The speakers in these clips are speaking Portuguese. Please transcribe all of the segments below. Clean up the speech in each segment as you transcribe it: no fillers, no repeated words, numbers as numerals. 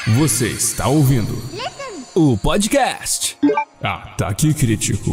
Você está ouvindo o podcast Ataque Crítico.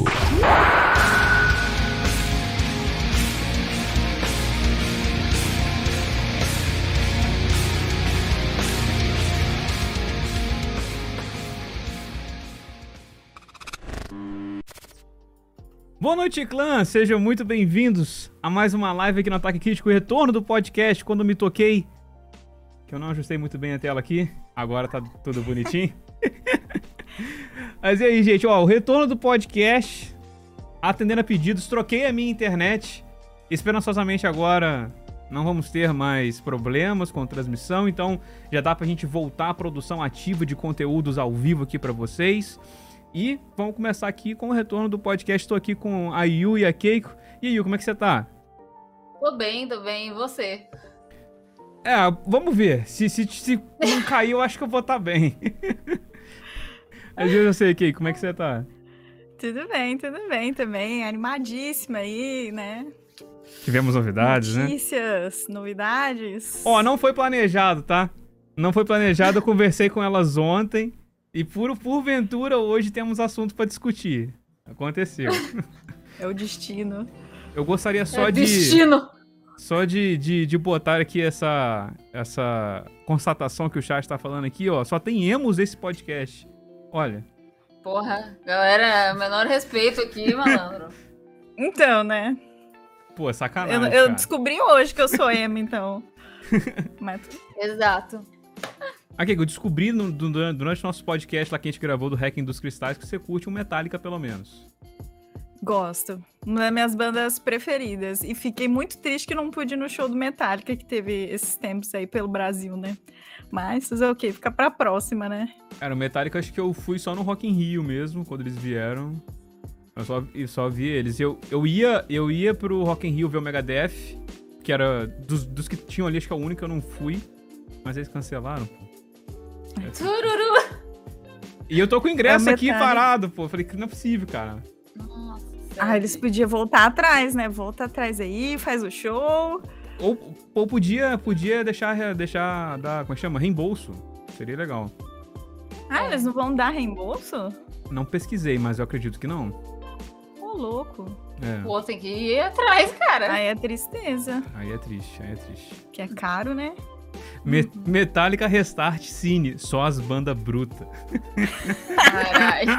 Boa noite, clã! Sejam muito bem-vindos a mais uma live aqui no Ataque Crítico, o retorno do podcast quando me toquei. Que eu não ajustei muito bem a tela aqui, agora tá tudo bonitinho. Mas e aí, gente, ó, o retorno do podcast, atendendo a pedidos, troquei a minha internet. Esperançosamente agora não vamos ter mais problemas com transmissão, então já dá pra gente voltar à produção ativa de conteúdos ao vivo aqui pra vocês. E vamos começar aqui com o retorno do podcast. Estou aqui com a Yu e a Keiko. E aí, Yu, como é que você tá? Tô bem. E você? Vamos ver. Se não cair, eu acho que eu vou estar bem. Mas eu já sei, Keiko, como é que você tá? Tudo bem também. Animadíssima aí, né? Tivemos novidades, Notícias, novidades. Ó, não foi planejado, tá? Não foi planejado, eu conversei com elas ontem. E porventura hoje temos assunto pra discutir. Aconteceu. É o destino. Eu gostaria só de botar aqui essa constatação que o chat tá falando aqui, ó. Só tem emos nesse podcast. Olha. Porra, galera, menor respeito aqui, malandro. Então, né? Pô, sacanagem, eu descobri hoje que eu sou emo, então. Mas... Exato. Aqui, eu descobri durante o nosso podcast lá que a gente gravou do Hacking dos Cristais que você curte um Metallica, pelo menos. Gosto. Uma das minhas bandas preferidas. E fiquei muito triste que não pude ir no show do Metallica que teve esses tempos aí pelo Brasil, né? Mas fazer o quê? Fica pra próxima, né? Cara, o Metallica acho que eu fui só no Rock in Rio mesmo, quando eles vieram. Eu só vi eles. Eu ia pro Rock in Rio ver o Megadeth, que era dos que tinham ali, acho que é o único que eu não fui. Mas eles cancelaram, pô. Tururu. E eu tô com o ingresso aqui parado, pô. Falei que não é possível, cara. Nossa. Eles podiam voltar atrás, né? Volta atrás aí, faz o show. Ou podia deixar dar, como é que chama? Reembolso. Seria legal. Eles não vão dar reembolso? Não pesquisei, mas eu acredito que não. Ô, louco. Pô, tem que ir atrás, cara. Aí é tristeza. Aí é triste. Que é caro, né? Metallica Restart Cine, só as bandas brutas. Caralho.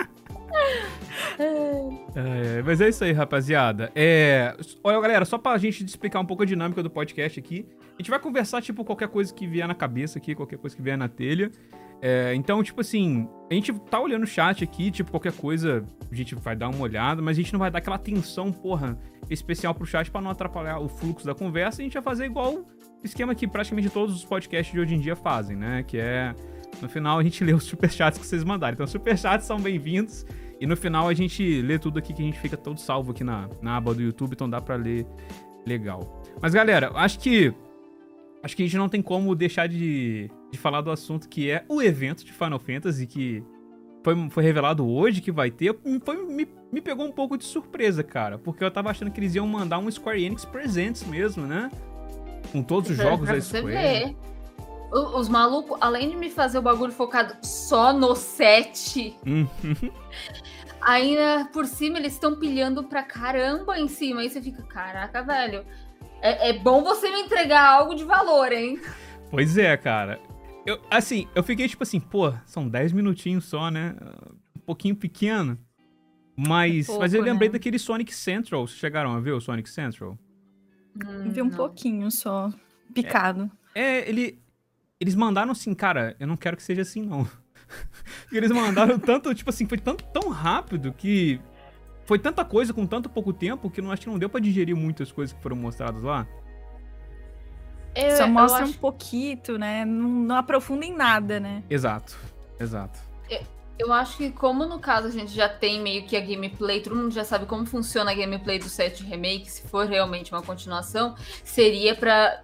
Mas é isso aí, rapaziada. Olha, galera, só pra gente explicar um pouco a dinâmica do podcast aqui, a gente vai conversar, tipo, qualquer coisa que vier na cabeça aqui, qualquer coisa que vier na telha. Então, tipo assim, a gente tá olhando o chat aqui, tipo, qualquer coisa a gente vai dar uma olhada, mas a gente não vai dar aquela atenção, porra, especial pro chat pra não atrapalhar o fluxo da conversa. A gente vai fazer igual o esquema que praticamente todos os podcasts de hoje em dia fazem, né? Que é, no final, a gente lê os superchats que vocês mandarem. Então, os superchats são bem-vindos. E no final a gente lê tudo aqui, que a gente fica todo salvo aqui na aba do YouTube, então dá pra ler legal. Mas galera, acho que a gente não tem como deixar de falar do assunto que é o evento de Final Fantasy, que foi revelado hoje que vai ter. Me pegou um pouco de surpresa, cara, porque eu tava achando que eles iam mandar um Square Enix Presents mesmo, né? Com todos os jogos da Square. Ver. Os malucos, além de me fazer o bagulho focado só no 7, ainda por cima eles estão pilhando pra caramba em cima. Aí você fica, caraca, velho, é bom você me entregar algo de valor, hein? Pois é, cara. Eu fiquei tipo assim, pô, são 10 minutinhos só, né? Um pouquinho pequeno. Mas eu lembrei daquele Sonic Central. Vocês chegaram a ver o Sonic Central? Vi um pouquinho só, picado. Eles mandaram assim, cara, eu não quero que seja assim, não. Eles mandaram tanto, tipo assim, foi tão rápido que foi tanta coisa com tanto pouco tempo que acho que não deu pra digerir muitas coisas que foram mostradas lá. Só mostra um pouquinho, né? Não aprofunda em nada, né? Exato. Eu acho que como no caso a gente já tem meio que a gameplay, todo mundo já sabe como funciona a gameplay do 7 Remake, se for realmente uma continuação, seria pra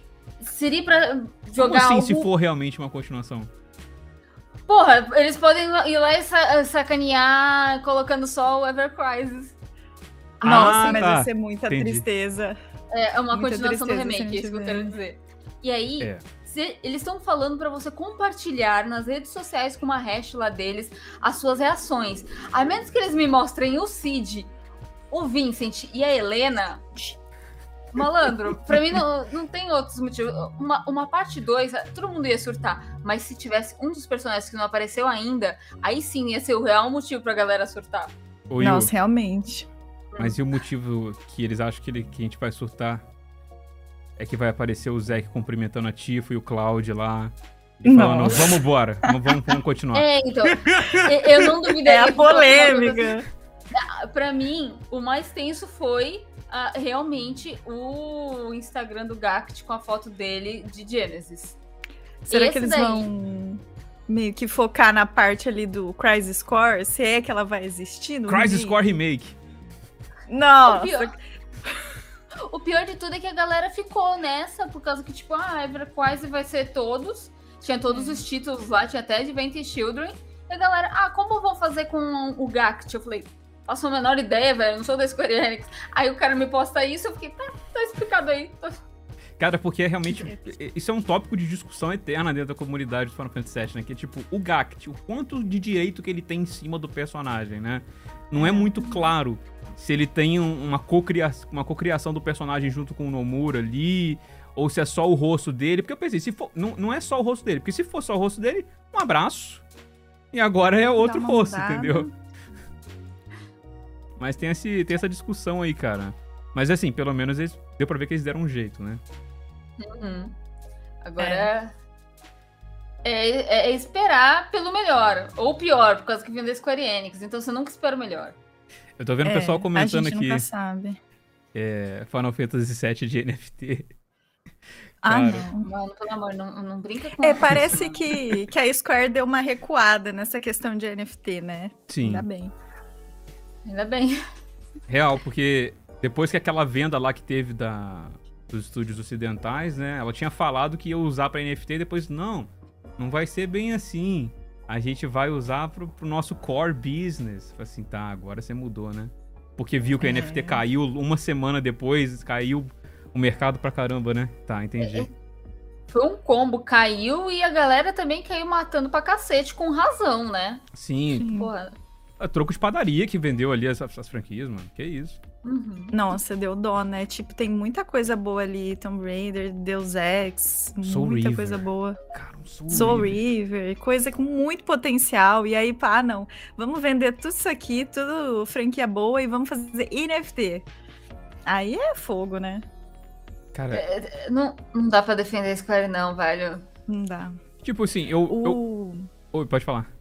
jogar Como assim, algo... se for realmente uma continuação? Porra, eles podem ir lá e sacanear colocando só o Ever Crisis. Nossa, mas vai ser muita tristeza. É uma Muita continuação do tristeza remake, é isso que eu quero dizer. E aí, Eles estão falando pra você compartilhar nas redes sociais com uma hash lá deles as suas reações. A menos que eles me mostrem o Cid, o Vincent e a Helena... Malandro, pra mim não tem outros motivos. Uma parte 2, todo mundo ia surtar. Mas se tivesse um dos personagens que não apareceu ainda, aí sim ia ser o real motivo pra galera surtar. Ô, Nossa, Yu, realmente. mas e o motivo que eles acham que a gente vai surtar? É que vai aparecer o Zack cumprimentando a Tifa e o Cloud lá. E falando, Nossa. vamos embora, vamos continuar. Então, eu não duvidei. É a polêmica. Pra mim, o mais tenso foi realmente o Instagram do Gact com a foto dele de Genesis. Será Esse que eles daí- vão meio que focar na parte ali do Crisis Score? Se é que ela vai existir no Crisis remake? Core Remake. Nossa, O pior de tudo é que a galera ficou nessa, por causa que, tipo, EverQuest vai ser todos. Tinha todos os títulos lá, tinha até Advent Children. E a galera, como vão fazer com o Gact? Eu falei, faço a menor ideia, velho, não sou da Square Enix. Aí o cara me posta isso, eu fiquei, tá explicado aí. Cara, porque é realmente... Isso é um tópico de discussão eterna dentro da comunidade do Final Fantasy VII, né? Que é tipo, o Gact, o quanto de direito que ele tem em cima do personagem, né? Não é muito claro se ele tem uma cocriação do personagem junto com o Nomura ali, ou se é só o rosto dele. Porque eu pensei, se for, não é só o rosto dele, porque se for só o rosto dele, um abraço. E agora é outro Dá uma rosto, mudada. entendeu? Mas tem essa discussão aí, cara. Mas assim, pelo menos deu pra ver que eles deram um jeito, né? Agora é esperar pelo melhor, ou pior, por causa que vem da Square Enix. Então você nunca espera o melhor. Eu tô vendo o pessoal comentando a gente aqui nunca sabe. Final Fantasy VII de NFT. Ah, Cara. não. Mano, pelo amor, não brinca com Parece que a Square deu uma recuada nessa questão de NFT, né? Sim, Ainda bem. Ainda bem. real, porque depois que aquela venda lá que teve dos estúdios ocidentais, né? Ela tinha falado que ia usar pra NFT e depois, não vai ser bem assim. A gente vai usar pro nosso core business. Falei assim, tá, agora você mudou, né? Porque viu que o NFT caiu uma semana depois, caiu o mercado pra caramba, né? Tá, entendi. Foi um combo, caiu e a galera também caiu matando pra cacete, com razão, né? Sim, Porra. a troco de padaria que vendeu ali as franquias, mano. Que isso. Uhum. Nossa, deu dó, né? Tipo, tem muita coisa boa ali. Tomb Raider, Deus Ex, Soul muita River. coisa boa. Cara, Soul River, coisa com muito potencial. E aí, não. Vamos vender tudo isso aqui, tudo franquia boa e vamos fazer NFT. Aí é fogo, né? Cara, Não dá pra defender a Square, não, velho. Não dá. tipo assim, Oi, pode falar.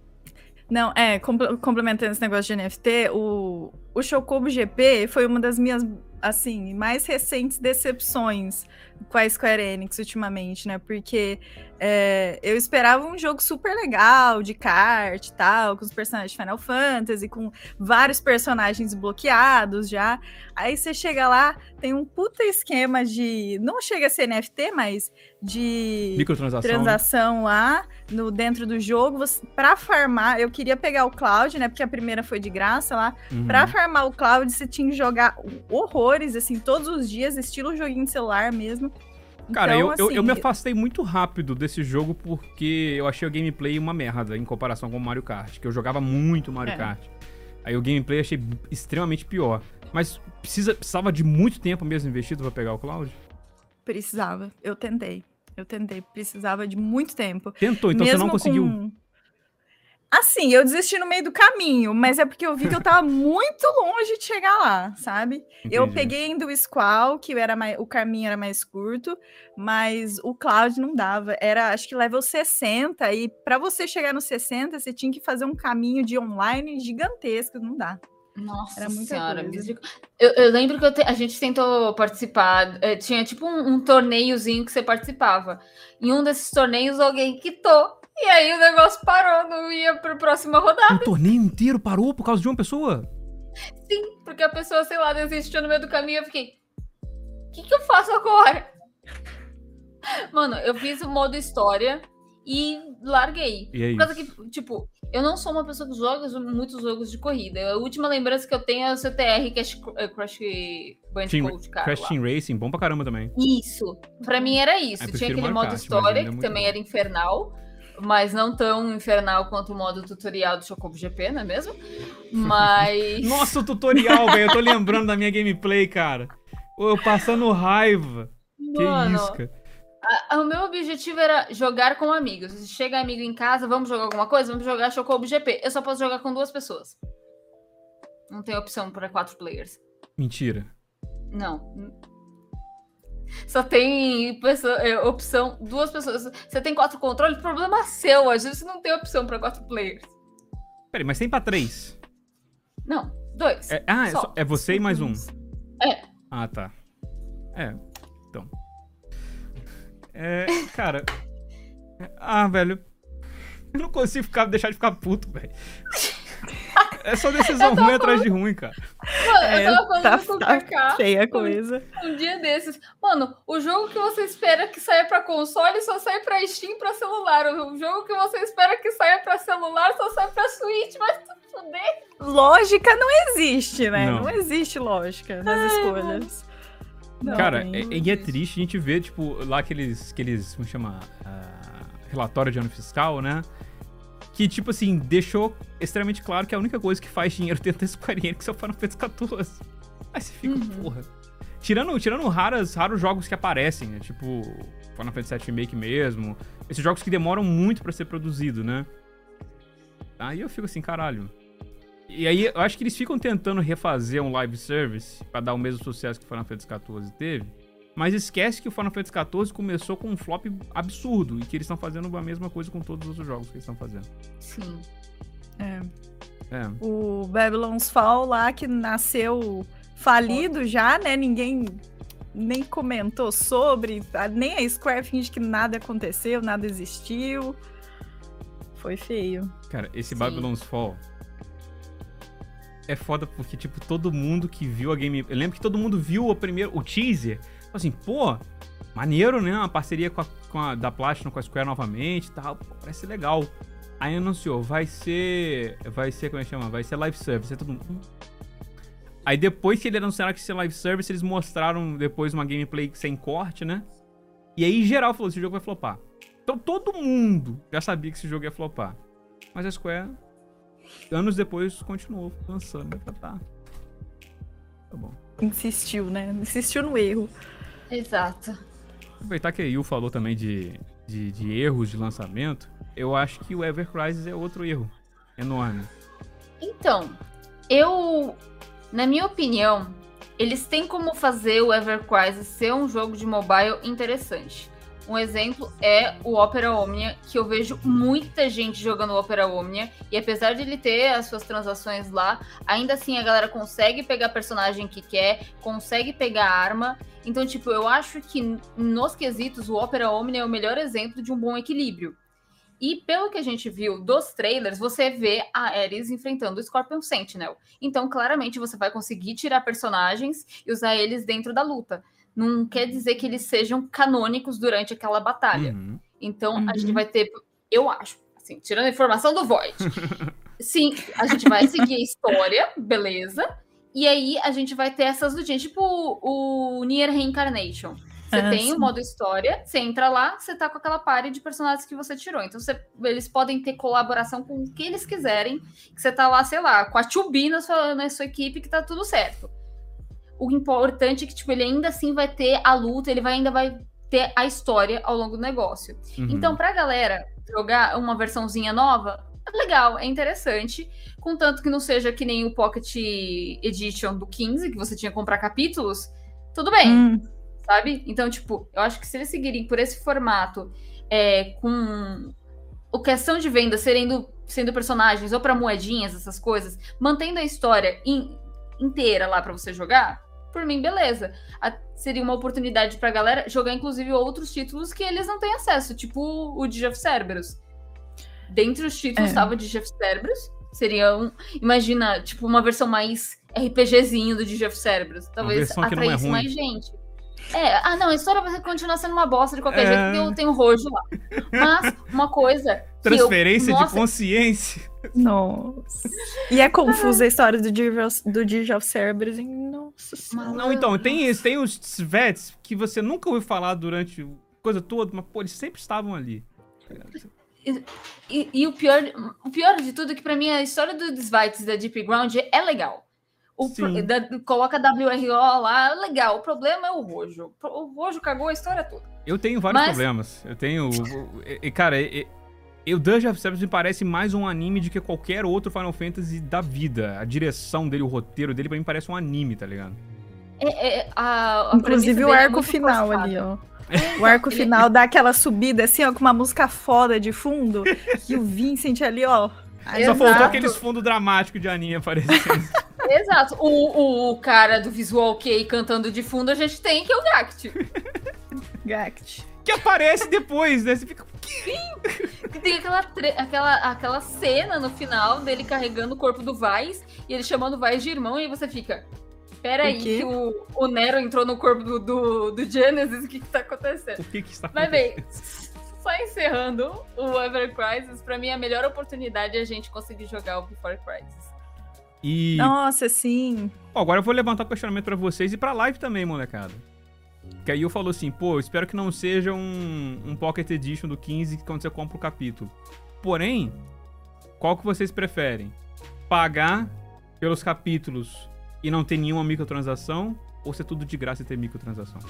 Não, complementando esse negócio de NFT, o Chocobo GP foi uma das minhas, assim, mais recentes decepções com a Square Enix ultimamente, né? Porque eu esperava um jogo super legal, de kart e tal, com os personagens de Final Fantasy, com vários personagens bloqueados já. Aí você chega lá, tem um puta esquema de... Não chega a ser NFT, mas de... Microtransação. transação lá dentro do jogo. Pra farmar, eu queria pegar o Cloud, né? Porque a primeira foi de graça lá. Uhum. Pra farmar o Cloud, você tinha que jogar horrores, assim, todos os dias, estilo joguinho de celular mesmo. Cara, Então, eu assim, me afastei muito rápido desse jogo porque eu achei o gameplay uma merda em comparação com o Mario Kart, que eu jogava muito Mario Kart. Aí o gameplay eu achei extremamente pior. Mas precisava de muito tempo mesmo investido pra pegar o Cloud? Precisava. Eu tentei. Precisava de muito tempo. Tentou, então Mesmo você não conseguiu. Assim, eu desisti no meio do caminho, mas é porque eu vi que eu tava muito longe de chegar lá, sabe? Entendi. Eu peguei ainda o Squall, que o caminho era mais curto, mas o Cloud não dava. Era, acho que level 60, e pra você chegar no 60, você tinha que fazer um caminho de online gigantesco, não dá. Nossa Era muita senhora. coisa. Eu lembro que a gente tentou participar. Tinha tipo um torneiozinho que você participava. Em um desses torneios, alguém quitou. E aí o negócio parou, não ia pra próxima rodada. O torneio inteiro parou por causa de uma pessoa? Sim, porque a pessoa, sei lá, desistiu no meio do caminho. Eu fiquei, o que eu faço agora? Mano, eu fiz o modo história e larguei. E é Por causa isso. que, tipo, eu não sou uma pessoa que joga muitos jogos de corrida. A última lembrança que eu tenho é o CTR Crash Bandicoot, cara. Crash Team Racing, bom pra caramba também. Isso. Pra mim era isso. Tinha aquele modo história, que também era infernal. Mas não tão infernal quanto o modo tutorial do Chocobo GP, não é mesmo? Mas... Nossa, o tutorial, velho. Eu tô lembrando da minha gameplay, cara. Eu passando raiva. Mano, que isso, cara. O meu objetivo era jogar com amigos. Se chega amigo em casa, vamos jogar alguma coisa? Vamos jogar Chocobo GP. Eu só posso jogar com 2 pessoas. Não tem opção para 4 players. Mentira. Não. Só tem opção 2 pessoas. Você tem 4 controles, problema seu. Às vezes você não tem opção para 4 players. Peraí, mas tem pra 3? Não, 2. É você e mais um. É. Ah, tá. Então. Cara. Velho. Eu não consigo deixar de ficar puto, velho. É só decisão ruim atrás de ruim, cara. Mano, eu tava falando com o Kaká. Feia a coisa. Um dia desses. Mano, o jogo que você espera que saia pra console só sai pra Steam e pra celular. O jogo que você espera que saia pra celular só sai pra Switch, mas tu fuder. Lógica não existe, né? Não. Não existe lógica nas escolhas. Não, cara, e é triste a gente ver, tipo, lá aqueles como chama? Relatório de ano fiscal, né? Que, tipo assim, deixou extremamente claro que a única coisa que faz dinheiro dentro da Square Enix é o Final Fantasy XIV. Aí você fica, porra. Tirando raros jogos que aparecem, né? Tipo, Final Fantasy VII Remake mesmo. Esses jogos que demoram muito pra ser produzido, né? Aí eu fico assim, caralho. E aí eu acho que eles ficam tentando refazer um live service pra dar o mesmo sucesso que o Final Fantasy XIV teve. Mas esquece que o Final Fantasy XIV começou com um flop absurdo e que eles estão fazendo a mesma coisa com todos os outros jogos que eles estão fazendo. Sim. O Babylon's Fall lá, que nasceu falido já, né? Ninguém nem comentou sobre, nem a Square finge que nada aconteceu, nada existiu. Foi feio. Cara, esse Babylon's Fall é foda porque, tipo, todo mundo que viu a game... Eu lembro que todo mundo viu o teaser. Assim, pô, maneiro, né? Uma parceria da Platinum com a Square novamente e tal. Pô, parece legal. Aí anunciou, vai ser, como é que chama? Vai ser live service. Aí todo mundo... Aí depois que eles anunciaram que ia ser live service, eles mostraram depois uma gameplay sem corte, né? E aí, em geral, falou, esse jogo vai flopar. Então todo mundo já sabia que esse jogo ia flopar. Mas a Square, anos depois, continuou lançando. Tá bom. Insistiu, né? Insistiu no erro. Exato. Aproveitar que a Yu falou também de erros de lançamento, eu acho que o Ever Crisis é outro erro enorme. Então, na minha opinião, eles têm como fazer o Ever Crisis ser um jogo de mobile interessante. Um exemplo é o Opera Omnia, que eu vejo muita gente jogando o Opera Omnia, e apesar de ele ter as suas transações lá, ainda assim a galera consegue pegar personagem que quer, consegue pegar arma. Então, tipo, eu acho que nos quesitos o Opera Omnia é o melhor exemplo de um bom equilíbrio. E pelo que a gente viu dos trailers, você vê a Ares enfrentando o Scorpion Sentinel. Então, claramente, você vai conseguir tirar personagens e usar eles dentro da luta. Não quer dizer que eles sejam canônicos durante aquela batalha. Então, a gente vai ter... Eu acho, assim, tirando a informação do Void. Sim, a gente vai seguir a história, beleza. E aí, a gente vai ter essas lutinhas. Tipo o Nier Reincarnation. Você tem o modo história, você entra lá, você tá com aquela party de personagens que você tirou. Então, eles podem ter colaboração com o que eles quiserem. Que você tá lá, sei lá, com a 2B na sua equipe, que tá tudo certo. O importante é que, tipo, ele ainda assim vai ter a luta, ele ainda vai ter a história ao longo do negócio. Então, pra galera jogar uma versãozinha nova, é legal, é interessante. Contanto que não seja que nem o Pocket Edition do 15, que você tinha que comprar capítulos, tudo bem. Sabe? Então, tipo, eu acho que se eles seguirem por esse formato, com a questão de venda sendo personagens ou pra moedinhas, essas coisas, mantendo a história inteira lá pra você jogar, por mim, beleza. Seria uma oportunidade pra galera jogar, inclusive, outros títulos que eles não têm acesso, tipo o Age of Cerberus. Dentre os títulos estava o Age of Cerberus. Seria imagina, tipo, uma versão mais RPGzinho do Age of Cerberus. Talvez atraísse mais gente. Não, a história vai continuar sendo uma bosta de qualquer jeito, porque eu tenho rojo lá. Mas uma coisa Transferência de consciência. Nossa. E é confusa a história do Dirge of Cerberus. Nossa senhora. Não, então, tem isso. Tem os Svets que você nunca ouviu falar durante a coisa toda, mas, pô, eles sempre estavam ali. E o pior de tudo é que, pra mim, a história dos Svets da Deep Ground é legal. Coloca WRO lá, legal. O problema é o Rojo. O Rojo cagou a história toda. Eu tenho vários problemas. Eu tenho... Cara, o Dirge of Cerberus me parece mais um anime do que qualquer outro Final Fantasy da vida. A direção dele, o roteiro dele, pra mim parece um anime, tá ligado? Inclusive o arco final ali, ó. O arco final dá aquela subida assim, ó, com uma música foda de fundo. E o Vincent ali, ó. Só faltou aqueles fundos dramáticos de anime aparecendo. Exato. O cara do Visual Kei cantando de fundo a gente tem, que é o Gact. Que aparece depois, né? Você fica... Tem aquela cena no final dele carregando o corpo do Weiss e ele chamando o Weiss de irmão, e aí você fica... Peraí, que o Nero entrou no corpo do Genesis, o que tá acontecendo? O que está acontecendo? Mas bem, só encerrando, o Ever Crisis, pra mim a melhor oportunidade é a gente conseguir jogar o Before Crisis. Nossa, sim. Agora eu vou levantar o questionamento pra vocês e pra live também, molecada. Que aí eu falo assim, pô, eu espero que não seja um Pocket Edition do 15 quando você compra o capítulo. Porém, qual que vocês preferem? Pagar pelos capítulos e não ter nenhuma microtransação, ou ser tudo de graça e ter microtransação?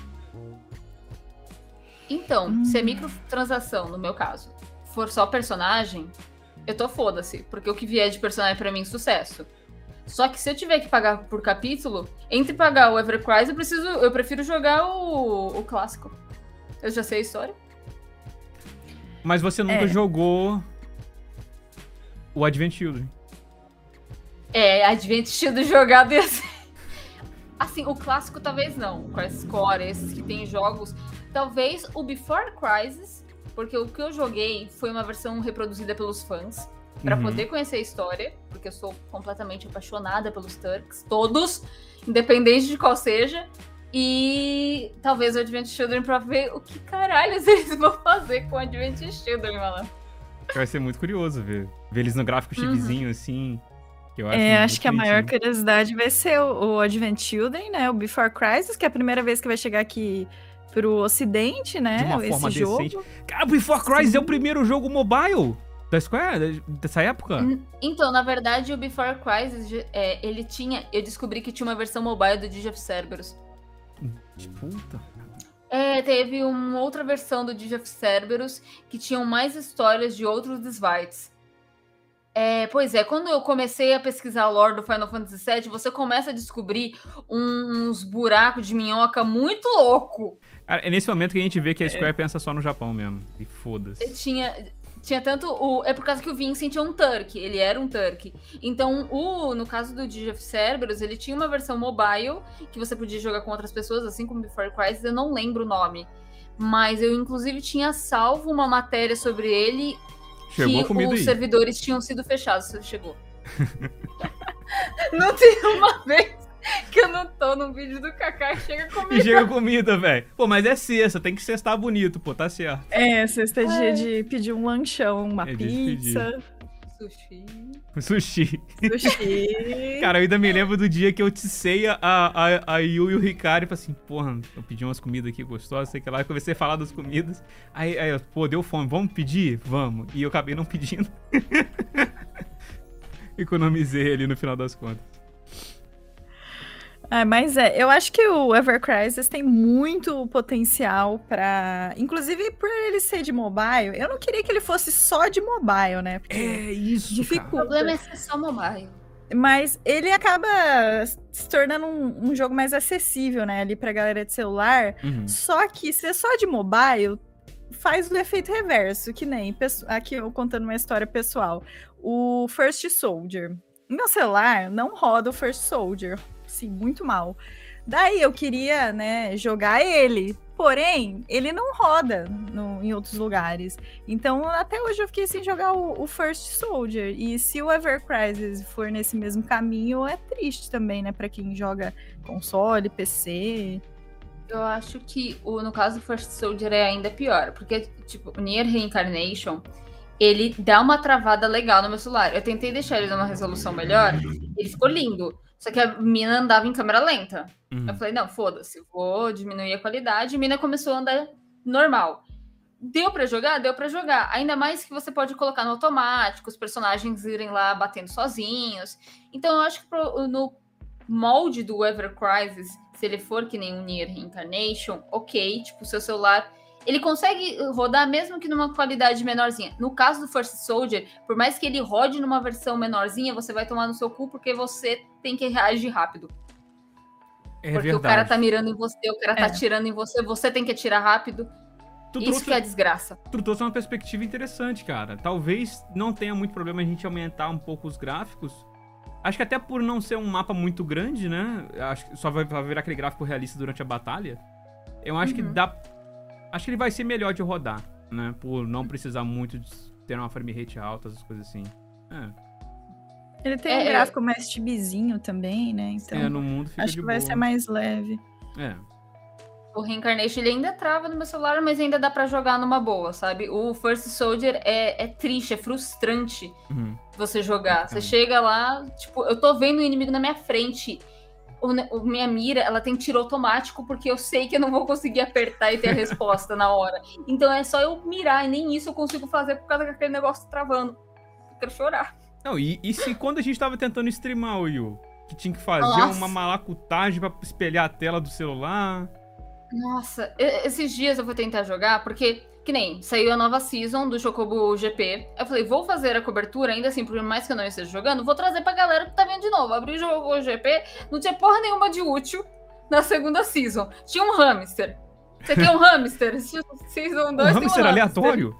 Então, se a microtransação, no meu caso, for só personagem, eu tô foda-se, porque o que vier de personagem pra mim é sucesso. Só que se eu tiver que pagar por capítulo, entre pagar o Ever Crisis, eu prefiro jogar o clássico. Eu já sei a história. Mas você nunca jogou o Advent Children. Advent Children jogado ia ser... Assim, o clássico talvez não. O Crisis Core, esses que tem jogos... Talvez o Before Crisis, porque o que eu joguei foi uma versão reproduzida pelos fãs, pra poder conhecer a história, porque eu sou completamente apaixonada pelos Turks, todos, independente de qual seja, e talvez o Advent Children pra ver o que caralhos eles vão fazer com o Advent Children, mano. Vai ser muito curioso ver eles no gráfico chibizinho, assim... Que eu acho que a maior curiosidade vai ser o Advent Children, né? O Before Crisis, que é a primeira vez que vai chegar aqui pro ocidente, né? De uma forma decente. Jogo. Cara, Before Crisis é o primeiro jogo mobile da Square, dessa época? Então, na verdade, o Before Crisis, ele tinha... Eu descobri que tinha uma versão mobile do Dirge of Cerberus. Puta. Teve uma outra versão do Dirge of Cerberus que tinham mais histórias de outros Svites. Pois é, quando eu comecei a pesquisar o lore do Final Fantasy VII, você começa a descobrir uns buracos de minhoca muito louco. É nesse momento que a gente vê que a Square pensa só no Japão mesmo. E foda-se. Tinha tanto É por causa que o Vincent é um Turk. Ele era um Turk. Então, no caso do Dirge of Cerberus, ele tinha uma versão mobile que você podia jogar com outras pessoas, assim como Before Crisis. Eu não lembro o nome. Mas eu, inclusive, tinha salvo uma matéria sobre ele... Chegou que comida os aí. servidores tinham sido fechados. Chegou. Não tem uma vez que eu não tô num vídeo do Kaká e chega comida. E chega comida, velho. Pô, mas é sexta, tem que cestar bonito, pô, tá certo. Sexta é dia de pedir um lanchão, uma pizza. Sushi. Sushi. Cara, eu ainda me lembro do dia que eu ticei a Yu e o Ricardo e falei assim, porra, eu pedi umas comidas aqui gostosas, sei que lá, eu comecei a falar das comidas. Aí pô, deu fome, vamos pedir? Vamos. E eu acabei não pedindo. Economizei ali no final das contas. Mas eu acho que o Ever Crisis tem muito potencial pra... Inclusive, por ele ser de mobile, eu não queria que ele fosse só de mobile, né? Porque isso, dificulta. O problema é ser só mobile. Mas ele acaba se tornando um jogo mais acessível, né? Ali pra galera de celular. Só que se é só de mobile, faz o efeito reverso, que nem... Aqui eu contando uma história pessoal. O First Soldier. Meu celular não roda o First Soldier. Sim, muito mal. Daí eu queria, né, jogar ele. Porém, ele não roda em outros lugares. Então, até hoje eu fiquei sem jogar o First Soldier. E se o Ever Crisis for nesse mesmo caminho, é triste também, né? Pra quem joga console, PC. Eu acho que, no caso do First Soldier, é ainda pior. Porque, tipo, o Nier Reincarnation, ele dá uma travada legal no meu celular. Eu tentei deixar ele numa resolução melhor, ele ficou lindo. Só que a mina andava em câmera lenta. Eu falei, não, foda-se, vou diminuir a qualidade. A mina começou a andar normal. Deu pra jogar? Deu pra jogar. Ainda mais que você pode colocar no automático, os personagens irem lá batendo sozinhos. Então eu acho que no molde do Ever Crisis, se ele for que nem um Nier Reincarnation, ok, tipo, o seu celular, ele consegue rodar mesmo que numa qualidade menorzinha. No caso do First Soldier, por mais que ele rode numa versão menorzinha, você vai tomar no seu cu porque você tem que reagir rápido. É porque verdade. o cara tá mirando em você, o cara tá atirando em você, você tem que atirar rápido. Isso que é a desgraça. Tu trouxe uma perspectiva interessante, cara. Talvez não tenha muito problema a gente aumentar um pouco os gráficos. Acho que até por não ser um mapa muito grande, né? Acho que só vai virar aquele gráfico realista durante a batalha. Eu acho que dá... Acho que ele vai ser melhor de rodar, né? Por não precisar muito de ter uma frame rate alta, essas coisas assim. Ele tem um gráfico mais chibizinho também, né? Então, no mundo fica acho de que vai boa. ser mais leve. O Reincarnation, ele ainda trava no meu celular, mas ainda dá pra jogar numa boa, sabe? O First Soldier é triste, é frustrante você jogar. Você chega lá, tipo, eu tô vendo o inimigo na minha frente. Minha mira, ela tem tiro automático, porque eu sei que eu não vou conseguir apertar e ter a resposta na hora. Então é só eu mirar, e nem isso eu consigo fazer por causa daquele negócio travando. Eu quero chorar. Não, e se quando a gente tava tentando streamar, o Yu, que tinha que fazer uma malacutagem pra espelhar a tela do celular... Nossa, esses dias eu vou tentar jogar, porque, que nem, saiu a nova season do Chocobo GP. Eu falei, vou fazer a cobertura, ainda assim, por mais que eu não esteja jogando, vou trazer pra galera que tá vendo de novo. Abri o Chocobo GP, não tinha porra nenhuma de útil na segunda season. Tinha um hamster. Você quer um hamster? Season 2 um hamster aleatório?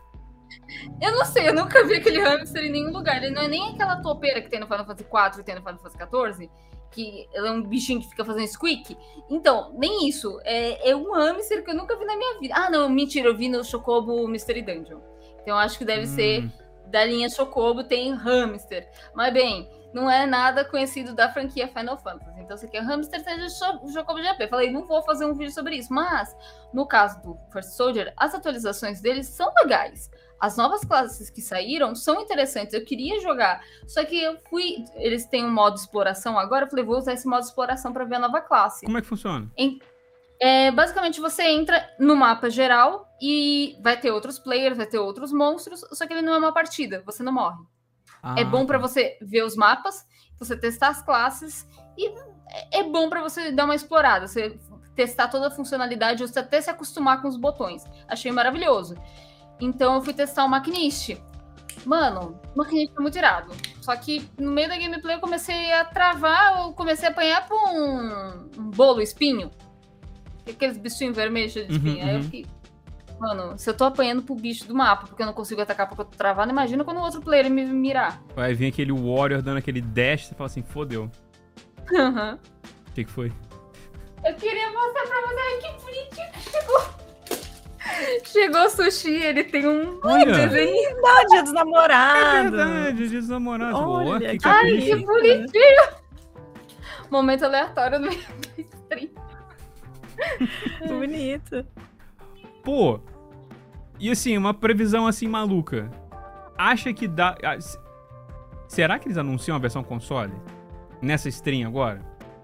Eu não sei, eu nunca vi aquele hamster em nenhum lugar. Ele não é nem aquela topeira que tem no Final Fantasy IV e tem no Final Fantasy XIV, que ele é um bichinho que fica fazendo squeak. Então, nem isso. É um hamster que eu nunca vi na minha vida. Ah, não, mentira, eu vi no Chocobo Mystery Dungeon. Então, acho que deve ser da linha Chocobo, tem hamster. Mas, bem, não é nada conhecido da franquia Final Fantasy. Então, você quer hamster, seja Chocobo GP. Falei, não vou fazer um vídeo sobre isso. Mas, no caso do First Soldier, as atualizações deles são legais. As novas classes que saíram são interessantes. Eu queria jogar. Só que eles têm um modo exploração agora. Eu falei, vou usar esse modo exploração para ver a nova classe. Como é que funciona? Basicamente, você entra no mapa geral e vai ter outros players, vai ter outros monstros. Só que ele não é uma partida. Você não morre. É bom para você ver os mapas, você testar as classes. E é bom para você dar uma explorada. Você testar toda a funcionalidade, você até se acostumar com os botões. Achei maravilhoso. Então eu fui testar o Machinist. Mano, o Machinist é muito irado. Só que no meio da gameplay eu comecei a travar, eu comecei a apanhar por um bolo espinho. Aqueles bichinhos vermelhos de espinho. Aí eu fiquei, mano, se eu tô apanhando pro bicho do mapa, porque eu não consigo atacar porque eu tô travado, imagina quando o outro player me mirar. Vai vir aquele Warrior dando aquele dash, você fala assim, fodeu. O que foi? Eu queria mostrar pra você, ai, que bonitinho que chegou. Chegou o Sushi, ele tem um desenho. Não, Dia dos Namorados. É verdade, Dia dos Namorados. Olha, que ai, que bonitinho. Momento aleatório no meio do stream. Bonito. Pô, e assim, uma previsão assim maluca. Acha que dá... Será que eles anunciam a versão console? Nessa stream agora?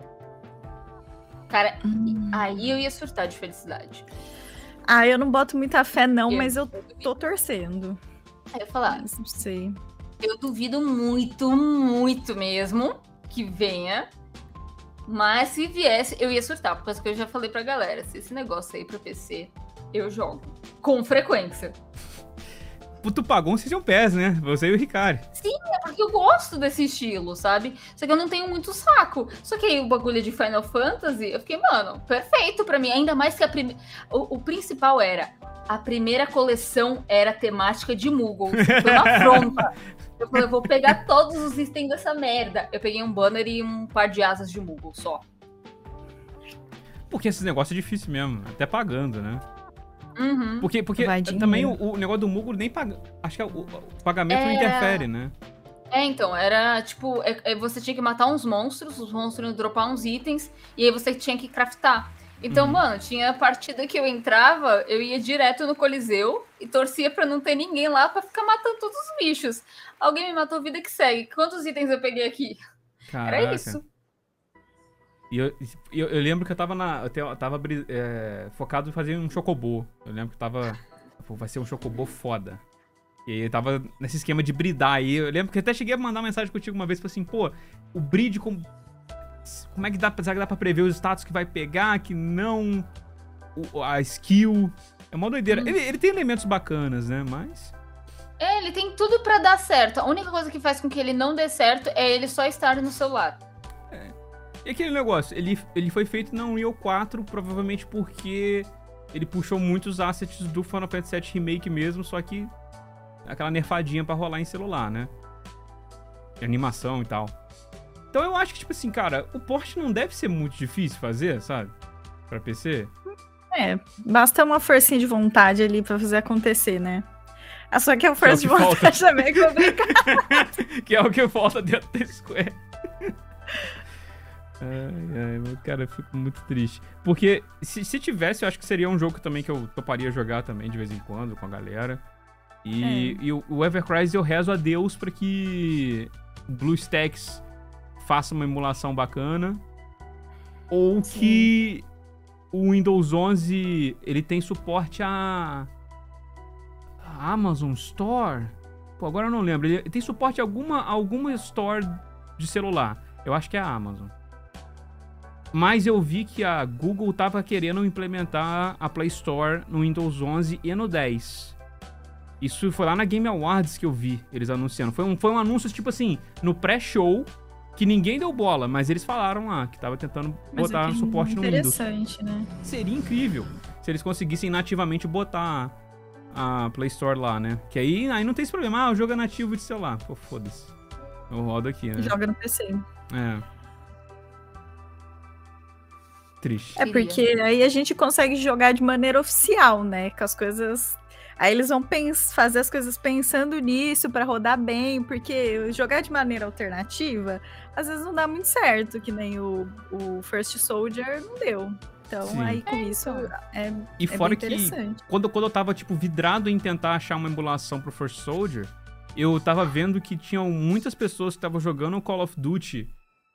Cara, aí eu ia surtar de felicidade. Eu não boto muita fé não, mas eu tô torcendo. Aí eu ia falar, Não sei. eu duvido muito, muito mesmo que venha. Mas se viesse, eu ia surtar, por causa que eu já falei pra galera, se esse negócio aí pra PC, eu jogo. Com frequência. Tu pagou um Season Pass, né? Você e o Ricardo. Sim, é porque eu gosto desse estilo, sabe? Só que eu não tenho muito saco. Só que aí o bagulho de Final Fantasy, eu fiquei, mano, perfeito pra mim. Ainda mais que o principal era, a primeira coleção era temática de Moogle. Foi uma afronta. Eu falei, eu vou pegar todos os itens dessa merda. Eu peguei um banner e um par de asas de Moogle só. Porque esses negócios é difícil mesmo, até pagando, né? Uhum. Porque também o negócio do Moogle nem paga. Acho que o pagamento não interfere, né? Então, era tipo, você tinha que matar uns monstros, os monstros iam dropar uns itens, e aí você tinha que craftar. Então, mano, tinha partida que eu entrava, eu ia direto no Coliseu e torcia pra não ter ninguém lá pra ficar matando todos os bichos. Alguém me matou, vida que segue. Quantos itens eu peguei aqui? Caraca. Era isso. E eu lembro que eu tava focado em fazer um chocobô. Eu lembro que vai ser um chocobô foda. E aí eu tava nesse esquema de bridar aí. Eu lembro que eu até cheguei a mandar uma mensagem contigo uma vez, falei assim, pô, o bride como é que dá pra prever os status que vai pegar, que não a skill. É uma doideira. Ele tem elementos bacanas, né, mas... Ele tem tudo pra dar certo. A única coisa que faz com que ele não dê certo é ele só estar no celular. E aquele negócio, ele foi feito na Unreal 4, provavelmente porque ele puxou muitos assets do Final Fantasy VII Remake mesmo, só que aquela nerfadinha pra rolar em celular, né? De animação e tal. Então eu acho que, tipo assim, cara, o port não deve ser muito difícil fazer, sabe? Pra PC. Basta uma forcinha de vontade ali pra fazer acontecer, né? Só que a força de vontade também é complicado. Que é o que falta dentro da Square. Ai, cara, eu fico muito triste. Porque se tivesse, eu acho que seria um jogo também que eu toparia jogar também de vez em quando com a galera. E o Evercrise eu rezo a Deus pra que o BlueStacks faça uma emulação bacana. Ou que o Windows 11 ele tem suporte a Amazon Store. Pô, agora eu não lembro. Ele tem suporte a alguma store de celular. Eu acho que é a Amazon. Mas eu vi que a Google tava querendo implementar a Play Store no Windows 11 e no 10. Isso foi lá na Game Awards que eu vi eles anunciando. Foi um anúncio, tipo assim, no pré-show, que ninguém deu bola, mas eles falaram lá que tava tentando botar suporte no Windows. Interessante, né? Seria incrível se eles conseguissem nativamente botar a Play Store lá, né? Que aí não tem esse problema. O jogo é nativo de celular. Pô, foda-se. Eu rodo aqui, né? Joga no PC. Triste. Porque aí a gente consegue jogar de maneira oficial, né? Com as coisas... Aí eles vão fazer as coisas pensando nisso pra rodar bem, porque jogar de maneira alternativa, às vezes não dá muito certo, que nem o First Soldier não deu. Então, aí com isso E fora bem que, interessante. quando eu tava, tipo, vidrado em tentar achar uma emulação pro First Soldier, eu tava vendo que tinham muitas pessoas que estavam jogando o Call of Duty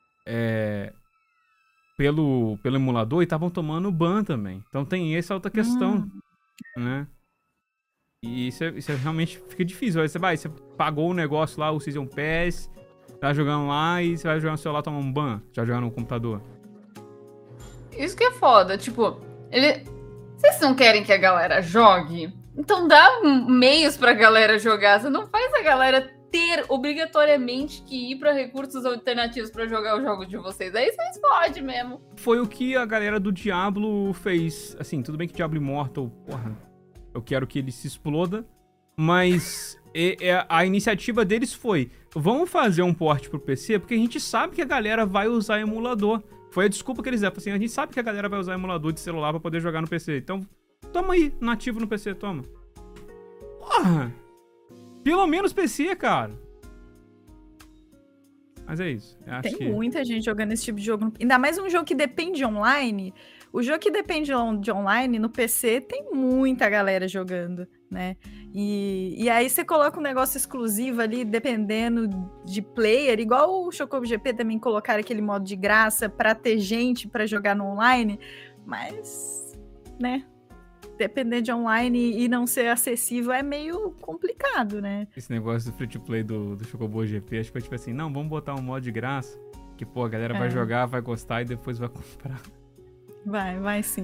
pelo emulador e estavam tomando ban também. Então tem essa outra questão, né? E isso realmente fica difícil. Aí você pagou o negócio lá, o Season Pass, tá jogando lá e você vai jogar no celular, tomar um ban, já jogar no computador. Isso que é foda, tipo, vocês não querem que a galera jogue? Então dá meios pra galera jogar, você não faz a galera ter obrigatoriamente que ir pra recursos alternativos pra jogar os jogos de vocês, aí vocês podem mesmo. Foi o que a galera do Diablo fez, assim, tudo bem que Diablo Immortal, porra, eu quero que ele se exploda, mas a iniciativa deles foi, vamos fazer um port pro PC, porque a gente sabe que a galera vai usar emulador. Foi a desculpa que eles deram, assim, a gente sabe que a galera vai usar emulador de celular pra poder jogar no PC, então toma aí, nativo no PC, toma. Porra! Pelo menos PC, cara. Mas é isso. Tem muita gente jogando esse tipo de jogo. Ainda mais um jogo que depende de online. O jogo que depende de online no PC tem muita galera jogando, né? E aí você coloca um negócio exclusivo ali, dependendo de player, igual o Chocobo GP também colocaram aquele modo de graça pra ter gente pra jogar no online, mas, né? Depender de online e não ser acessível é meio complicado, né? Esse negócio do free-to-play do Chocobo GP, acho que foi tipo assim, não, vamos botar um modo de graça, que, pô, a galera vai jogar, vai gostar e depois vai comprar. Vai sim.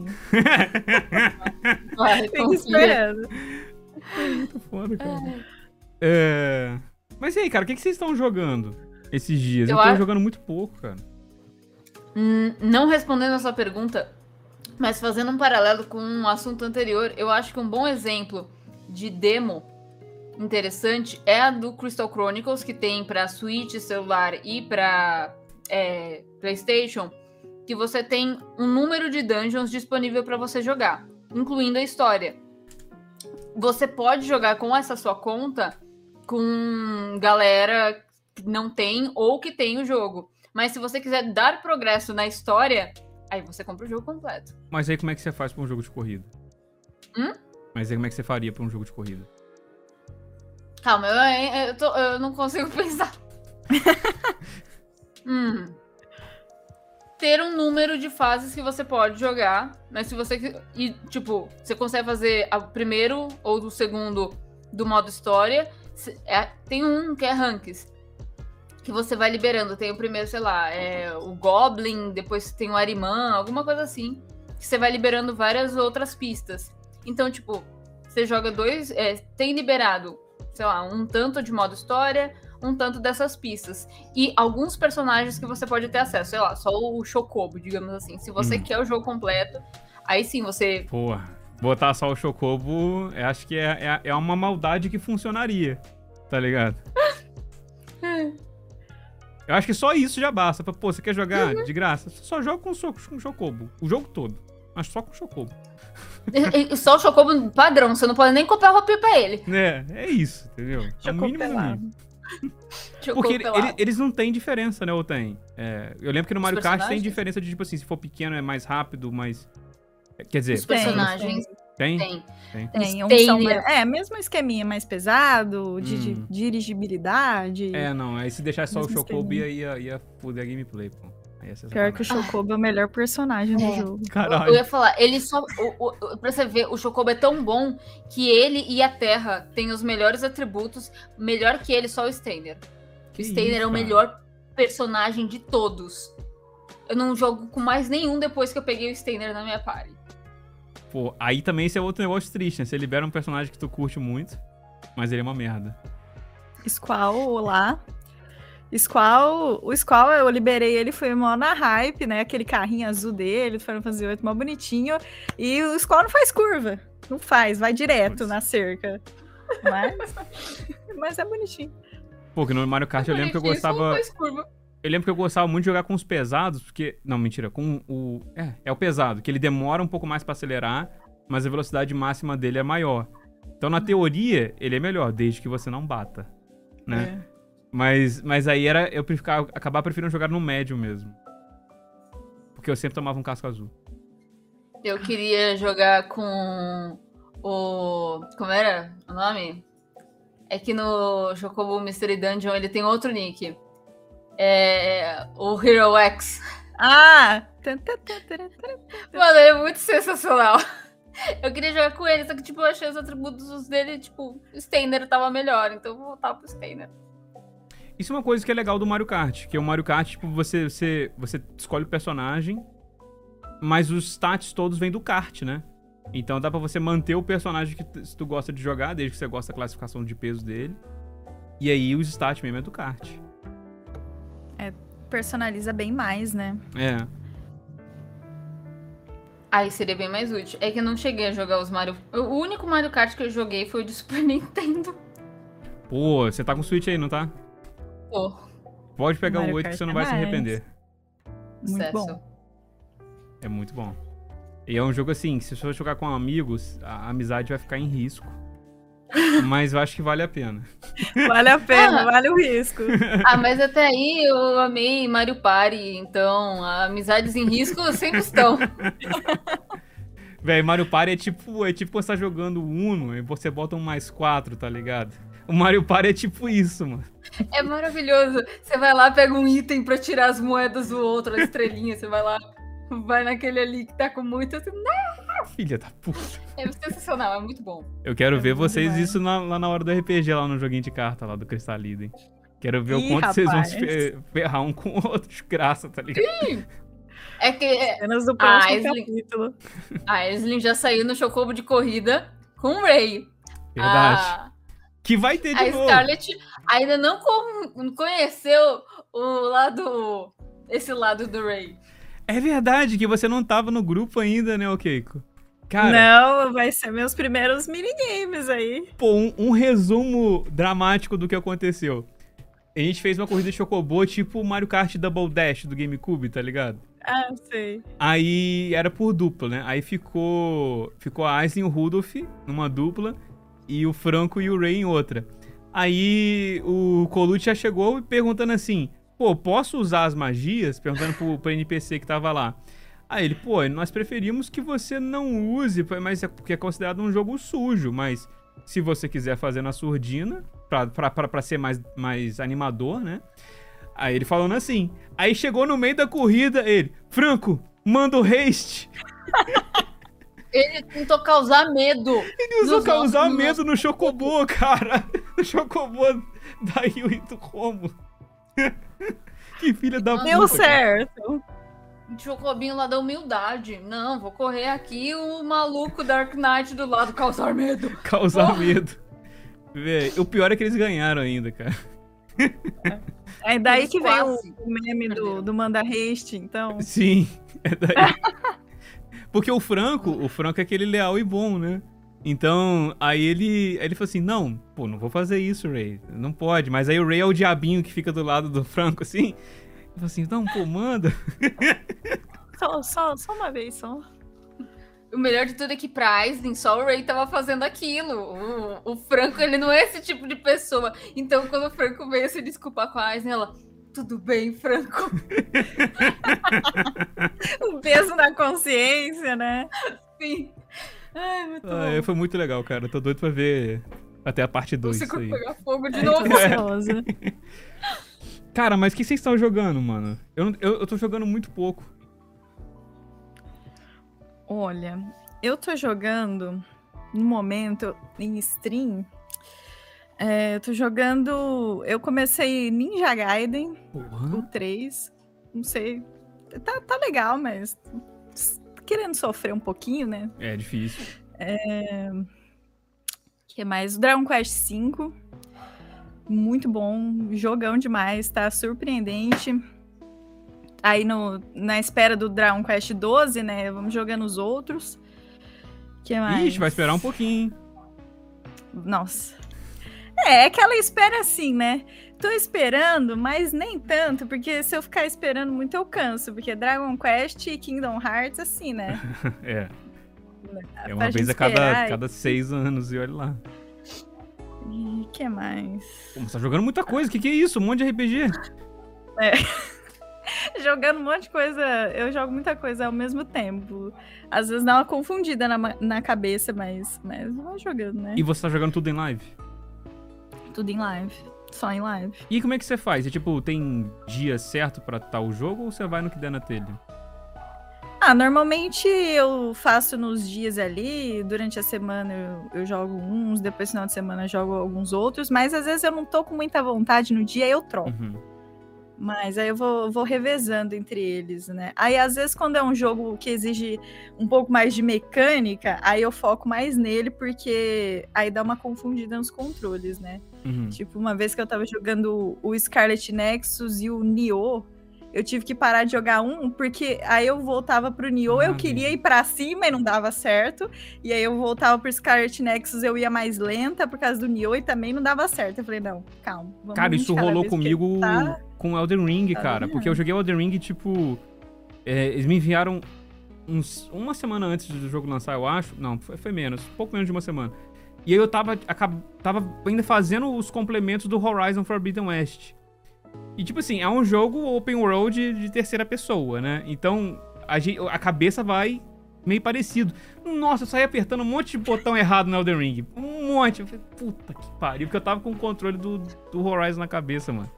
Vai, fica esperando. É muito foda, cara. Mas e aí, cara, o que vocês estão jogando esses dias? Eu tô jogando muito pouco, cara. Não respondendo a sua pergunta, mas fazendo um paralelo com um assunto anterior, eu acho que um bom exemplo de demo interessante é a do Crystal Chronicles, que tem pra Switch, celular e pra PlayStation, que você tem um número de dungeons disponível pra você jogar, incluindo a história. Você pode jogar com essa sua conta com galera que não tem ou que tem o jogo. Mas se você quiser dar progresso na história, Aí você compra o jogo completo. Mas aí como é que você faz pra um jogo de corrida? Mas aí como é que você faria pra um jogo de corrida? Calma, eu não consigo pensar. Ter um número de fases que você pode jogar, mas se você... E, tipo, você consegue fazer o primeiro ou o segundo do modo história. Tem um que é ranks, que você vai liberando. Tem o primeiro, sei lá, o Goblin, depois tem o Arimã, alguma coisa assim. Que você vai liberando várias outras pistas. Então, tipo, você joga tem liberado, sei lá, um tanto de modo história, um tanto dessas pistas. E alguns personagens que você pode ter acesso, sei lá, só o Chocobo, digamos assim. Se você quer o jogo completo, aí sim você... Porra, botar só o Chocobo, eu acho que é uma maldade que funcionaria, tá ligado? Eu acho que só isso já basta. Pô, você quer jogar de graça? Você só joga com o Chocobo, o jogo todo. Mas só com o Chocobo. Só o Chocobo padrão, você não pode nem comprar roupinha pra ele. É isso, entendeu? É o mínimo do mínimo. Porque eles não têm diferença, né? Ou tem? Eu lembro que no Mario Kart tem diferença de, tipo assim, se for pequeno é mais rápido, mas... Quer dizer... Os personagens... Tem. Mesmo esqueminha mais pesado, de dirigibilidade. Não, aí se deixar só o Chocobo ia foder a gameplay, pô. Pior que o Chocobo é o melhor personagem do jogo. Caralho. Eu ia falar, ele só... pra você ver, o Chocobo é tão bom que ele e a Terra têm os melhores atributos, melhor que ele, só o Steiner. O Steiner é o melhor personagem de todos. Eu não jogo com mais nenhum depois que eu peguei o Steiner na minha party. Pô, aí também esse é outro negócio triste, né? Você libera um personagem que tu curte muito, mas ele é uma merda. Squall lá. O Squall, eu liberei ele, foi mó na hype, né? Aquele carrinho azul dele, do Final Fantasy VIII, mó bonitinho. E o Squall não faz curva. Não faz, vai direto na cerca. Mas é bonitinho. Pô, que no Mario Kart eu lembro que eu gostava... Eu lembro que eu gostava muito de jogar com os pesados, porque... Não, mentira, com o... É o pesado, que ele demora um pouco mais pra acelerar, mas a velocidade máxima dele é maior. Então, na teoria, ele é melhor, desde que você não bata, né? Mas aí eu acabar preferindo jogar no médio mesmo. Porque eu sempre tomava um casco azul. Eu queria jogar com o... Como era o nome? É que no Chocobo Mystery Dungeon ele tem outro nick. O Hero X. Ah! Mano, ele é muito sensacional. Eu queria jogar com ele, só que tipo, eu achei os atributos dele, tipo, o Steiner tava melhor, então eu vou voltar pro Steiner. Isso é uma coisa que é legal do Mario Kart, que é o Mario Kart, tipo, você escolhe o personagem, mas os stats todos vêm do kart, né? Então dá pra você manter o personagem que tu gosta de jogar, desde que você gosta da classificação de peso dele. E aí os stats mesmo é do kart. Personaliza bem mais, né? Aí seria bem mais útil. É que eu não cheguei a jogar os Mario... O único Mario Kart que eu joguei foi o de Super Nintendo. Pô, você tá com o Switch aí, não tá? Pô. Pode pegar o 8 que você não vai se arrepender. Muito bom. É muito bom. E é um jogo assim, se você for jogar com amigos, a amizade vai ficar em risco. Mas eu acho que vale a pena. Vale a pena, vale o risco. Mas até aí eu amei Mario Party, então amizades em risco sempre estão. Véi, Mario Party é tipo você tá jogando Uno e você bota um +4, tá ligado? O Mario Party é tipo isso, mano. É maravilhoso. Você vai lá, pega um item pra tirar as moedas do outro, a estrelinha, você vai lá, vai naquele ali que tá com muito, assim, filha da puta. É sensacional, é muito bom. Eu quero ver vocês demais. Isso lá na hora do RPG, lá no joguinho de carta lá do Cristalida, hein? Quero ver o quanto vocês vão se ferrar um com o outro de graça, tá ligado? Sim. É que cenas do próximo capítulo. A Aisling já saiu no Chocobo de corrida com o Ray. Verdade. Que vai ter de novo. A Scarlet ainda não conheceu esse lado do Ray. É verdade que você não tava no grupo ainda, né, Keiko? Cara, não, vai ser meus primeiros minigames aí. Pô, um resumo dramático do que aconteceu. A gente fez uma corrida de Chocobo tipo Mario Kart Double Dash do GameCube, tá ligado? Ah, sei. Aí era por dupla, né? Aí ficou a Aisling e o Rudolph numa dupla e o Franco e o Ray em outra. Aí o Colucci já chegou perguntando assim, pô, posso usar as magias? Perguntando pro NPC que tava lá. Aí ele, pô, nós preferimos que você não use, mas é porque é considerado um jogo sujo, mas se você quiser fazer na surdina, pra ser mais animador, né? Aí ele falando assim, aí chegou no meio da corrida, ele, Franco, manda o haste. Ele tentou causar medo. Ele usou causar medo no Chocobo, cara. No Chocobo da Rio e do Romo. Que filha da puta. Deu certo. O Chocobinho lá da humildade. Não, vou correr aqui o maluco Dark Knight do lado, causar medo. Causar medo. Véi, o pior é que eles ganharam ainda, cara. É daí Eles que vem quase o meme do Manda Haste, então. Sim, é daí. Porque o Franco é aquele leal e bom, né? Então, aí ele falou assim, não, pô, não vou fazer isso, Ray. Não pode. Mas aí o Ray é o diabinho que fica do lado do Franco, assim. Ele falou assim, não, pô, manda. Só uma vez, só. O melhor de tudo é que pra Aizen, só o Ray tava fazendo aquilo. O Franco, ele não é esse tipo de pessoa. Então, quando o Franco veio se desculpar com a Aizen, ela... Tudo bem, Franco. O peso na consciência, né? Sim. Ai, muito bom. Foi muito legal, cara. Eu tô doido pra ver até a parte 2 Você isso aí. pegar fogo de Tô novo. ansiosa. Cara, mas o que vocês estão jogando, mano? Eu tô jogando muito pouco. Olha, eu tô jogando, no momento, em stream... eu tô jogando... Eu comecei Ninja Gaiden, o 3. Não sei. Tá legal, mas... Querendo sofrer um pouquinho, né? É difícil. Que mais? Dragon Quest V. Muito bom. Jogão demais. Tá surpreendente. Aí na espera do Dragon Quest 12, né? Vamos jogando os outros. Que mais? Ixi, vai esperar um pouquinho. Nossa. É aquela espera assim, né? Tô esperando, mas nem tanto, porque se eu ficar esperando muito eu canso, porque Dragon Quest e Kingdom Hearts, assim, né? É Pra uma vez gente a cada esperar 6 anos, e olha lá. E o que mais? Pô, você tá jogando muita coisa, que é isso? Um monte de RPG. Jogando um monte de coisa, eu jogo muita coisa ao mesmo tempo. Às vezes dá uma confundida na cabeça, mas vou jogando, né? E você tá jogando tudo em live? Tudo em live. Só em live. E como é que você faz? É, tipo, tem dia certo pra tal jogo ou você vai no que der na telha? Normalmente eu faço nos dias ali, durante a semana eu jogo uns, depois no final de semana eu jogo alguns outros, mas às vezes eu não tô com muita vontade no dia, eu troco. Uhum. Mas aí eu vou revezando entre eles, né? Aí, às vezes, quando é um jogo que exige um pouco mais de mecânica, aí eu foco mais nele, porque aí dá uma confundida nos controles, né? Uhum. Tipo, uma vez que eu tava jogando o Scarlet Nexus e o Nioh, eu tive que parar de jogar porque aí eu voltava pro Nioh, eu queria ir pra cima e não dava certo, e aí eu voltava pro Scarlet Nexus, eu ia mais lenta por causa do Nioh e também não dava certo. Eu falei, não, calma. Vamos Cara, isso rolou comigo tá... com Elden Ring, cara, porque eu joguei Elden Ring, tipo, eles me enviaram uma semana antes do jogo lançar, eu acho, não, foi menos, pouco menos de uma semana, e aí eu tava ainda fazendo os complementos do Horizon Forbidden West. E, tipo assim, é um jogo open world de terceira pessoa, né? Então, a cabeça vai meio parecido. Nossa, eu saí apertando um monte de botão errado no Elden Ring. Um monte. Eu falei, puta que pariu, porque eu tava com o controle do Horizon na cabeça, mano.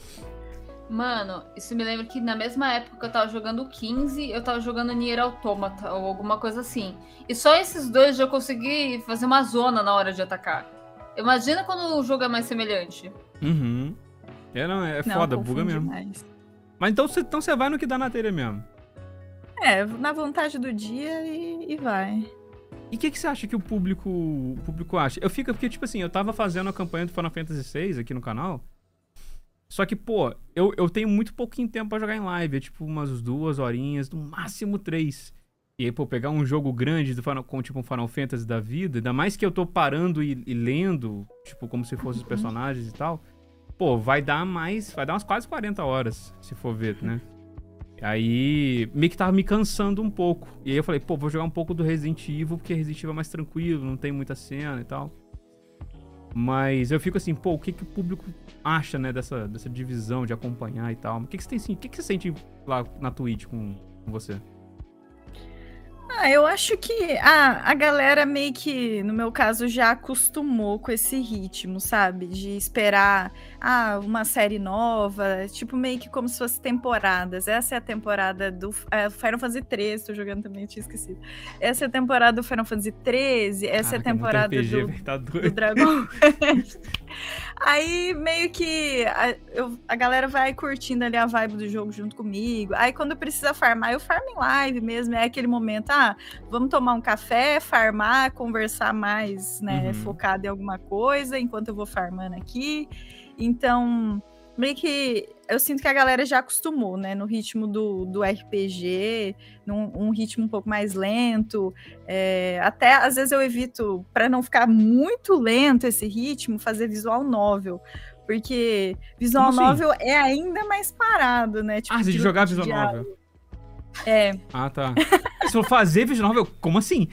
Mano, isso me lembra que na mesma época que eu tava jogando o 15, eu tava jogando Nier Automata ou alguma coisa assim. E só esses dois eu consegui fazer uma zona na hora de atacar. Imagina quando o jogo é mais semelhante. Uhum. É foda, buga mesmo. Mais. Mas então você vai no que dá na telha mesmo. Na vontade do dia e vai. E o que você acha que o público acha? Porque, tipo assim, eu tava fazendo a campanha do Final Fantasy VI aqui no canal. Só que, pô, eu tenho muito pouquinho tempo pra jogar em live. É tipo umas 2 horinhas, no máximo 3. E aí, pô, pegar um jogo grande com tipo um Final Fantasy da vida, ainda mais que eu tô parando e lendo, tipo, como se fossem os personagens e tal. Pô, vai dar umas quase 40 horas, se for ver, né? Aí, meio que tava me cansando um pouco. E aí eu falei, pô, vou jogar um pouco do Resident Evil, porque Resident Evil é mais tranquilo, não tem muita cena e tal. Mas eu fico assim, pô, o que o público acha, né, dessa divisão de acompanhar e tal? O que você tem assim? O que você sente lá na Twitch com você? Eu acho que a galera meio que, no meu caso, já acostumou com esse ritmo, sabe? De esperar uma série nova, tipo meio que como se fosse temporadas. Essa é a temporada do Final Fantasy XIII, tô jogando também, tinha esquecido. Essa é a temporada do Final Fantasy XIII, essa é a temporada do Dragon Quest. Aí meio que a galera vai curtindo ali a vibe do jogo junto comigo. Aí quando precisa farmar, eu farmo em live mesmo. É aquele momento, vamos tomar um café, farmar, conversar mais, né? Focado em alguma coisa, enquanto eu vou farmando aqui. Então, meio que eu sinto que a galera já acostumou, né? No ritmo do RPG, num ritmo um pouco mais lento. Até, às vezes, eu evito, para não ficar muito lento esse ritmo, fazer visual novel. Porque visual novel é ainda mais parado, né? Tipo, de jogar visual novel. Ah, tá. Se for fazer visual novel, como assim?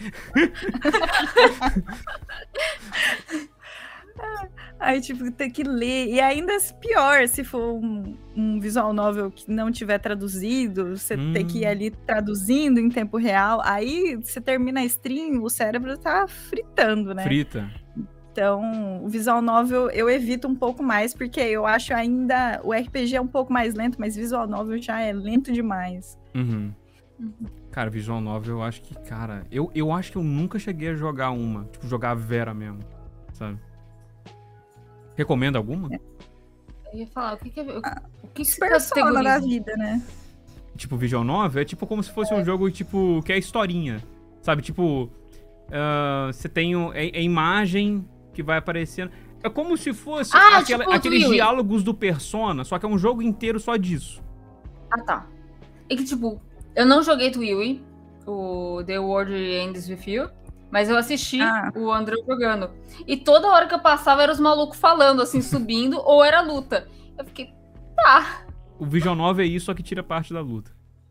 Aí, tipo, tem que ler. E ainda pior, se for um visual novel que não tiver traduzido, você tem que ir ali traduzindo em tempo real. Aí, você termina a stream, o cérebro tá fritando, né? Frita. Então, o visual novel eu evito um pouco mais, porque eu acho ainda... O RPG é um pouco mais lento, mas visual novel já é lento demais. Cara, visual novel, eu acho que, cara... Eu acho que eu nunca cheguei a jogar uma. Tipo, jogar a Vera mesmo, sabe? Recomenda alguma? Eu ia falar, o que se Persona da vida, né? Tipo, visual novel é tipo como se fosse um jogo, tipo, que é historinha, sabe? Tipo, você tem a imagem que vai aparecendo. É como se fosse aqueles diálogos do Persona, só que é um jogo inteiro só disso. Ah, tá. É que, tipo, eu não joguei Twiwi, o The World Ends With You, mas eu assisti o André jogando. E toda hora que eu passava, eram os malucos falando, assim, subindo, ou era luta. Eu fiquei, tá. O visual novel é isso, só que tira parte da luta.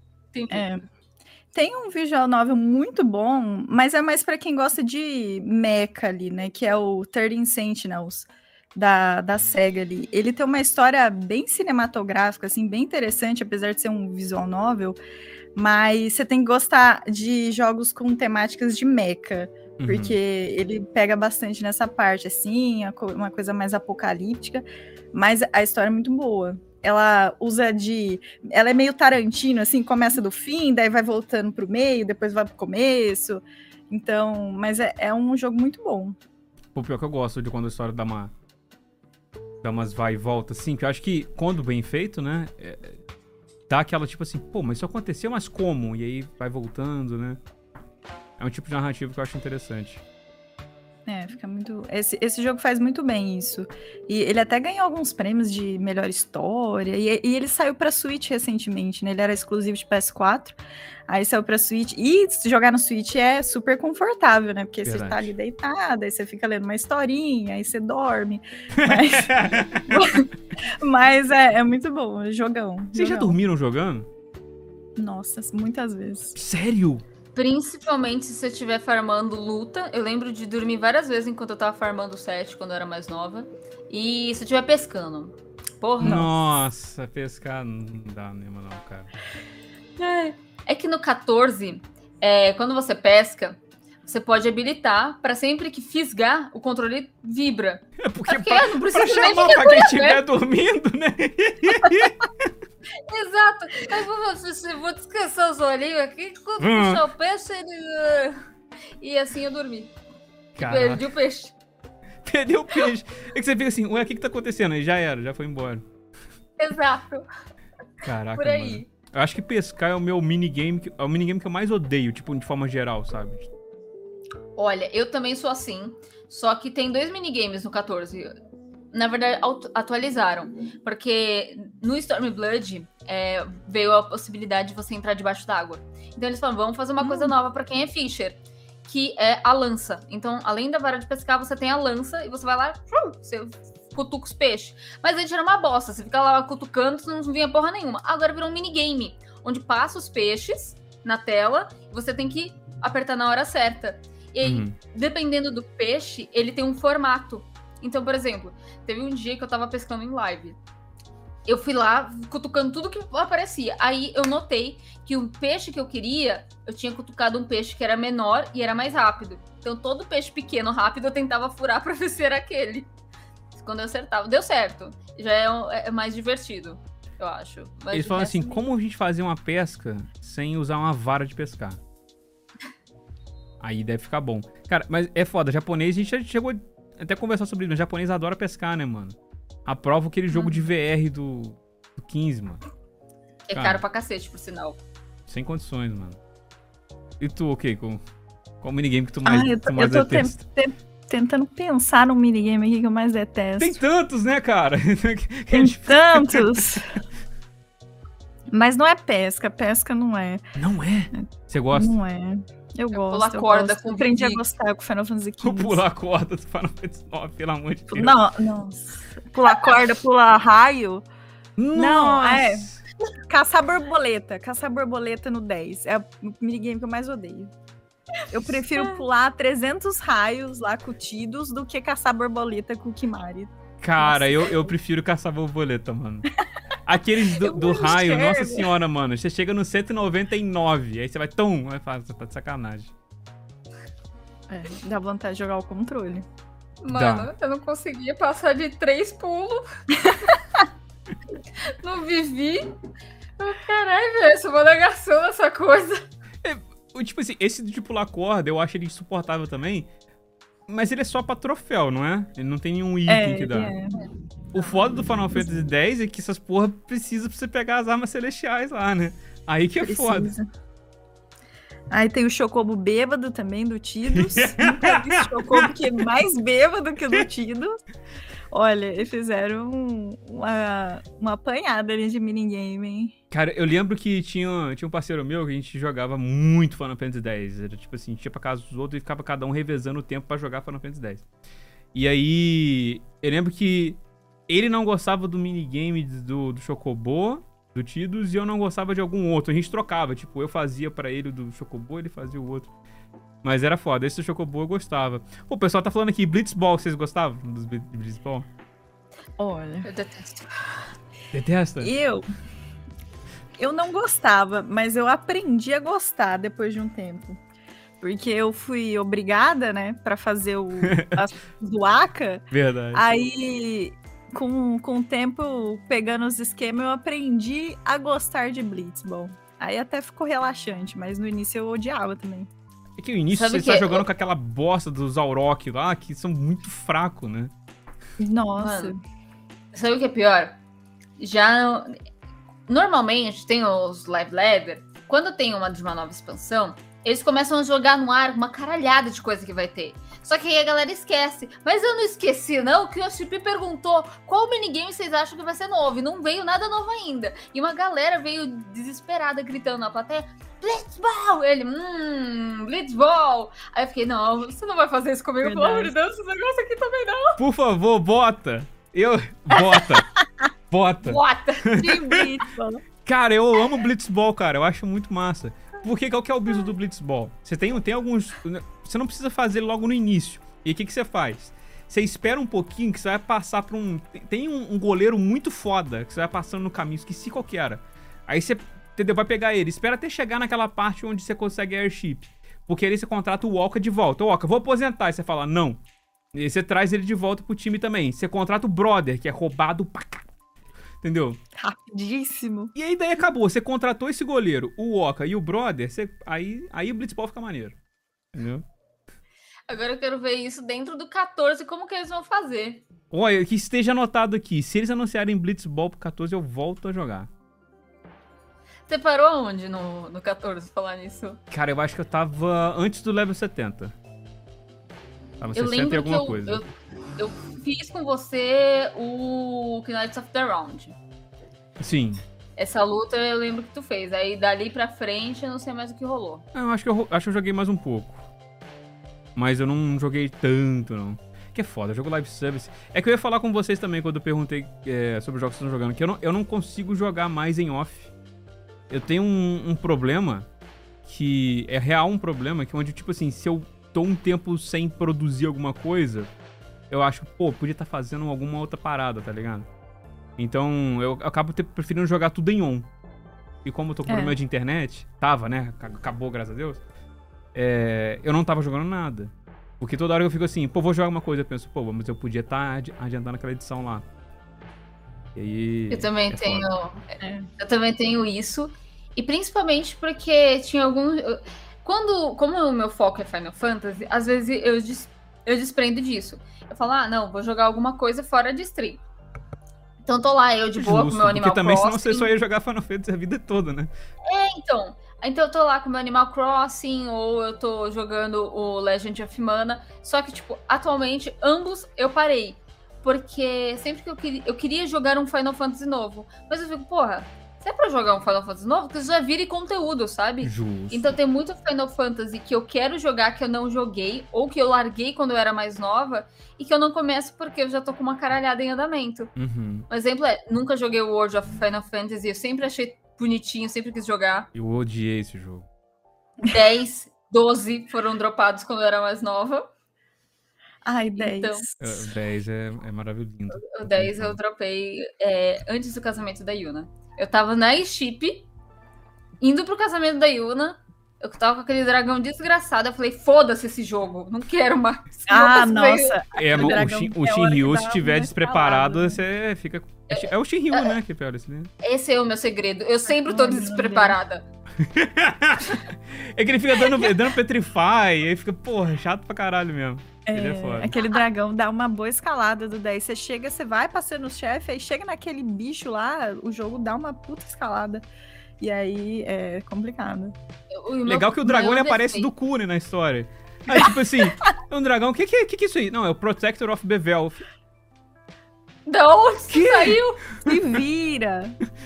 Tem um visual novel muito bom, mas é mais pra quem gosta de mecha ali, né? Que é o 13 Sentinels da SEGA ali. Ele tem uma história bem cinematográfica, assim, bem interessante, apesar de ser um visual novel. Mas você tem que gostar de jogos com temáticas de mecha, porque ele pega bastante nessa parte, assim, uma coisa mais apocalíptica, mas a história é muito boa. Ela ela é meio Tarantino, assim, começa do fim, daí vai voltando pro meio, depois vai pro começo. Então, mas é um jogo muito bom. Pô, pior que eu gosto de quando a história dá umas vai e volta, assim, que eu acho que quando bem feito, né, dá aquela tipo assim, pô, mas isso aconteceu, mas como? E aí vai voltando, né? É um tipo de narrativa que eu acho interessante. Fica muito... Esse jogo faz muito bem isso. E ele até ganhou alguns prêmios de melhor história. E ele saiu pra Switch recentemente, né? Ele era exclusivo de PS4. Aí saiu pra Switch. E jogar no Switch é super confortável, né? Porque Verdade. Você tá ali deitado, aí você fica lendo uma historinha, aí você dorme. Mas é muito bom, jogão. Vocês já dormiram jogando? Nossa, muitas vezes. Sério? Principalmente se você estiver farmando luta. Eu lembro de dormir várias vezes enquanto eu tava farmando o set quando eu era mais nova. E se eu estiver pescando. Porra. Nossa, pescar não dá mesmo não, cara. É que no 14, quando você pesca, você pode habilitar pra sempre que fisgar, o controle vibra. Porque pra chamar pra quem estiver dormindo, né? Exato. Eu vou descansar os olhinhos aqui, quando puxar o peixe, ele... E assim eu dormi. Perdi o peixe. Perdeu o peixe. É que você fica assim, ué, o que tá acontecendo? Aí já foi embora. Exato. Caraca, por aí. Mano. Eu acho que pescar é o meu minigame, é o minigame que eu mais odeio, tipo, de forma geral, sabe? Olha, eu também sou assim, só que tem 2 minigames no 14. Na verdade, atualizaram, porque no Stormblood veio a possibilidade de você entrar debaixo d'água. Então eles falaram, vamos fazer uma coisa nova pra quem é fisher, que é a lança. Então, além da vara de pescar, você tem a lança e você vai lá, você cutuca os peixes. Mas antes era uma bosta, você fica lá cutucando, não vinha porra nenhuma. Agora virou um minigame, onde passa os peixes na tela e você tem que apertar na hora certa. E aí, dependendo do peixe, ele tem um formato. Então, por exemplo, teve um dia que eu tava pescando em live. Eu fui lá cutucando tudo que aparecia. Aí eu notei que o peixe que eu queria, eu tinha cutucado um peixe que era menor e era mais rápido. Então todo peixe pequeno, rápido, eu tentava furar pra ver se era aquele. Quando eu acertava. Deu certo. Já é mais divertido, eu acho. Mas eles falam assim, como a gente fazia uma pesca sem usar uma vara de pescar? Aí deve ficar bom. Cara, mas é foda. Japonês, a gente já chegou até a conversar sobre isso. O japonês adora pescar, né, mano? Aprova aquele jogo de VR do 15, mano. É caro pra cacete, por sinal. Sem condições, mano. E tu, ok? Qual o minigame que tu mais, eu tô detesta? Tentando pensar num minigame aqui que eu mais detesto. Tem tantos, né, cara? Tem tantos. Mas não é pesca. Pesca não é. Não é? Você gosta? Não é. Eu gosto. Pular corda com aprendi a gostar com Final Fantasy XV. Vou pular corda do Final Fantasy IX, pelo amor de Deus. Não, nossa. Pular corda, pular raio. Nossa. Não, é. Caçar borboleta. Caçar borboleta no 10. É o minigame que eu mais odeio. Eu prefiro pular 300 raios lá curtidos do que caçar borboleta com o Kimari. Cara, eu prefiro caçar borboleta, mano. Aqueles do raio, nossa senhora, mano. Você chega no 199, aí você vai vai falar, você tá de sacanagem. É, dá vontade de jogar o controle. Mano, eu não conseguia passar de 3 pulos. Não vivi. Caralho, velho, eu sou uma negação nessa coisa. Tipo assim, esse de pular corda, eu acho ele insuportável também. Mas ele é só pra troféu, não é? Ele não tem nenhum item que dá. O foda do Final Fantasy X é que essas porra precisam pra você pegar as armas celestiais lá, né? Aí que é foda. Aí tem o Chocobo bêbado também, do Tidus. Nunca vi esse Chocobo que é mais bêbado que o do Tidus. Olha, eles fizeram uma apanhada ali de minigame, hein? Cara, eu lembro que tinha um parceiro meu que a gente jogava muito Final Fantasy X. Era tipo assim, ia pra casa dos outros e ficava cada um revezando o tempo pra jogar Final Fantasy X. E aí, eu lembro que ele não gostava do minigame do Chocobo, do Tidus, e eu não gostava de algum outro. A gente trocava, tipo, eu fazia pra ele o do Chocobo, ele fazia o outro. Mas era foda, esse do Chocobo eu gostava. Pô, o pessoal tá falando aqui, Blitzball, vocês gostavam dos Blitzball? Olha... Eu detesto. Detesta? Eu não gostava, mas eu aprendi a gostar depois de um tempo. Porque eu fui obrigada, né, pra fazer do Aka. Verdade. Aí, com o tempo, pegando os esquemas, eu aprendi a gostar de Blitzball. Aí até ficou relaxante, mas no início eu odiava também. É que no início você tá jogando com aquela bosta dos Auroch lá, que são muito fracos, né? Nossa. Mano, sabe o que é pior? Normalmente tem os Live Leather. Quando tem uma nova expansão, eles começam a jogar no ar uma caralhada de coisa que vai ter. Só que aí a galera esquece. Mas eu não esqueci, não, que o Chipi perguntou qual minigame vocês acham que vai ser novo. E não veio nada novo ainda. E uma galera veio desesperada, gritando na plateia, Blitzball! Ele, Blitzball! Aí eu fiquei, não, você não vai fazer isso comigo, pelo amor de Deus, esse negócio aqui também não. Por favor, bota! Bota! Cara, eu amo Blitzball, cara. Eu acho muito massa. Porque qual que é o biso do Blitzball? Você tem alguns... Você não precisa fazer logo no início. E o que você faz? Você espera um pouquinho que você vai passar por um... Tem um goleiro muito foda que você vai passando no caminho. Esqueci qual que era. Aí você vai pegar ele. Espera até chegar naquela parte onde você consegue airship. Porque aí você contrata o Walker de volta. Walker, vou aposentar. E você fala, não. E aí você traz ele de volta pro time também. Você contrata o Brother, que é roubado pra cá. Entendeu? Rapidíssimo. E aí daí acabou. Você contratou esse goleiro, o Oka e o Brother, aí o Blitzball fica maneiro. Entendeu? Agora eu quero ver isso dentro do 14, como que eles vão fazer. Olha, que esteja anotado aqui. Se eles anunciarem Blitzball pro 14, eu volto a jogar. Você parou aonde no 14, falar nisso? Cara, eu acho que eu tava antes do level 70. Tava 60 e alguma coisa. Eu fiz com você o Knights of the Round. Sim. Essa luta eu lembro que tu fez. Aí dali pra frente eu não sei mais o que rolou. Eu acho que eu joguei mais um pouco. Mas eu não joguei tanto, não. Que é foda, jogo live service. É que eu ia falar com vocês também quando eu perguntei sobre os jogos que vocês estão jogando. Que eu não consigo jogar mais em off. Eu tenho um problema que é real, um problema que onde, tipo assim, se eu tô um tempo sem produzir alguma coisa, eu acho, pô, podia estar fazendo alguma outra parada, tá ligado? Então, eu acabo preferindo jogar tudo em on. E como eu tô com problema de internet, tava, né? Acabou, graças a Deus. Eu não tava jogando nada. Porque toda hora eu fico assim, vou jogar uma coisa. Eu penso, mas eu podia estar adiantando aquela edição lá. E aí... Eu também tenho... Eu também tenho isso. E principalmente porque tinha alguns... Como o meu foco é Final Fantasy, às vezes eu desprendo disso. Eu falo, não, vou jogar alguma coisa fora de stream. Então tô lá, eu de boa com o meu Animal Crossing. Porque também senão você só ia jogar Final Fantasy a vida toda, né? Então eu tô lá com o meu Animal Crossing, ou eu tô jogando o Legend of Mana. Só que, tipo, atualmente, ambos eu parei. Porque sempre que eu queria jogar um Final Fantasy novo. Mas eu fico, se é pra jogar um Final Fantasy novo, que já vire conteúdo, sabe? Justo. Então tem muito Final Fantasy que eu quero jogar, que eu não joguei, ou que eu larguei quando eu era mais nova, e que eu não começo porque eu já tô com uma caralhada em andamento. Uhum. Um exemplo nunca joguei o World of Final Fantasy, eu sempre achei bonitinho, sempre quis jogar. Eu odiei esse jogo. 10, 12 foram dropados quando eu era mais nova. Ai, 10. Então, o 10 é maravilhoso. O 10 eu dropei antes do casamento da Yuna. Eu tava na eShip, indo pro casamento da Yuna. Eu tava com aquele dragão desgraçado. Eu falei, foda-se esse jogo, não quero mais. Nossa. O Shinryu, se estiver despreparado, você fica... É o Shinryu, né, que pior esse. Esse é o meu segredo. Eu sempre tô despreparada. É que ele fica dando Petrify, aí fica, chato pra caralho mesmo. Ele é foda. Aquele dragão dá uma boa escalada do 10. Você chega, você vai passando os chefes, aí chega naquele bicho lá, o jogo dá uma puta escalada. E aí é complicado. Legal que o dragão ele aparece do cu, né, na história. Aí, tipo assim, é um dragão, o que é isso aí? Não, é o Protector of Bevel. Da onde que saiu? Se vira.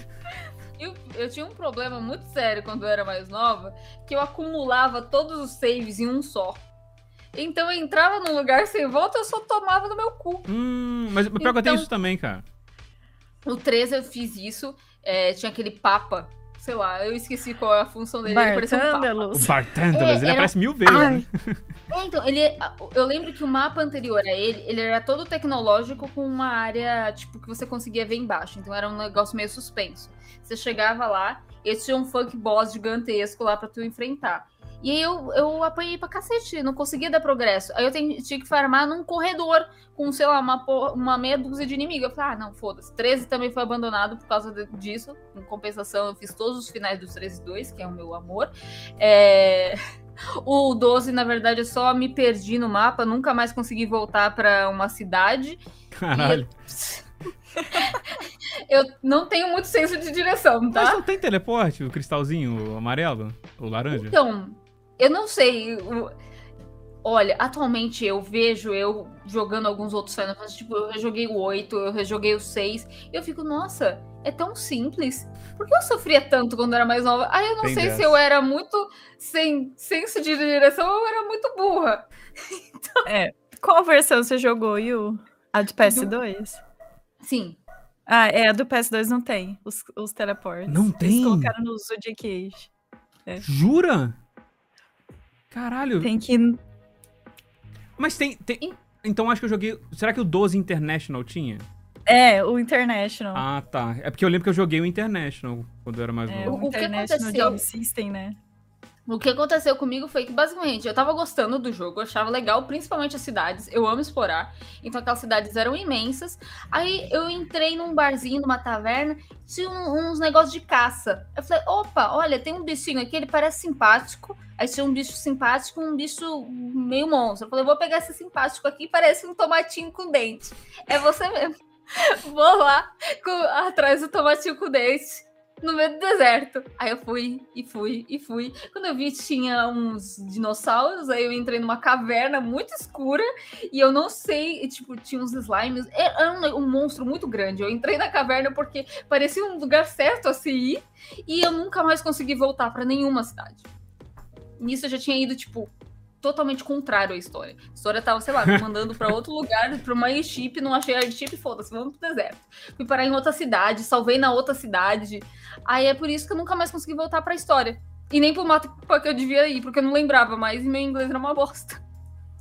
Eu tinha um problema muito sério quando eu era mais nova, que eu acumulava todos os saves em um só. Então eu entrava num lugar sem volta, eu só tomava no meu cu. Mas pior que eu tenho isso também, cara. O 13 eu fiz isso, tinha aquele papa, sei lá, eu esqueci qual é a função dele. Bartândalos. O Bartândalos, ele aparece 1000 vezes, né? Então, eu lembro que o mapa anterior a ele era todo tecnológico com uma área, tipo, que você conseguia ver embaixo. Então era um negócio meio suspenso. Você chegava lá e tinha um funk boss gigantesco lá pra tu enfrentar. E aí eu apanhei pra cacete, não conseguia dar progresso. Aí eu tinha que farmar num corredor com, sei lá, uma meia dúzia de inimigos. Eu falei, não, foda-se. 13 também foi abandonado por causa disso. Em compensação, eu fiz todos os finais dos 13-2, que é o meu amor. O 12, na verdade, eu só me perdi no mapa, nunca mais consegui voltar pra uma cidade. Caralho. Eu não tenho muito senso de direção, tá? Mas não tem teleporte, o cristalzinho o amarelo, o laranja? Então, eu não sei. Olha, atualmente eu vejo eu jogando alguns outros Final Fantasy, tipo, eu rejoguei o 8, eu rejoguei o 6, e eu fico, nossa, é tão simples. Por que eu sofria tanto quando eu era mais nova? Aí eu não sei se eu era muito sem senso de direção ou eu era muito burra. Então... Qual versão você jogou, Yu? A de PS2? Sim. A do PS2 não tem os teleportes. Não tem? Eles colocaram no Zodiac Age. Jura? Caralho. Tem que... Mas tem... Então acho que eu joguei... Será que o 12 International tinha? O International. Ah, tá. É porque eu lembro que eu joguei o International quando eu era mais novo. O International Job System, né? O que aconteceu comigo foi que, basicamente, eu tava gostando do jogo, eu achava legal, principalmente as cidades, eu amo explorar, então aquelas cidades eram imensas. Aí eu entrei num barzinho, numa taverna, tinha uns negócios de caça. Eu falei, opa, olha, tem um bichinho aqui, ele parece simpático. Aí tinha um bicho simpático, um bicho meio monstro. Eu falei, vou pegar esse simpático aqui, parece um tomatinho com dente. É você mesmo. Vou lá, atrás do tomatinho com dente. No meio do deserto. Aí eu fui. Quando eu vi, tinha uns dinossauros. Aí eu entrei numa caverna muito escura. E eu não sei, tipo, tinha uns slimes. Era um monstro muito grande. Eu entrei na caverna porque parecia um lugar certo a se ir. E eu nunca mais consegui voltar pra nenhuma cidade. Nisso eu já tinha ido, tipo, totalmente contrário à história. A história tava, sei lá, me mandando pra outro lugar, pra uma airship, não achei a airship, foda-se, vamos pro deserto. Fui parar em outra cidade, salvei na outra cidade. Aí é por isso que eu nunca mais consegui voltar pra história. E nem pro mapa que eu devia ir, porque eu não lembrava mais e meu inglês era uma bosta.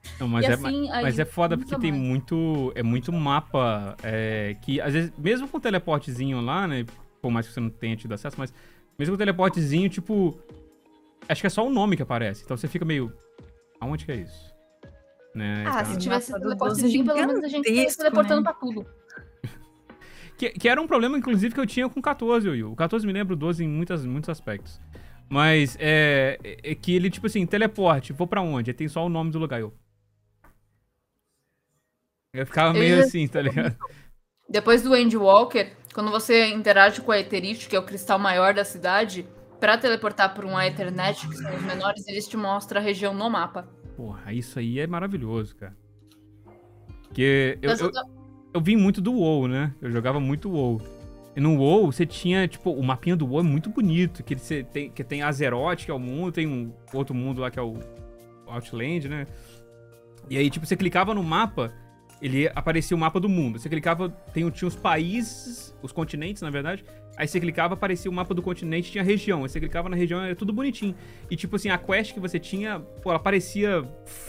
Não, mas, E é, assim, aí mas é foda porque nunca tem mais. muito mapa que, às vezes, mesmo com o teleportezinho lá, né? Por mais que você não tenha tido acesso, mas mesmo com o teleportezinho, tipo, acho que é só o nome que aparece. Então você fica meio, aonde que é isso? Né? Ah, Então, se tivesse mapa do 12 teleportezinho, pelo menos a gente estaria gigantesco, teleportando né? pra tudo. que era um problema, inclusive, que eu tinha com o 14, Will. O 14 me lembra o 12 em muitos aspectos. Mas é que ele, tipo assim, teleporte, vou pra onde? Aí tem só o nome do lugar. Eu ficava meio assim, tá ligado? Depois do Endwalker, quando você interage com a Aetheryth, que é o cristal maior da cidade, pra teleportar pra um Aethernet, que são os menores, eles te mostram a região no mapa. Porra, isso aí é maravilhoso, cara. Porque Então, você tá- eu vim muito do WoW, né? Eu jogava muito WoW. E no WoW, você tinha, tipo, o mapinha do WoW é muito bonito. Que tem Azeroth, que é o mundo, tem um outro mundo lá que é o Outland, né? E aí, tipo, você clicava no mapa, ele aparecia o mapa do mundo. Você clicava, tinha os países, os continentes, na verdade. Aí você clicava, aparecia o mapa do continente, tinha a região. Aí você clicava na região, era tudo bonitinho. E, tipo assim, a quest que você tinha, pô, ela aparecia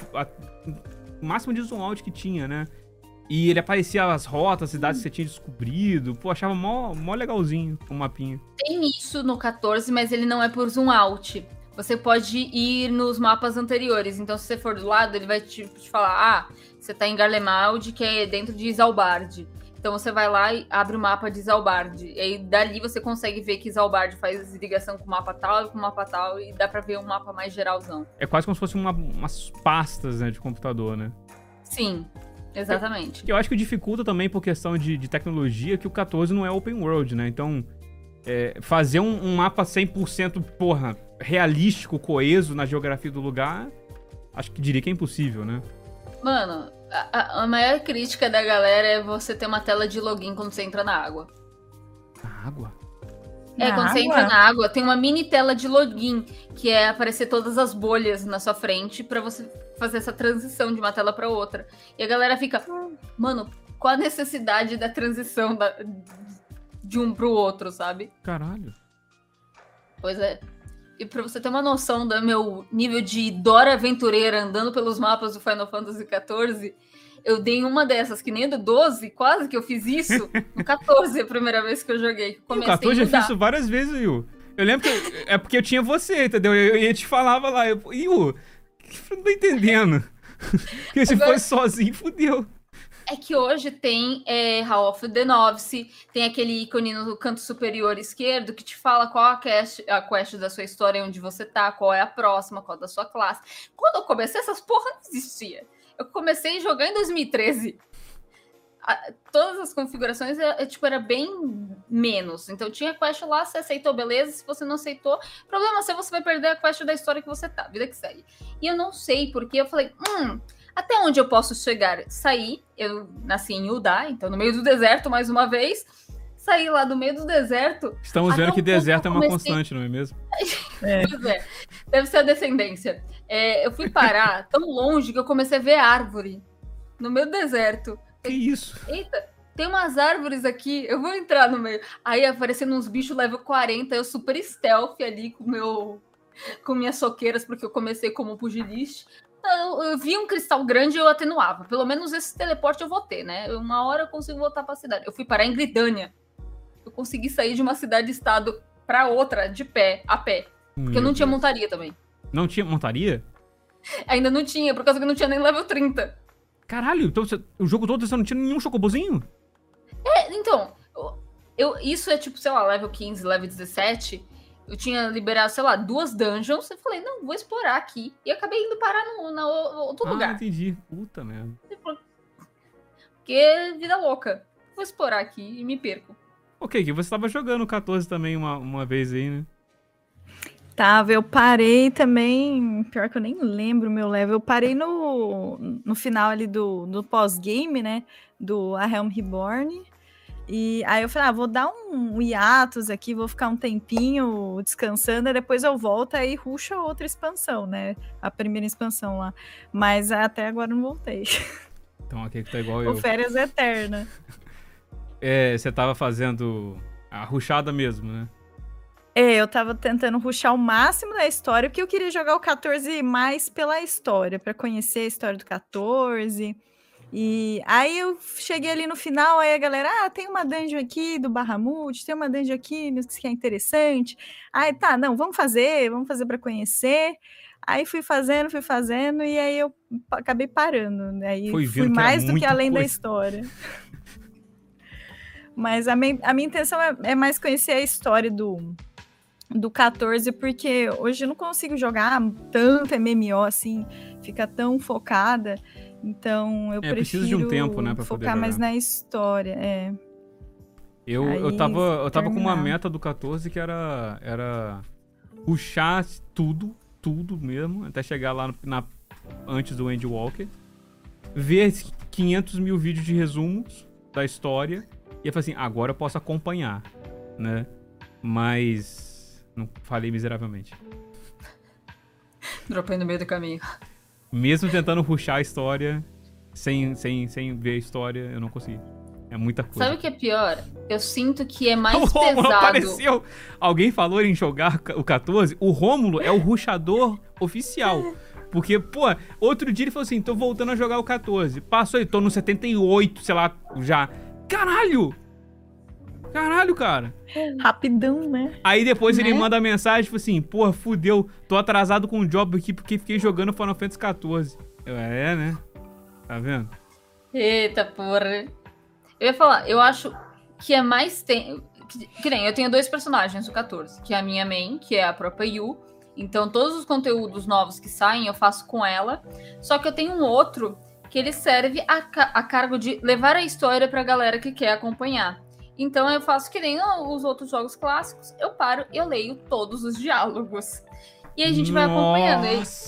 o máximo de zoom out que tinha, né? E ele aparecia as rotas, as cidades que você tinha descobrido. Pô, achava mó legalzinho o mapinha. Tem isso no 14, mas ele não é por zoom out. Você pode ir nos mapas anteriores. Então, se você for do lado, ele vai te falar: você tá em Garlemald, que é dentro de Isambard. Então, você vai lá e abre o mapa de Isambard. E aí, dali, você consegue ver que Isambard faz ligação com o mapa tal e com o mapa tal. E dá pra ver um mapa mais geralzão. É quase como se fosse umas pastas, né, de computador, né? Sim, exatamente. Eu acho que dificulta também por questão de tecnologia que o 14 não é open world, né? Então, fazer um mapa 100%, porra, realístico, coeso na geografia do lugar, acho que diria que é impossível, né? Mano, a maior crítica da galera é você ter uma tela de login quando você entra na água. A água? Quando você entra na água, tem uma mini tela de login, que é aparecer todas as bolhas na sua frente pra você fazer essa transição de uma tela pra outra. E a galera fica, mano, qual a necessidade da transição de um pro outro, sabe? Caralho. Pois é. E pra você ter uma noção do meu nível de Dora Aventureira andando pelos mapas do Final Fantasy XIV, eu dei uma dessas, que nem do 12, quase que eu fiz isso. No 14 é a primeira vez que eu joguei. No 14 eu fiz isso várias vezes, Yu. Eu lembro que é porque eu tinha você, entendeu? Eu ia te falava lá, Yu, eu não tô entendendo. Porque se Agora... fosse sozinho, fudeu. É que hoje tem Hall of the Novice, tem aquele ícone no canto superior esquerdo que te fala qual a quest da sua história, onde você tá, qual é a próxima, qual da sua classe. Quando eu comecei, essas porra não existia. Eu comecei a jogar em 2013. Todas as configurações era bem menos. Então tinha quest lá, você aceitou, beleza. Se você não aceitou, problema seu, você vai perder a quest da história que você tá. Vida que segue. E eu não sei, porque eu falei, até onde eu posso chegar? Saí, eu nasci em Udá, então no meio do deserto, mais uma vez. Saí lá do meio do deserto. Estamos vendo que deserto é uma constante, não é mesmo? Pois é, deve ser a descendência. Eu fui parar tão longe que eu comecei a ver árvore no meio do deserto. Que isso? Eita, tem umas árvores aqui, eu vou entrar no meio. Aí aparecendo uns bichos level 40, eu super stealth ali com minhas soqueiras, porque eu comecei como pugilista. Eu vi um cristal grande e eu atenuava. Pelo menos esse teleporte eu vou ter, né? Uma hora eu consigo voltar pra cidade. Eu fui parar em Gridânia. Eu consegui sair de uma cidade-estado pra outra, de pé, a pé. Porque eu não tinha montaria também. Não tinha montaria? Ainda não tinha, por causa que eu não tinha nem level 30. Caralho, então o jogo todo você não tinha nenhum chocobozinho? Então, isso é tipo, sei lá, level 15, level 17. Eu tinha liberado, sei lá, 2 dungeons. Eu falei, não, vou explorar aqui. E acabei indo parar no outro lugar. Entendi. Puta merda. Porque vida louca. Vou explorar aqui e me perco. Ok, que você tava jogando 14 também uma vez aí, né? Tava, eu parei também, pior que eu nem lembro o meu level, eu parei no final ali do pós-game, né, do A Realm Reborn, e aí eu falei, vou dar um hiatus aqui, vou ficar um tempinho descansando, e depois eu volto, aí ruxa outra expansão, né, a primeira expansão lá, mas até agora não voltei. Então aqui que tá igual eu. O férias eterna. Você tava fazendo a rushada mesmo, né? Eu tava tentando rushar o máximo da história, porque eu queria jogar o 14 mais pela história, pra conhecer a história do 14. E aí eu cheguei ali no final, aí a galera, tem uma dungeon aqui do Bahamut, tem uma dungeon aqui que é interessante. Aí tá, não, vamos fazer pra conhecer. Aí fui fazendo, e aí eu acabei parando. Né? Aí fui mais do que além da história. Mas a minha intenção é mais conhecer a história do 14, porque hoje eu não consigo jogar tanto MMO assim, fica tão focada. Então eu prefiro de um tempo, né, pra focar mais na história. Eu tava com uma meta do 14 que era puxar tudo mesmo, até chegar lá antes do Endwalker, ver 500 mil vídeos de resumos da história, e eu falei assim, agora eu posso acompanhar, né? Mas não falei miseravelmente. Dropei no meio do caminho. Mesmo tentando rushar a história, sem ver a história, eu não consegui. É muita coisa. Sabe o que é pior? Eu sinto que é mais o Rômulo pesado. Apareceu! Alguém falou em jogar o 14? O Rômulo é o rushador oficial. Porque, outro dia ele falou assim, tô voltando a jogar o 14. Passou aí, tô no 78, sei lá, já. Caralho, cara. Rapidão, né? Aí depois ele manda mensagem, tipo assim, fudeu, tô atrasado com o job aqui porque fiquei jogando Final Fantasy XIV. Né? Tá vendo? Eita porra. Eu ia falar, eu acho que é mais tempo... Que nem, eu tenho 2 personagens do 14, que é a minha main, que é a própria Yu. Então todos os conteúdos novos que saem eu faço com ela. Só que eu tenho um outro que ele serve a cargo de levar a história pra galera que quer acompanhar. Então eu faço que nem os outros jogos clássicos, eu paro e eu leio todos os diálogos. E aí a gente vai acompanhando.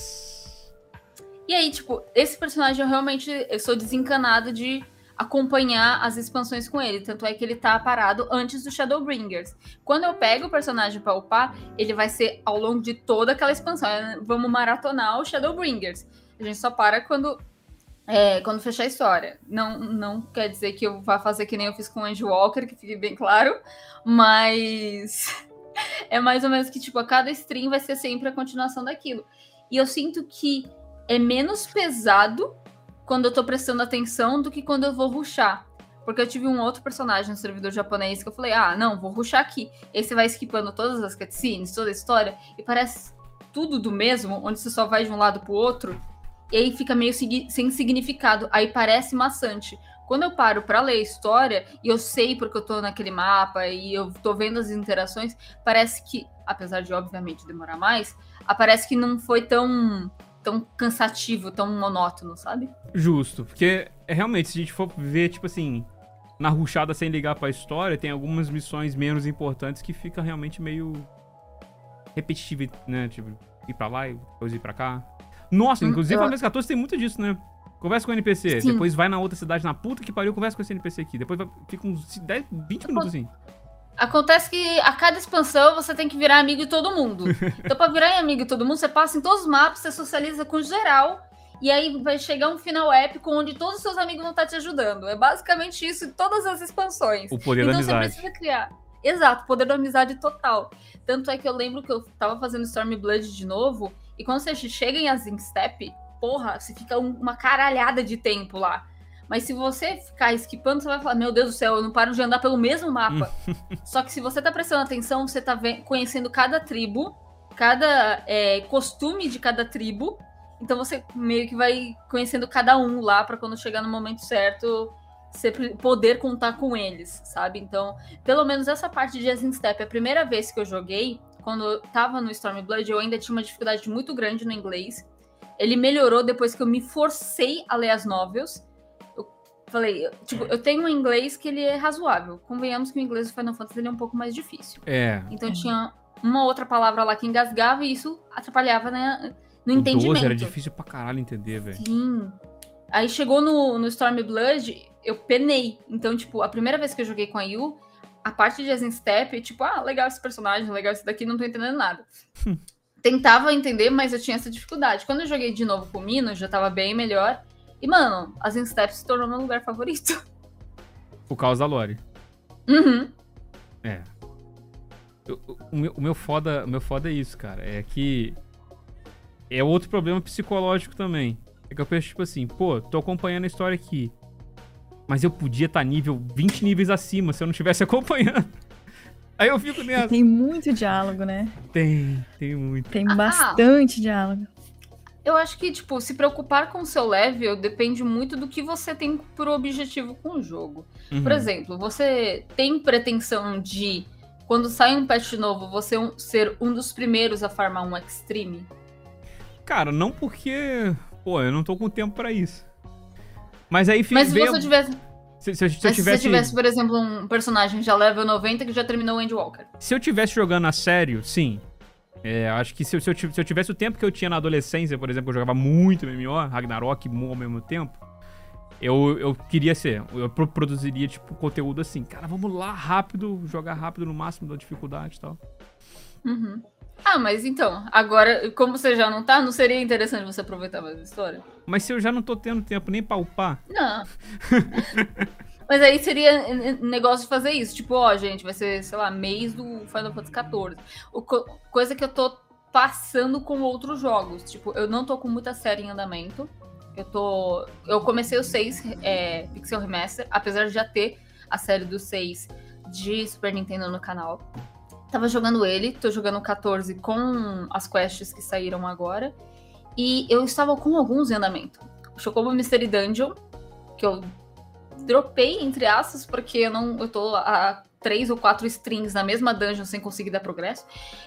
E aí, tipo, esse personagem eu sou desencanada de acompanhar as expansões com ele. Tanto é que ele tá parado antes do Shadowbringers. Quando eu pego o personagem pra upar, ele vai ser ao longo de toda aquela expansão. Vamos maratonar o Shadowbringers. A gente só para quando fechar a história. Não quer dizer que eu vá fazer que nem eu fiz com o Endwalker, que fique bem claro, mas é mais ou menos que, tipo, a cada stream vai ser sempre a continuação daquilo. E eu sinto que é menos pesado quando eu tô prestando atenção do que quando eu vou rushar. Porque eu tive um outro personagem no servidor japonês que eu falei, não, vou rushar aqui. E aí você vai skipando todas as cutscenes, toda a história, e parece tudo do mesmo, onde você só vai de um lado pro outro, e aí fica meio sem significado, aí parece maçante. Quando eu paro pra ler a história, e eu sei porque eu tô naquele mapa, e eu tô vendo as interações, parece que, apesar de obviamente demorar mais, parece que não foi tão cansativo, tão monótono, sabe? Justo, porque realmente, se a gente for ver, tipo assim, na rushada sem ligar pra história, tem algumas missões menos importantes que fica realmente meio repetitivo, né? Tipo, ir pra lá e depois ir pra cá. Nossa, inclusive no Final Fantasy 14 tem muito disso, né? Conversa com o NPC, Sim. Depois vai na outra cidade, na puta que pariu, conversa com esse NPC aqui. Depois fica uns 10, 20 minutos assim. Acontece que a cada expansão você tem que virar amigo de todo mundo. Então, pra virar amigo de todo mundo, você passa em todos os mapas, você socializa com geral, e aí vai chegar um final épico onde todos os seus amigos vão estar te ajudando. É basicamente isso em todas as expansões. O poder da amizade. Então você precisa criar. Exato, poder da amizade total. Tanto é que eu lembro que eu tava fazendo Stormblood de novo, e quando você chega em Azingstep, você fica uma caralhada de tempo lá. Mas se você ficar esquipando, você vai falar, meu Deus do céu, eu não paro de andar pelo mesmo mapa. Só que se você tá prestando atenção, você tá conhecendo cada tribo, cada costume de cada tribo. Então você meio que vai conhecendo cada um lá pra quando chegar no momento certo, você poder contar com eles, sabe? Então, pelo menos essa parte de Azingstep, a primeira vez que eu joguei, quando eu tava no Stormblood, eu ainda tinha uma dificuldade muito grande no inglês. Ele melhorou depois que eu me forcei a ler as novels. Falei, tipo, eu tenho um inglês que ele é razoável. Convenhamos que o inglês do Final Fantasy ele é um pouco mais difícil. Então tinha uma outra palavra lá que engasgava e isso atrapalhava, né, no entendimento. 12 era difícil pra caralho entender, velho. Sim. Aí chegou no Stormblood, eu penei. Então, tipo, a primeira vez que eu joguei com a Yu, a parte de Azingstep, tipo, legal esse personagem, legal esse daqui, não tô entendendo nada. Tentava entender, mas eu tinha essa dificuldade. Quando eu joguei de novo com o Mino, já tava bem melhor. E, mano, Azingstep se tornou meu lugar favorito. Por causa da lore. Uhum. O meu foda é isso, cara. É que é outro problema psicológico também. É que eu penso, tipo assim, pô, tô acompanhando a história aqui. Mas eu podia estar nível 20 níveis acima se eu não estivesse acompanhando. Aí eu fico nessa. Tem muito diálogo, né? Tem muito. Tem bastante diálogo. Eu acho que, tipo, se preocupar com o seu level depende muito do que você tem por objetivo com o jogo. Por exemplo, você tem pretensão de, quando sai um patch novo, você ser um dos primeiros a farmar um Extreme? Cara, não porque... Pô, eu não tô com tempo pra isso. Mas aí fica... Mas se você tivesse... Se eu Mas se você tivesse, por exemplo, um personagem já level 90 que já terminou o Endwalker. Se eu tivesse jogando a sério, sim. Acho que se eu tivesse o tempo que eu tinha na adolescência, por exemplo, eu jogava muito MMO, Ragnarok e Mu ao mesmo tempo, eu queria ser. Eu produziria, tipo, conteúdo assim. Cara, vamos lá, rápido, jogar rápido no máximo da dificuldade e tal. Uhum. Ah, mas então, agora, como você já não tá, não seria interessante você aproveitar mais a história? Mas se eu já não tô tendo tempo nem pra upar... Não. Mas aí seria negócio de fazer isso. Tipo, ó, gente, vai ser, sei lá, mês do Final Fantasy XIV. Coisa que eu tô passando com outros jogos. Tipo, eu não tô com muita série em andamento. Eu comecei o 6 Pixel Remaster, apesar de já ter a série do 6 de Super Nintendo no canal. Tava jogando ele, tô jogando o 14 com as quests que saíram agora. E eu estava com alguns em andamento. O Chocobo Mystery Dungeon, que eu dropei, entre aspas, porque eu tô a 3 ou 4 strings na mesma dungeon sem conseguir dar progresso.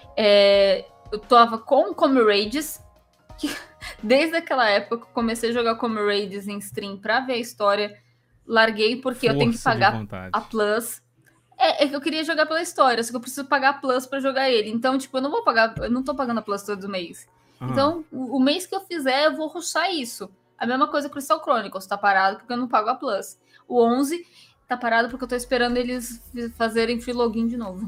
Eu tava com Comrades, que desde aquela época que eu comecei a jogar Comrades em stream pra ver a história, larguei porque eu tenho que pagar a Plus. É que eu queria jogar pela história, só que eu preciso pagar a Plus pra jogar ele. Então, tipo, eu não tô pagando a Plus todo mês. Então, o mês que eu fizer, eu vou rushar isso. A mesma coisa com o Crystal Chronicles, tá parado porque eu não pago a Plus. O 11 tá parado porque eu tô esperando eles fazerem free login de novo.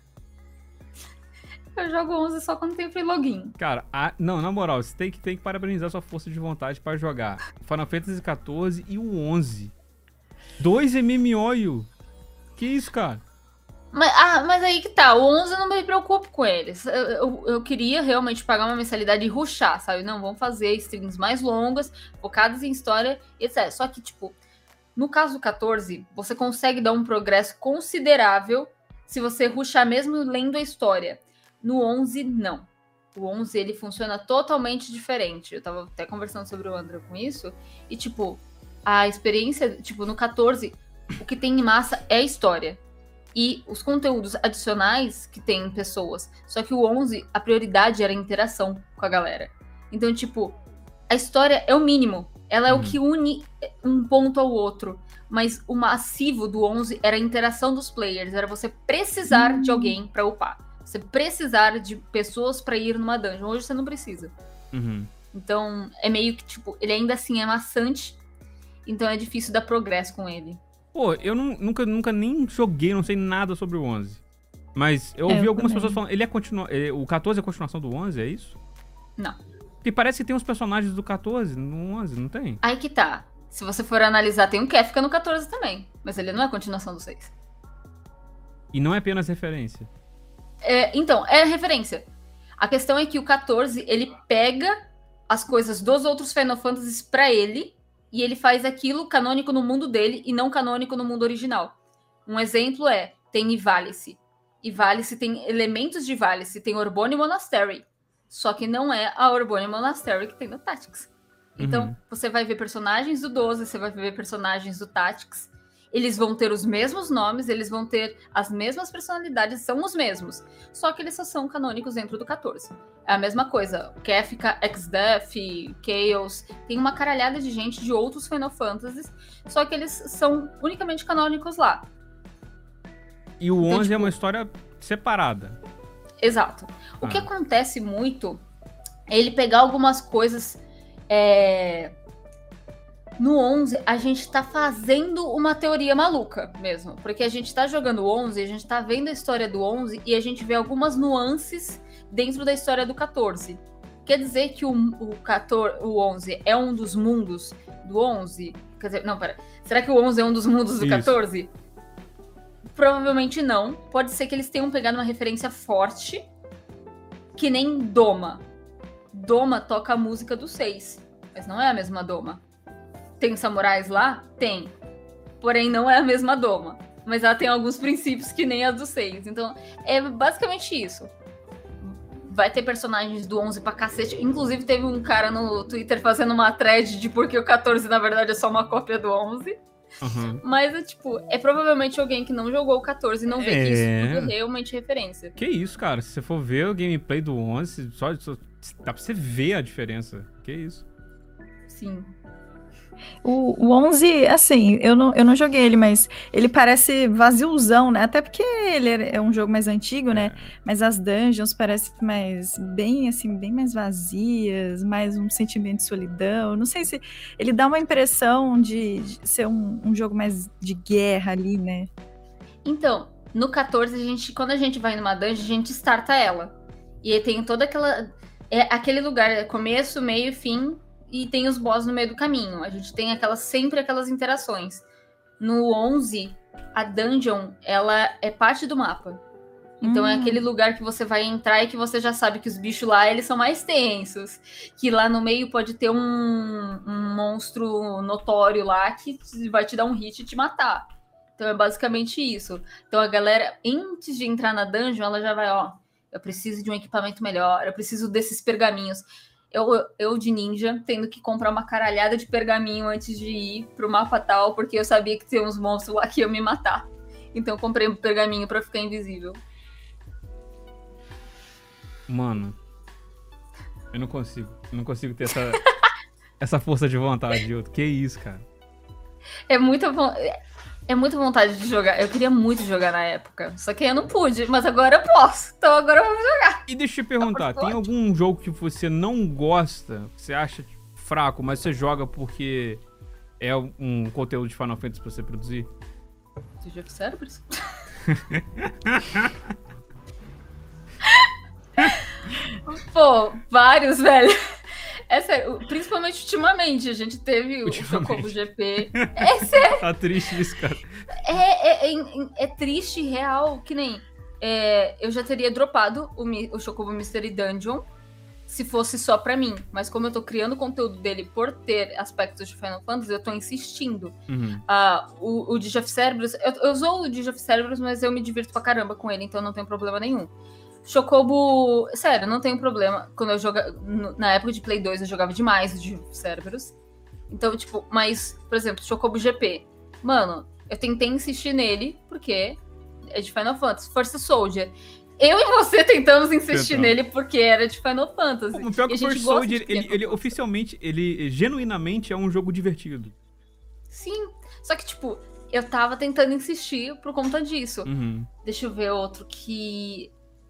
Eu jogo 11 só quando tem free login. Cara, não, na moral, você tem que parabenizar sua força de vontade pra jogar Final Fantasy XIV e o 11. 2 MMO. Que isso, cara? Mas aí que tá, o 11 eu não me preocupo com eles. Eu queria realmente pagar uma mensalidade e rushar, sabe? Não, vamos fazer streams mais longas, focadas em história, etc. Só que, tipo, no caso do 14, você consegue dar um progresso considerável se você rushar mesmo lendo a história. No 11, não. O 11, ele funciona totalmente diferente. Eu tava até conversando sobre o André com isso. E, tipo, a experiência... Tipo, no 14, o que tem em massa é a história. E os conteúdos adicionais que tem pessoas. Só que o 11, a prioridade era a interação com a galera. Então, tipo, a história é o mínimo. Ela é o que une um ponto ao outro. Mas o massivo do 11 era a interação dos players. Era você precisar de alguém pra upar. Você precisar de pessoas pra ir numa dungeon. Hoje você não precisa. Então, é meio que, tipo, ele ainda assim é maçante. Então é difícil dar progresso com ele. Pô, eu nunca nem joguei, não sei nada sobre o 11. Mas eu ouvi algumas pessoas falando... o 14 é a continuação do 11, é isso? Não. Porque parece que tem uns personagens do 14 no 11, não tem? Aí que tá. Se você for analisar, tem um Kefka no 14 também. Mas ele não é a continuação do 6. E não é apenas referência. Então, é referência. A questão é que o 14, ele pega as coisas dos outros Final Fantasies pra ele... E ele faz aquilo canônico no mundo dele e não canônico no mundo original. Um exemplo tem Ivalice. Ivalice tem elementos de Ivalice, tem Orbone Monastery. Só que não é a Orbone Monastery que tem no Tactics. Então, você vai ver personagens do 12, você vai ver personagens do Tactics. Eles vão ter os mesmos nomes, eles vão ter as mesmas personalidades, são os mesmos. Só que eles só são canônicos dentro do 14. É a mesma coisa. Kefka, Exdeath, Chaos. Tem uma caralhada de gente de outros Final Fantasies, só que eles são unicamente canônicos lá. E o 11 é uma história separada. Exato. O que acontece muito é ele pegar algumas coisas... No 11, a gente tá fazendo uma teoria maluca mesmo. Porque a gente tá jogando o 11, a gente tá vendo a história do 11 e a gente vê algumas nuances dentro da história do 14. Quer dizer que o 11 é um dos mundos do 11? Quer dizer, não, pera. Será que o 11 é um dos mundos do 14? Provavelmente não. Pode ser que eles tenham pegado uma referência forte, que nem Doma. Doma toca a música do 6, mas não é a mesma Doma. Tem samurais lá? Tem. Porém, não é a mesma Doma. Mas ela tem alguns princípios que nem a do 6. Então, é basicamente isso. Vai ter personagens do 11 pra cacete. Inclusive, teve um cara no Twitter fazendo uma thread de porque o 14, na verdade, é só uma cópia do 11. Uhum. Mas, é provavelmente alguém que não jogou o 14 e não vê que isso tudo é realmente referência. Que isso, cara. Se você for ver o gameplay do 11, só dá pra você ver a diferença. Que isso. Sim. O 11, assim, eu não joguei ele, mas ele parece vaziozão, né? Até porque ele é um jogo mais antigo, né? Mas as dungeons parecem bem mais vazias, mais um sentimento de solidão. Não sei se ele dá uma impressão de ser um jogo mais de guerra ali, né? Então, no 14, quando a gente vai numa dungeon, a gente starta ela. E aí tem toda aquela... aquele lugar, começo, meio e fim... E tem os boss no meio do caminho. A gente tem sempre aquelas interações. No 11, a dungeon, ela é parte do mapa. Então é aquele lugar que você vai entrar e que você já sabe que os bichos lá, eles são mais tensos. Que lá no meio pode ter um monstro notório lá que vai te dar um hit e te matar. Então é basicamente isso. Então a galera, antes de entrar na dungeon, ela já vai, eu preciso de um equipamento melhor, eu preciso desses pergaminhos. Eu de ninja, tendo que comprar uma caralhada de pergaminho antes de ir pro mapa tal, porque eu sabia que tinha uns monstros lá que iam me matar. Então eu comprei um pergaminho pra ficar invisível. Mano, eu não consigo. Eu não consigo ter essa força de vontade de outro. Que isso, cara? É muita vontade de jogar. Eu queria muito jogar na época. Só que eu não pude, mas agora eu posso. Então agora eu vou jogar. E deixa eu te perguntar, tem algum jogo que você não gosta, que você acha fraco, mas você joga porque é um conteúdo de Final Fantasy pra você produzir? Siege of Cerberus? Pô, vários, velho. É sério, principalmente ultimamente, a gente teve o Chocobo GP. É sério. Tá triste isso, cara. É triste e real, que nem... eu já teria dropado o Chocobo Mystery Dungeon se fosse só pra mim. Mas como eu tô criando conteúdo dele por ter aspectos de Final Fantasy, eu tô insistindo. Uhum. O Siege of Cerberus... Eu usou o Siege of Cerberus, mas eu me divirto pra caramba com ele, então não tem problema nenhum. Chocobo... Sério, não tem problema. Quando eu jogava... Na época de Play 2, eu jogava demais de Cerberus. Então, mas, por exemplo, Chocobo GP. Mano, eu tentei insistir nele, porque é de Final Fantasy. Força Soldier. Eu e você tentamos insistir nele, porque era de Final Fantasy. O pior que o Força Soldier, ele oficialmente, ele genuinamente é um jogo divertido. Sim. Só que, eu tava tentando insistir por conta disso. Uhum. Deixa eu ver outro que...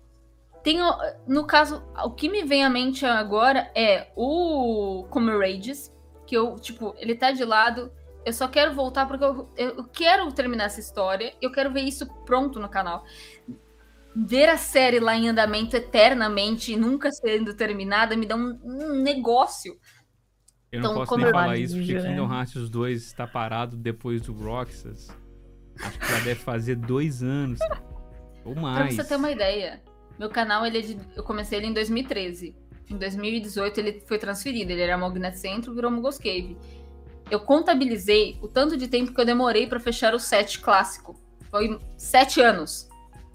No caso, o que me vem à mente agora é o Comrades, que ele tá de lado, eu só quero voltar porque eu quero terminar essa história, eu quero ver isso pronto no canal. Ver a série lá em andamento eternamente e nunca sendo terminada me dá um negócio. Eu não posso nem falar isso, porque Kingdom Hearts 2 está parado depois do Roxas. Acho que já deve fazer 2 anos. Ou mais. Pra você ter uma ideia... Meu canal, eu comecei ele em 2013. Em 2018, ele foi transferido. Ele era Mognet Centro, virou Mogos Cave. Eu contabilizei o tanto de tempo que eu demorei pra fechar o set clássico. Foi 7 anos.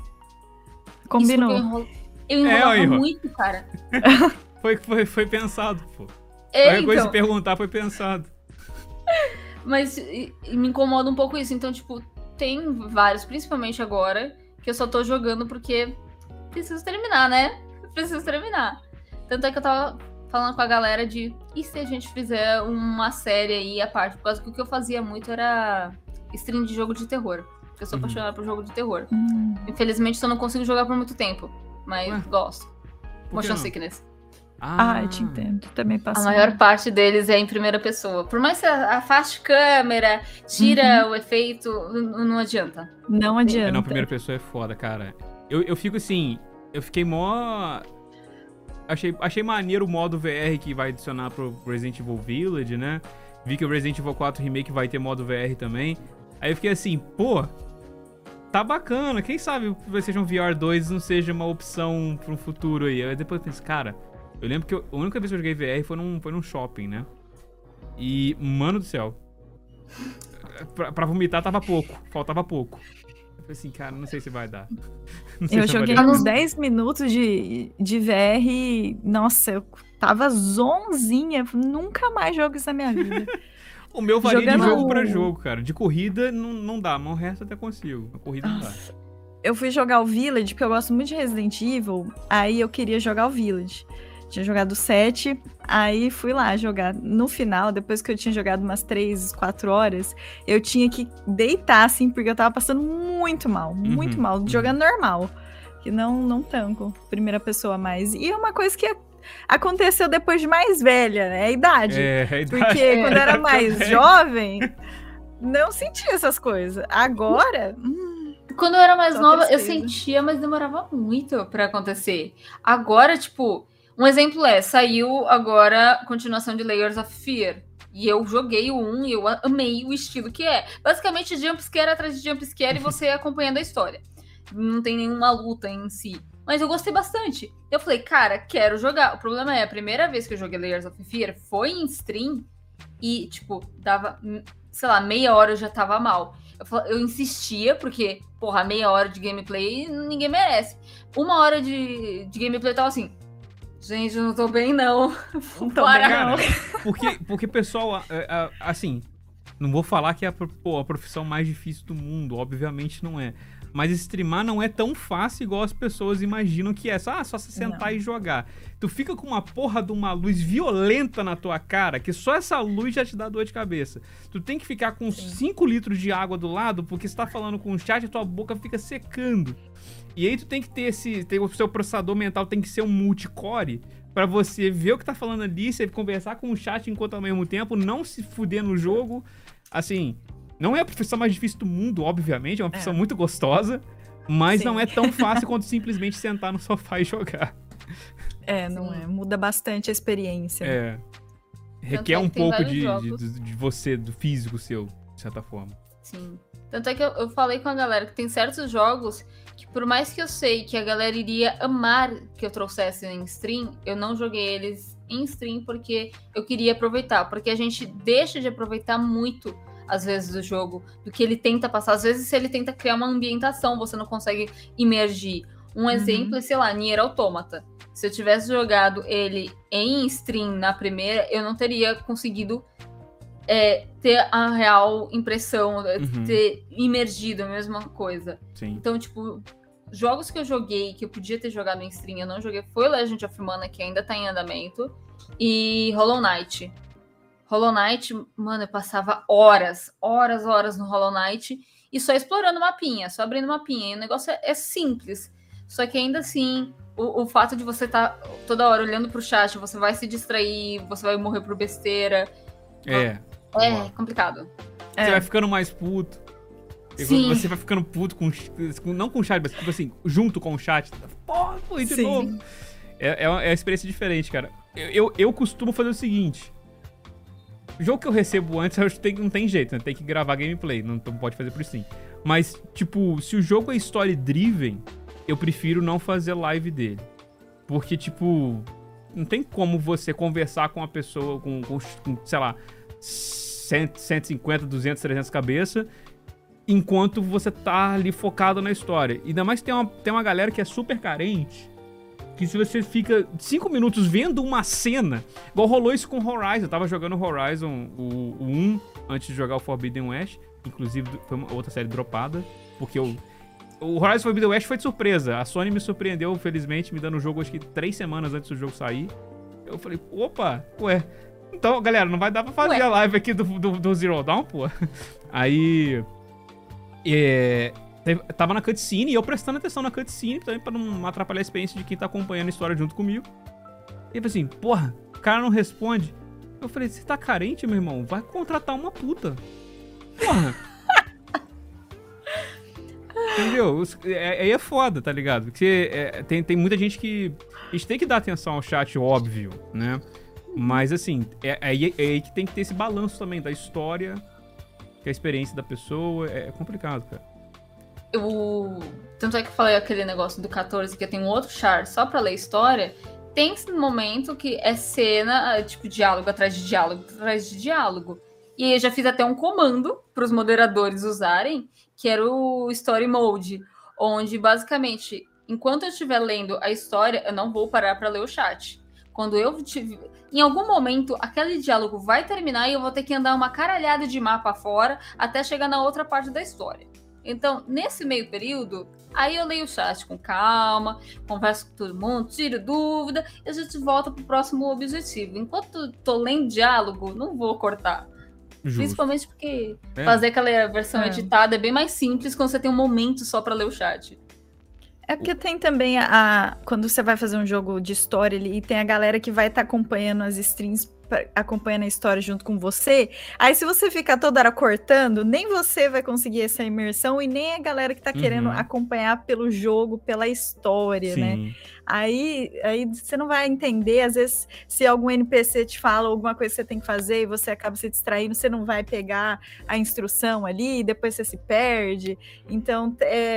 Combinou. Eu enrolava muito, cara. Foi pensado, pô. Qualquer coisa se perguntar, foi pensado. Mas me incomoda um pouco isso. Então, tem vários, principalmente agora, que eu só tô jogando porque... Preciso terminar, né? Preciso terminar. Tanto é que eu tava falando com a galera e se a gente fizer uma série aí à parte? Por causa que o que eu fazia muito era stream de jogo de terror. Porque eu sou apaixonada por jogo de terror. Infelizmente, eu não consigo jogar por muito tempo. Mas gosto. Motion Sickness. Eu te entendo. Também passou. A maior parte deles é em primeira pessoa. Por mais que afaste câmera, tira o efeito, não adianta. Não adianta. Não, primeira pessoa é foda, cara. Eu fico assim, eu fiquei mó... Achei maneiro o modo VR que vai adicionar pro Resident Evil Village, né? Vi que o Resident Evil 4 Remake vai ter modo VR também. Aí eu fiquei assim, pô, tá bacana. Quem sabe o PlayStation VR 2 não seja uma opção pro futuro aí. Aí depois eu penso, cara, eu lembro que a única vez que eu joguei VR foi num shopping, né? E, mano do céu, pra vomitar tava pouco, faltava pouco. Eu falei assim, cara, não sei se vai dar. Eu joguei uns 10 minutos de VR e, nossa, eu tava zonzinha. Nunca mais jogo isso na minha vida. O meu varia de jogo pra jogo, cara. De corrida não dá, mas o resto até consigo. A corrida não dá. Eu fui jogar o Village, porque eu gosto muito de Resident Evil. Aí eu queria jogar o Village. Tinha jogado o 7, aí fui lá jogar. No final, depois que eu tinha jogado umas 3, 4 horas, eu tinha que deitar, assim, porque eu tava passando muito mal, jogando normal. Que não tanco primeira pessoa mais. E é uma coisa que aconteceu depois de mais velha, né? A idade. A idade. Porque quando eu era mais jovem, não sentia essas coisas. Agora... Quando eu era mais nova, tristeza. eu sentia, mas demorava muito pra acontecer. Agora, tipo... Um exemplo saiu agora a continuação de Layers of Fear. E eu joguei o 1 e eu amei o estilo que é. Basicamente, jumpscare atrás de jumpscare e você acompanhando a história. Não tem nenhuma luta em si. Mas eu gostei bastante. Eu falei, cara, quero jogar. O problema é, a primeira vez que eu joguei Layers of Fear foi em stream e, tipo, dava, sei lá, meia hora eu já tava mal. Eu insistia, porque, porra, meia hora de gameplay ninguém merece. 1 hora de gameplay tava assim... Gente, eu não tô bem, não. Não tô bem, não. Porque pessoal, assim, não vou falar que é a profissão mais difícil do mundo, obviamente não é. Mas streamar não é tão fácil igual as pessoas imaginam que é. Só se sentar e jogar. Tu fica com uma porra de uma luz violenta na tua cara, que só essa luz já te dá dor de cabeça. Tu tem que ficar com 5 litros de água do lado, porque você tá falando com o chat e tua boca fica secando. E aí tu tem que ter o seu processador mental tem que ser um multicore pra você ver o que tá falando ali, você conversar com o chat enquanto ao mesmo tempo, não se fuder no jogo. Assim, não é a profissão mais difícil do mundo, obviamente, é uma profissão muito gostosa, mas não é tão fácil quanto simplesmente sentar no sofá e jogar. Não é. Muda bastante a experiência. Requer um pouco de você, do físico seu, de certa forma. Sim. Tanto é que eu falei com a galera que tem certos jogos que, por mais que eu sei que a galera iria amar que eu trouxesse em stream, eu não joguei eles em stream porque eu queria aproveitar. Porque a gente deixa de aproveitar muito, às vezes, do jogo, do que ele tenta passar. Às vezes, se ele tenta criar uma ambientação, você não consegue imergir. Um exemplo é, sei lá, Nier Automata. Se eu tivesse jogado ele em stream na primeira, eu não teria conseguido ter a real impressão, ter imergido a mesma coisa. Sim. Então, tipo, jogos que eu joguei, que eu podia ter jogado em stream, eu não joguei, foi Legend of Mana, que ainda tá em andamento, e Hollow Knight. Hollow Knight, mano, eu passava horas no Hollow Knight, e só explorando mapinha, só abrindo mapinha, e o negócio é simples. Só que ainda assim, o fato de você estar toda hora olhando pro chat, você vai se distrair, você vai morrer por besteira. É complicado. Você vai ficando mais puto. Sim. Você vai ficando puto não com o chat, mas tipo assim, junto com o chat. Pô, de novo. É uma experiência diferente, cara. Eu costumo fazer o seguinte. O jogo que eu recebo antes, não tem jeito, né? Tem que gravar gameplay, não pode fazer por stream. Mas, tipo, se o jogo é story-driven, eu prefiro não fazer live dele. Porque, tipo, não tem como você conversar com uma pessoa com sei lá, 150, 200, 300 cabeças, enquanto você tá ali focado na história. E ainda mais que tem uma galera que é super carente, que se você fica 5 minutos vendo uma cena, igual rolou isso com Horizon. Eu tava jogando Horizon, o 1, antes de jogar o Forbidden West, inclusive foi uma outra série dropada, porque o Horizon Forbidden West foi de surpresa. A Sony me surpreendeu, felizmente, me dando o jogo acho que 3 semanas antes do jogo sair. Eu falei, opa, então, galera, não vai dar pra fazer a live aqui do Zero Dawn, pô. Aí... tava na cutscene e eu prestando atenção na cutscene também pra não atrapalhar a experiência de quem tá acompanhando a história junto comigo. E eu falei assim, porra, o cara não responde. Eu falei, você tá carente, meu irmão? Vai contratar uma puta. Porra. Entendeu? Aí é foda, tá ligado? Porque tem muita gente que... A gente tem que dar atenção ao chat, óbvio, né? Mas, assim, é aí que tem que ter esse balanço também da história, que a experiência da pessoa. É complicado, cara. Tanto é que eu falei aquele negócio do 14, que eu tenho um outro char só pra ler história. Tem esse momento que é cena, tipo, diálogo atrás de diálogo atrás de diálogo. E aí eu já fiz até um comando pros moderadores usarem, que era o Story Mode, onde basicamente, enquanto eu estiver lendo a história, eu não vou parar pra ler o chat. Quando eu tiver... Em algum momento, aquele diálogo vai terminar e eu vou ter que andar uma caralhada de mapa fora até chegar na outra parte da história. Então, nesse meio período, aí eu leio o chat com calma, converso com todo mundo, tiro dúvida, e a gente volta pro próximo objetivo. Enquanto tô lendo diálogo, não vou cortar. Justo. Principalmente porque fazer aquela versão editada é bem mais simples quando você tem um momento só pra ler o chat. É porque tem também quando você vai fazer um jogo de história ali, e tem a galera que vai estar acompanhando as streams, acompanhando a história junto com você. Aí se você ficar toda hora cortando, nem você vai conseguir essa imersão e nem a galera que tá querendo acompanhar pelo jogo, pela história, né? Aí você não vai entender, às vezes, se algum NPC te fala alguma coisa que você tem que fazer e você acaba se distraindo, você não vai pegar a instrução ali, depois você se perde. Então,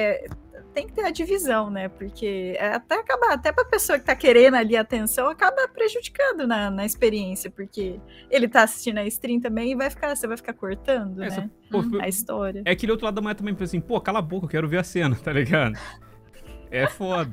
tem que ter a divisão, né? Porque até pra pessoa que tá querendo ali a atenção, acaba prejudicando na experiência, porque ele tá assistindo a stream também e você vai ficar cortando, né? A história. É aquele outro lado da moeda também, assim, pô, cala a boca, eu quero ver a cena, tá ligado? É foda.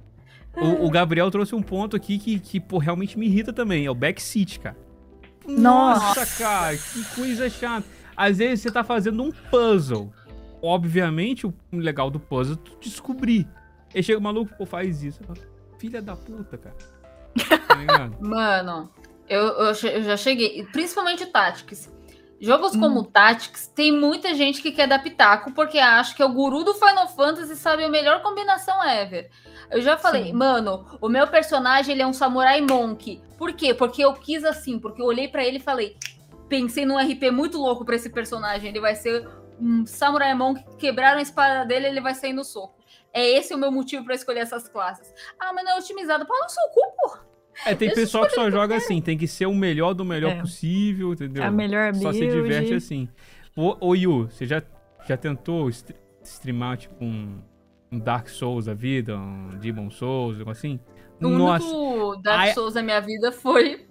O Gabriel trouxe um ponto aqui que pô, realmente me irrita também, é o backseat, cara. Nossa, cara, que coisa chata. Às vezes você tá fazendo um puzzle. Obviamente, o legal do puzzle é tu descobrir. Aí chega o maluco, pô, faz isso. Falo, filha da puta, cara. Tá ligado? Mano, eu já cheguei. Principalmente o Tactics. Jogos como o Tactics, tem muita gente que quer dar pitaco porque acha que é o guru do Final Fantasy e sabe a melhor combinação ever. Eu já falei, mano, o meu personagem ele é um Samurai Monk. Por quê? Porque eu quis assim, porque eu olhei pra ele e falei, pensei num RP muito louco pra esse personagem. Ele vai ser um Samurai Monk, quebraram a espada dele, ele vai sair no soco. É esse o meu motivo pra escolher essas classes. Ah, mas não é otimizado. Pau no seu cu, porra. Tem pessoal que só joga assim, tem que ser o melhor do melhor possível, entendeu? A melhor build. Só se diverte assim. Ô Yu, você já tentou streamar, tipo, um Dark Souls da vida, um Demon Souls, algo assim? O único Dark Souls da minha vida foi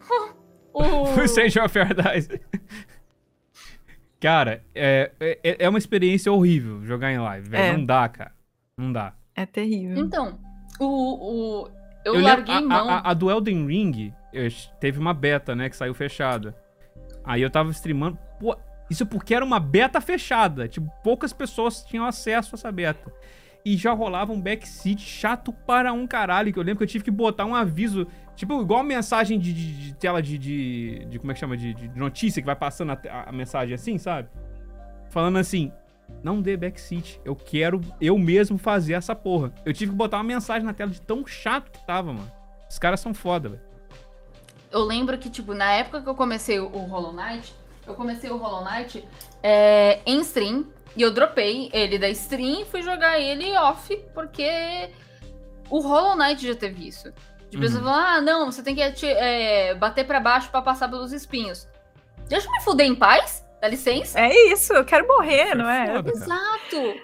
o Sage of Paradise. Cara, é uma experiência horrível jogar em live, velho. Não dá, cara. Não dá. É terrível. Então, eu larguei mão. A do Elden Ring, teve uma beta, né, que saiu fechada. Aí eu tava streamando. Pô, isso porque era uma beta fechada. Tipo, poucas pessoas tinham acesso a essa beta. E já rolava um backseat chato para um caralho. Que eu lembro que eu tive que botar um aviso. Tipo, igual mensagem de tela de como é que chama? De notícia que vai passando a mensagem assim, sabe? Falando assim, não dê backseat. Eu quero eu mesmo fazer essa porra. Eu tive que botar uma mensagem na tela de tão chato que tava, mano. Os caras são foda, velho. Eu lembro que, tipo, na época que eu comecei o Hollow Knight, em stream. E eu dropei ele da stream e fui jogar ele off, porque o Hollow Knight já teve isso. De pessoas falando, não, você tem que bater pra baixo pra passar pelos espinhos. Deixa eu me fuder em paz, dá licença. É isso, eu quero morrer, não é? Foda, exato.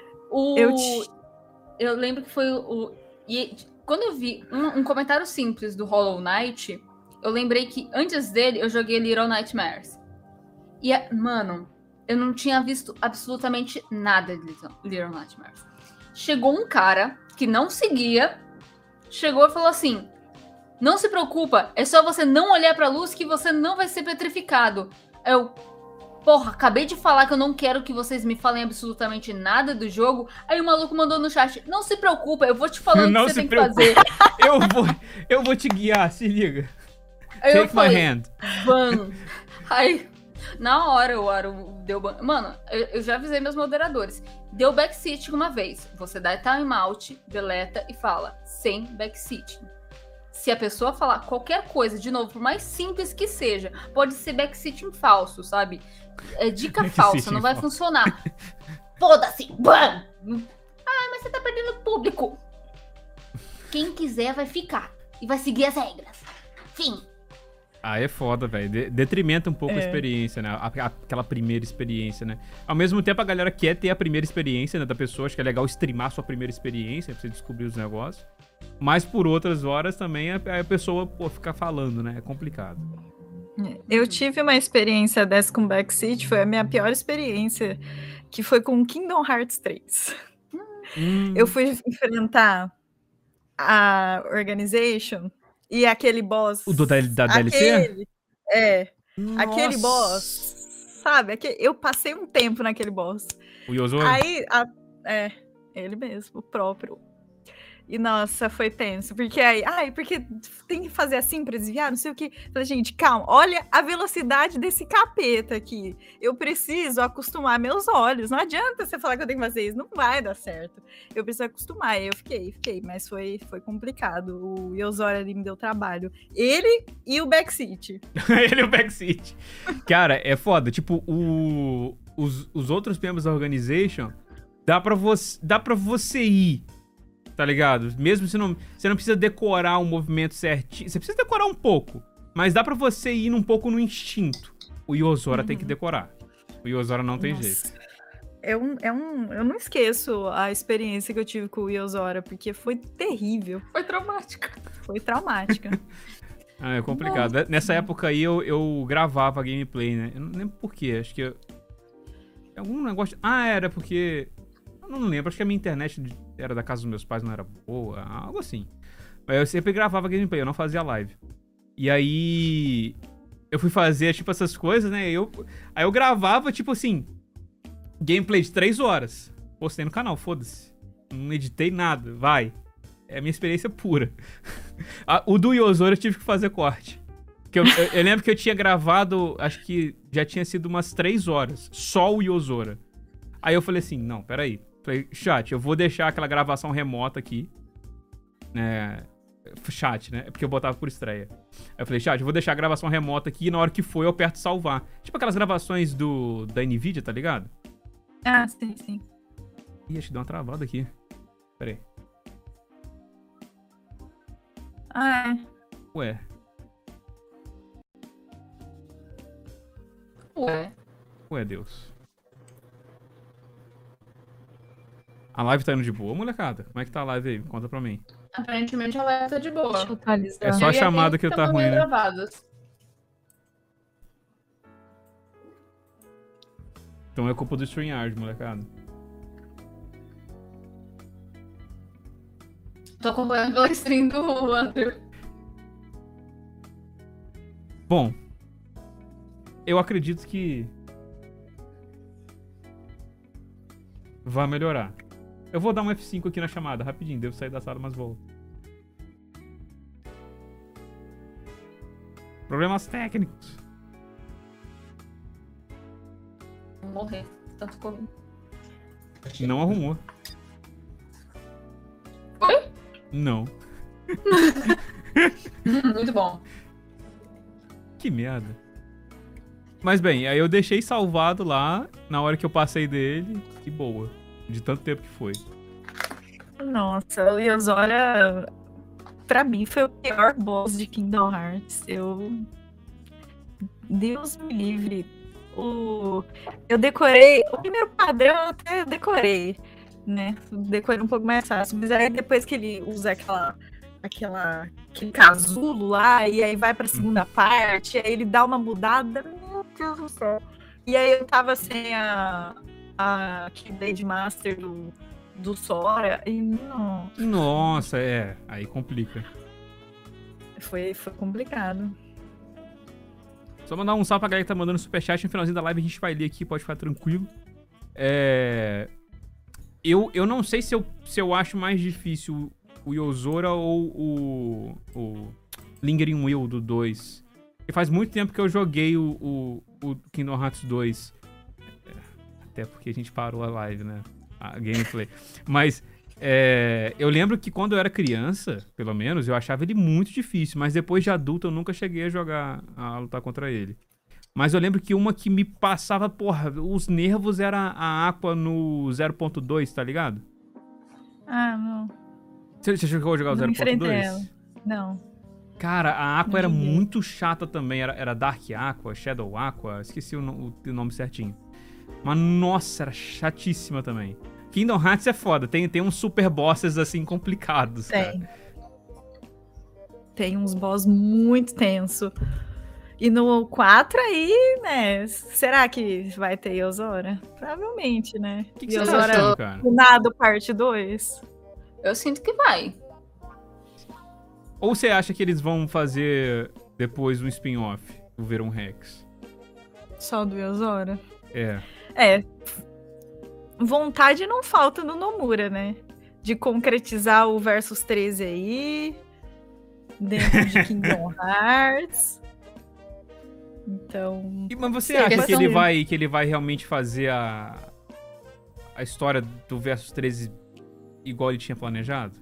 Eu lembro que foi E quando eu vi um comentário simples do Hollow Knight, eu lembrei que antes dele eu joguei Little Nightmares. E, mano, eu não tinha visto absolutamente nada de Little Nightmares. Chegou um cara que não seguia, chegou e falou assim, não se preocupa, é só você não olhar pra luz que você não vai ser petrificado. Porra, acabei de falar que eu não quero que vocês me falem absolutamente nada do jogo. Aí o maluco mandou no chat, não se preocupa, eu vou te falando o que você tem que fazer. Eu vou te guiar, se liga. Aí Take my hand. Ban. Aí, na hora o Aro deu ban. Mano, eu já avisei meus moderadores. Deu backseat uma vez. Você dá timeout, deleta e fala, sem backseat. Se a pessoa falar qualquer coisa, de novo, por mais simples que seja, pode ser backseating falso, sabe? É dica falsa, não vai funcionar. Foda-se! Ban! Mas você tá perdendo público. Quem quiser vai ficar. E vai seguir as regras. Fim. Ah, é foda, velho. Detrimenta um pouco a experiência, né? Aquela primeira experiência, né? Ao mesmo tempo, a galera quer ter a primeira experiência, né, da pessoa. Acho que é legal streamar a sua primeira experiência, pra você descobrir os negócios. Mas por outras horas também a pessoa, pô, fica falando, né? É complicado. Eu tive uma experiência dessa com Backseat, foi a minha pior experiência, que foi com Kingdom Hearts 3. Eu fui enfrentar a Organization e aquele boss... O da DLC? Nossa. Aquele boss, sabe? Eu passei um tempo naquele boss. O Yozora? Aí, ele mesmo, o próprio. E, nossa, foi tenso. Porque porque tem que fazer assim pra desviar, não sei o que. Falei, gente, calma, olha a velocidade desse capeta aqui. Eu preciso acostumar meus olhos. Não adianta você falar que eu tenho que fazer isso, não vai dar certo. Eu preciso acostumar. Aí eu fiquei, mas foi complicado. O Yozora ali me deu trabalho. Ele e o Backseat. Ele e o Backseat. Cara, é foda. Tipo, os outros membros da Organization, dá pra você ir. Tá ligado? Mesmo você não precisa decorar um movimento certinho. Você precisa decorar um pouco. Mas dá pra você ir um pouco no instinto. O Yozora tem que decorar. O Yozora não tem jeito. Eu não esqueço a experiência que eu tive com o Yozora, porque foi terrível. Foi traumática. Foi traumática. É complicado. Nossa. Nessa época aí eu gravava gameplay, né? Eu não lembro por quê. Acho que algum negócio... era porque... Eu não lembro, acho que a minha internet era da casa dos meus pais, não era boa, algo assim. Mas eu sempre gravava gameplay, eu não fazia live. E aí eu fui fazer, tipo, essas coisas, né? Aí eu gravava, tipo assim, gameplay de 3 horas. Postei no canal, foda-se. Não editei nada, vai. É a minha experiência pura. O do Yozora eu tive que fazer corte. Eu lembro que eu tinha gravado, acho que já tinha sido umas 3 horas, só o Yozora. Aí eu falei assim, não, peraí. Falei, chat, eu vou deixar aquela gravação remota aqui. Chat, né? É porque eu botava por estreia. Aí eu falei, chat, eu vou deixar a gravação remota aqui e na hora que for eu aperto salvar. Tipo aquelas gravações da Nvidia, tá ligado? Ah, sim, sim. Ih, acho que deu uma travada aqui. Pera aí. Ué. Ué, Deus. A live tá indo de boa, molecada? Como é que tá a live aí? Conta pra mim. Aparentemente a live tá de boa. Deixa eu atualizar. É só a chamada que tá ruim, né? Gravados. Então é culpa do StreamYard, molecada. Tô acompanhando pela stream do Andrew. Bom, eu acredito que vai melhorar. Eu vou dar um F5 aqui na chamada, rapidinho. Devo sair da sala, mas volto. Problemas técnicos. Vou morrer. Tanto como... Não arrumou. Foi? Não. Muito bom. Que merda. Mas bem, aí eu deixei salvado lá na hora que eu passei dele. E boa. De tanto tempo que foi. Nossa, o Yozora, pra mim, foi o pior boss de Kingdom Hearts. Deus me livre. Eu decorei... O primeiro padrão eu até decorei, né? Decorei um pouco mais fácil. Mas aí depois que ele usa aquele casulo lá, e aí vai pra segunda parte, aí ele dá uma mudada. Meu Deus do céu. E aí eu tava sem a Keyblade Master do Sora, e não. Nossa, aí complica. Foi complicado. Só mandar um salve pra galera que tá mandando superchat. No finalzinho da live a gente vai ler aqui, pode ficar tranquilo. Eu não sei se eu acho mais difícil o Yozora ou o Lingering Will do 2. Porque faz muito tempo que eu joguei o Kingdom Hearts 2. Até porque a gente parou a live, né? A gameplay. Mas eu lembro que quando eu era criança, pelo menos, eu achava ele muito difícil. Mas depois de adulto eu nunca cheguei a lutar contra ele. Mas eu lembro que uma que me passava, porra, os nervos era a Aqua no 0.2, tá ligado? Ah, não. Você chegou a jogar o 0.2? Não. Cara, a Aqua era Joguei. muito chata também. Era Dark Aqua, Shadow Aqua, esqueci o nome certinho. Mas, nossa, era chatíssima também. Kingdom Hearts é foda, tem uns super bosses, assim, complicados, cara. Tem uns boss muito tenso. E no 4 aí, né? Será que vai ter Yozora? Provavelmente, né? O que você tá Yozora achando, cara? Nado parte 2. Eu sinto que vai. Ou você acha que eles vão fazer depois um spin-off, o Verum Rex? Só do Yozora? É. Vontade não falta no Nomura, né? De concretizar o Versus 13 aí. Dentro de Kingdom Hearts. Então. Mas você Sim, acha questão- que ele vai realmente fazer a história do Versus 13 igual ele tinha planejado?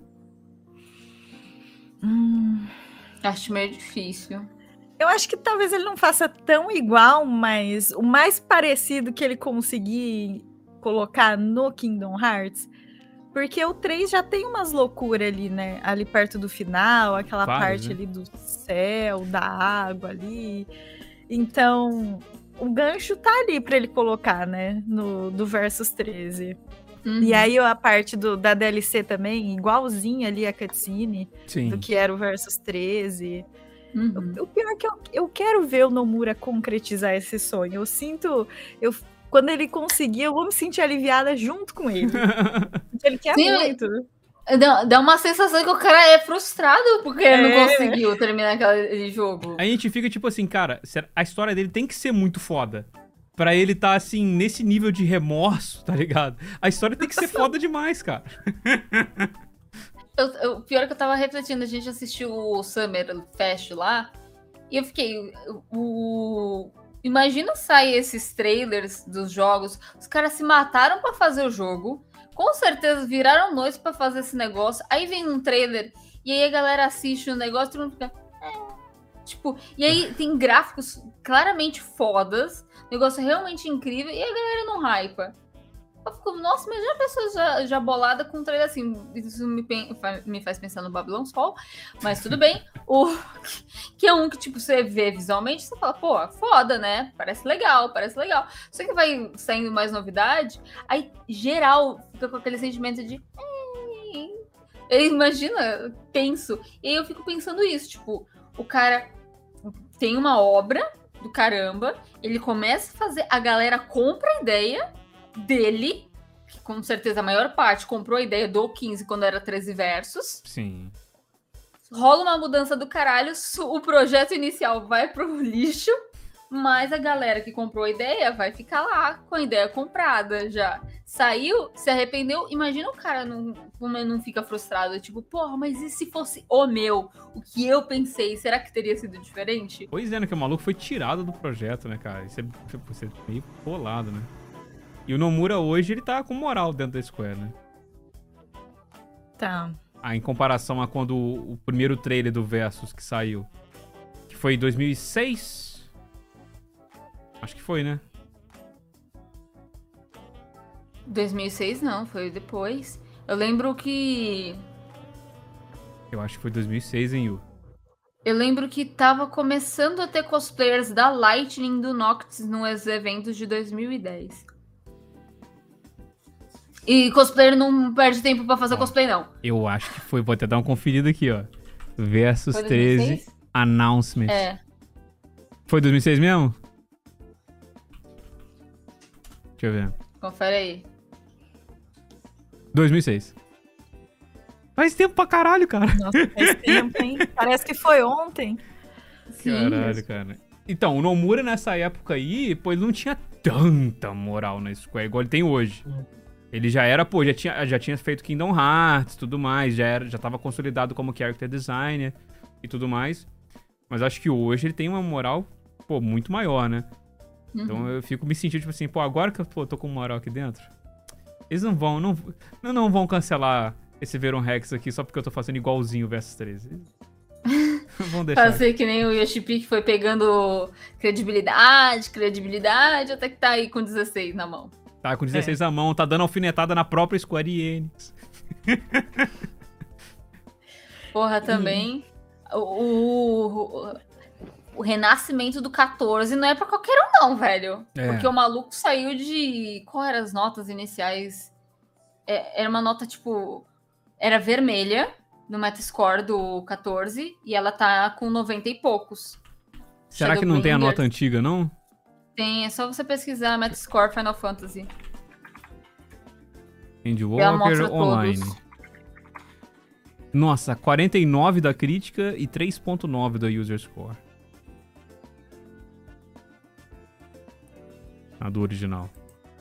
Acho meio difícil. Eu acho que talvez ele não faça tão igual, mas o mais parecido que ele conseguir colocar no Kingdom Hearts. Porque o 3 já tem umas loucuras ali, né? Ali perto do final, aquela Várias, parte né? ali do céu, da água ali. Então, o gancho tá ali pra ele colocar, né? Do Versus 13. Uhum. E aí a parte da DLC também, igualzinha ali a cutscene Sim. do que era o Versus 13. Uhum. O pior é que eu quero ver o Nomura concretizar esse sonho. Eu sinto... Quando ele conseguir, eu vou me sentir aliviada junto com ele. Porque ele quer Sim, muito. Dá uma sensação que o cara é frustrado porque É. não conseguiu terminar aquele jogo. A gente fica tipo assim, cara, a história dele tem que ser muito foda. Pra ele tá, assim, nesse nível de remorso, tá ligado? A história tem que ser foda demais, cara. O pior é que eu tava refletindo, a gente assistiu o Summer Fest lá, e eu fiquei. Imagina sair esses trailers dos jogos, os caras se mataram pra fazer o jogo, com certeza viraram noite pra fazer esse negócio, aí vem um trailer, e aí a galera assiste o negócio e todo mundo fica. Tipo, e aí tem gráficos claramente fodas, negócio realmente incrível, e a galera não hypa. Eu fico, nossa, mas já a pessoa já bolada com um trailer assim, isso me faz pensar no Babylon's Fall, mas tudo bem. Que é um que, tipo, você vê visualmente, você fala, pô, foda, né? Parece legal, parece legal. Só que vai saindo mais novidade, aí geral fica com aquele sentimento de... Imagina, tenso. E aí eu fico pensando isso, tipo, o cara tem uma obra do caramba, ele começa a fazer, a galera compra a ideia dele, que com certeza a maior parte comprou a ideia do 15 quando era 13 versos. Sim. Rola uma mudança do caralho, o projeto inicial vai pro lixo, mas a galera que comprou a ideia vai ficar lá com a ideia comprada já. Saiu, se arrependeu, imagina o cara como ele não fica frustrado, tipo, porra, mas e se fosse o meu? O que eu pensei, será que teria sido diferente? Pois é, né? Que o maluco foi tirado do projeto, né, cara? Isso é meio bolado, né? E o Nomura hoje, ele tá com moral dentro da Square, né? Tá. Em comparação a quando o primeiro trailer do Versus que saiu, que foi em 2006? Acho que foi, né? 2006 não, foi depois. Eu lembro que... Eu acho que foi 2006, hein, Yu? Eu lembro que tava começando a ter cosplayers da Lightning do Noctis nos eventos de 2010. E cosplayer não perde tempo pra fazer cosplay, não. Eu acho que foi. Vou até dar uma conferida aqui, ó. Versus Foi 13 2006? Announcement. É. Foi 2006 mesmo? Deixa eu ver. Confere aí. 2006. Faz tempo pra caralho, cara. Nossa, faz tempo, hein? Parece que foi ontem. Sim. Caralho, cara. Então, o Nomura nessa época aí, pô, ele não tinha tanta moral na Square igual ele tem hoje. Ele já era, pô, já tinha feito Kingdom Hearts e tudo mais, já tava consolidado como character designer e tudo mais. Mas acho que hoje ele tem uma moral, pô, muito maior, né? Então eu fico me sentindo, tipo assim, pô, agora que eu tô com moral aqui dentro, eles não vão cancelar esse Verum Rex aqui só porque eu tô fazendo igualzinho o Versus 13. Vão deixar. Fazer que nem o Yoshi-P que foi pegando credibilidade, até que tá aí com 16 na mão. Tá com 16 na mão, tá dando alfinetada na própria Square Enix. Porra, também. O renascimento do 14 não é pra qualquer um, não, velho. Porque o maluco saiu de... Qual eram as notas iniciais? Era uma nota, tipo... Era vermelha no Metascore do 14 e ela tá com 90 e poucos. Será que não tem a nota antiga, não? Tem, é só você pesquisar Metascore Final Fantasy. Endwalker Online. Nossa, 49 da crítica e 3.9 da User Score. A do original.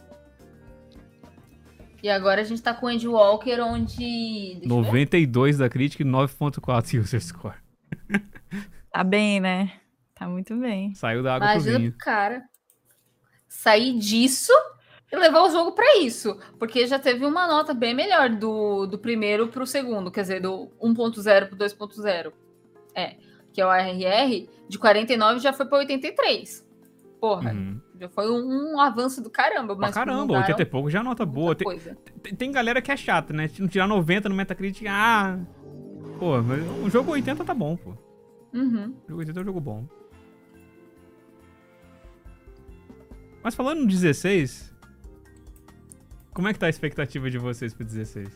E agora a gente tá com o Endwalker, onde... 92 da crítica e 9.4 User Score. Tá bem, né? Tá muito bem. Saiu da água pro vinho. Imagina pro cara sair disso e levar o jogo pra isso. Porque já teve uma nota bem melhor do primeiro pro segundo. Quer dizer, do 1.0 pro 2.0. Que é o ARR. De 49 já foi pra 83. Porra, já foi um avanço do caramba. Mas caramba, 80 e pouco já é nota boa. Tem galera que é chata, né? Se não tirar 90 no Metacritic, pô, mas um jogo 80 tá bom, pô. O jogo 80 é um jogo bom. Mas falando no 16, como é que tá a expectativa de vocês pro 16?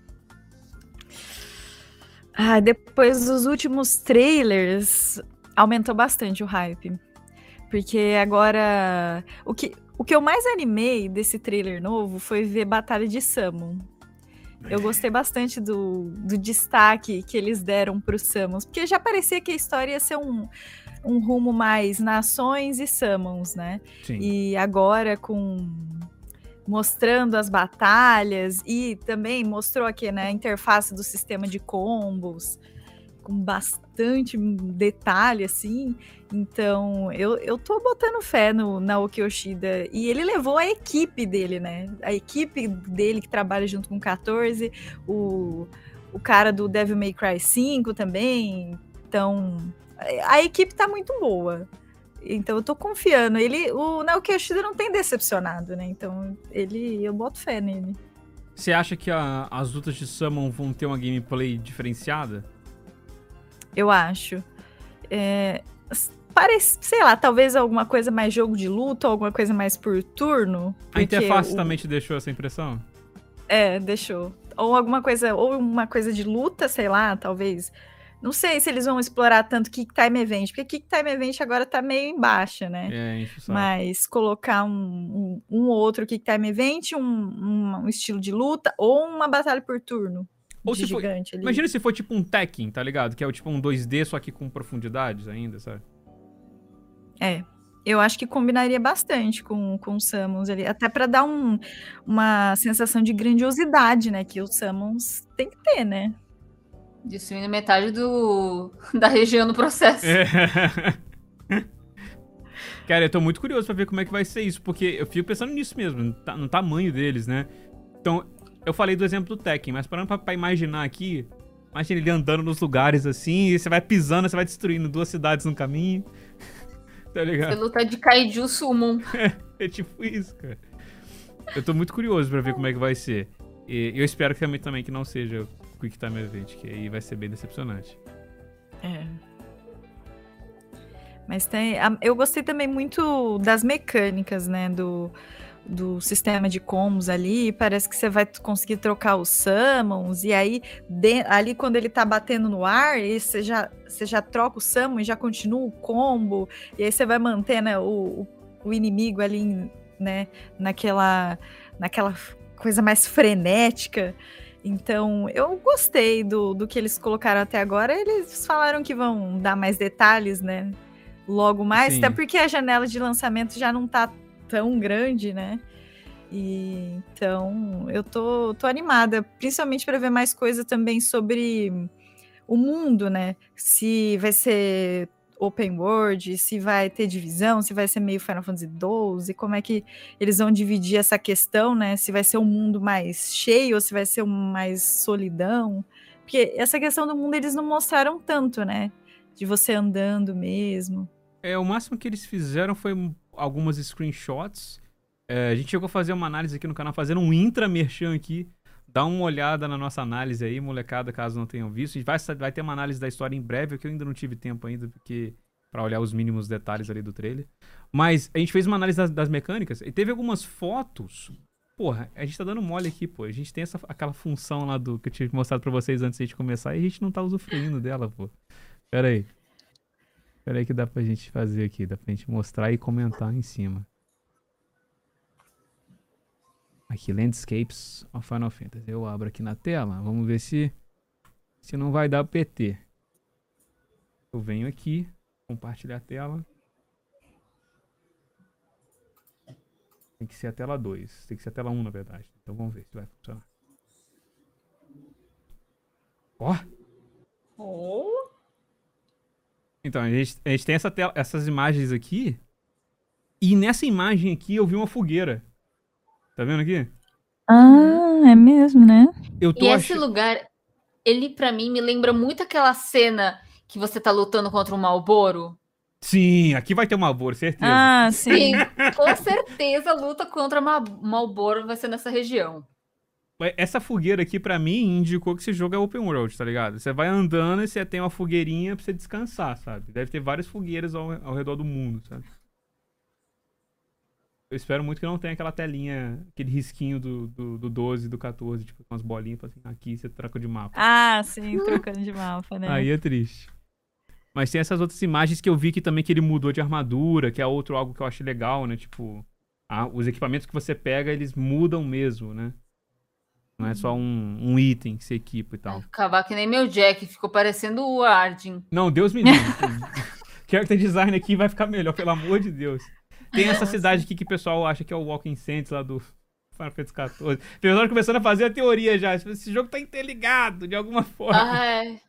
Depois dos últimos trailers, aumentou bastante o hype. Porque agora... O que eu mais animei desse trailer novo foi ver Batalha de Summon. Eu gostei bastante do destaque que eles deram pro Summons. Porque já parecia que a história ia ser um rumo mais nações e Summons, né? Sim. E agora mostrando as batalhas e também mostrou aqui, né, a interface do sistema de combos com bastante detalhe, assim. Então, eu tô botando fé no Naoki Yoshida. E ele levou a equipe dele, né? A equipe dele que trabalha junto com o 14, o cara do Devil May Cry 5 também. Então, a equipe tá muito boa. Então, eu tô confiando. O Naoki Yoshida não tem decepcionado, né? Então, eu boto fé nele. Você acha que as lutas de Summon vão ter uma gameplay diferenciada? Eu acho. Parece, sei lá, talvez alguma coisa mais jogo de luta, ou alguma coisa mais por turno. A interface também te deixou essa impressão? Deixou. Ou alguma coisa, ou uma coisa de luta, sei lá, talvez. Não sei se eles vão explorar tanto Kick Time Event, porque Kick Time Event agora tá meio em baixa, né? Enche o saco. Mas colocar um outro Kick Time Event, um estilo de luta, ou uma batalha por turno. Ou se gigante ali. Imagina se for tipo um Tekken, tá ligado? Que é tipo um 2D, só que com profundidades ainda, sabe? Eu acho que combinaria bastante com o Summons ali. Até pra dar uma sensação de grandiosidade, né? Que o Summons tem que ter, né? Destruindo metade da região no processo. Cara, eu tô muito curioso pra ver como é que vai ser isso, porque eu fico pensando nisso mesmo, no tamanho deles, né? Então, eu falei do exemplo do Tekken, mas parando pra imaginar aqui, imagina ele andando nos lugares assim, e você vai pisando, você vai destruindo 2 cidades no caminho. Tá ligado? Você luta de Kaiju Summon. É tipo isso, cara. Eu tô muito curioso pra ver como é que vai ser. E eu espero que realmente também que não seja Quick Time Event, que aí vai ser bem decepcionante. Mas eu gostei também muito das mecânicas, né, do sistema de combos ali. Parece que você vai conseguir trocar os summons, e aí ali quando ele tá batendo no ar, você já troca o summon e já continua o combo, e aí você vai manter, né, o inimigo ali, né, naquela coisa mais frenética. Então, eu gostei do que eles colocaram até agora. Eles falaram que vão dar mais detalhes, né, logo mais. Sim. Até porque a janela de lançamento já não tá tão grande, né? E então, eu tô animada, principalmente para ver mais coisa também sobre o mundo, né? Se vai ser open world, se vai ter divisão, se vai ser meio Final Fantasy XII, como é que eles vão dividir essa questão, né? Se vai ser um mundo mais cheio ou se vai ser mais solidão. Porque essa questão do mundo eles não mostraram tanto, né? De você andando mesmo. O máximo que eles fizeram foi algumas screenshots. A gente chegou a fazer uma análise aqui no canal, fazendo um intra-merchan aqui dá uma olhada na nossa análise aí, molecada, caso não tenham visto. A gente vai ter uma análise da história em breve, que eu ainda não tive tempo ainda, porque pra olhar os mínimos detalhes ali do trailer. Mas a gente fez uma análise das mecânicas e teve algumas fotos. Porra, a gente tá dando mole aqui, pô. A gente tem aquela função lá que eu tinha mostrado pra vocês antes de a gente começar e a gente não tá usufruindo dela, pô. Pera aí que dá pra gente fazer aqui. Dá pra gente mostrar e comentar em cima. Aqui, Landscapes of Final Fantasy. Eu abro aqui na tela. Vamos ver se não vai dar PT. Eu venho aqui, compartilhar a tela. Tem que ser a tela 2. Tem que ser a tela 1, na verdade. Então vamos ver se vai funcionar. Ó! Oh. Então, a gente tem essas imagens aqui. E nessa imagem aqui eu vi uma fogueira. Tá vendo aqui? Ah, é mesmo, né? Esse lugar, ele pra mim me lembra muito aquela cena que você tá lutando contra um Malboro. Sim, aqui vai ter um Malboro, certeza. Ah, sim. Com certeza a luta contra Malboro vai ser nessa região. Essa fogueira aqui, pra mim, indicou que esse jogo é open world, tá ligado? Você vai andando e você tem uma fogueirinha pra você descansar, sabe? Deve ter várias fogueiras ao redor do mundo, sabe? Eu espero muito que não tenha aquela telinha, aquele risquinho do 12, do 14, tipo, com umas bolinhas, assim, aqui você troca de mapa. Ah, sim, trocando de mapa, né? Aí é triste. Mas tem essas outras imagens que eu vi que também que ele mudou de armadura, que é algo que eu achei legal, né? Tipo, os equipamentos que você pega, eles mudam mesmo, né? Não é só um item que você equipa e tal. Acabar que nem meu Jack, ficou parecendo o Arden. Não, Deus me livre. Character design aqui vai ficar melhor, pelo amor de Deus. Tem essa cidade aqui que o pessoal acha que é o Walking Saints lá do Final Fantasy XIV. O pessoal começando a fazer a teoria já. Esse jogo tá interligado de alguma forma. Ai.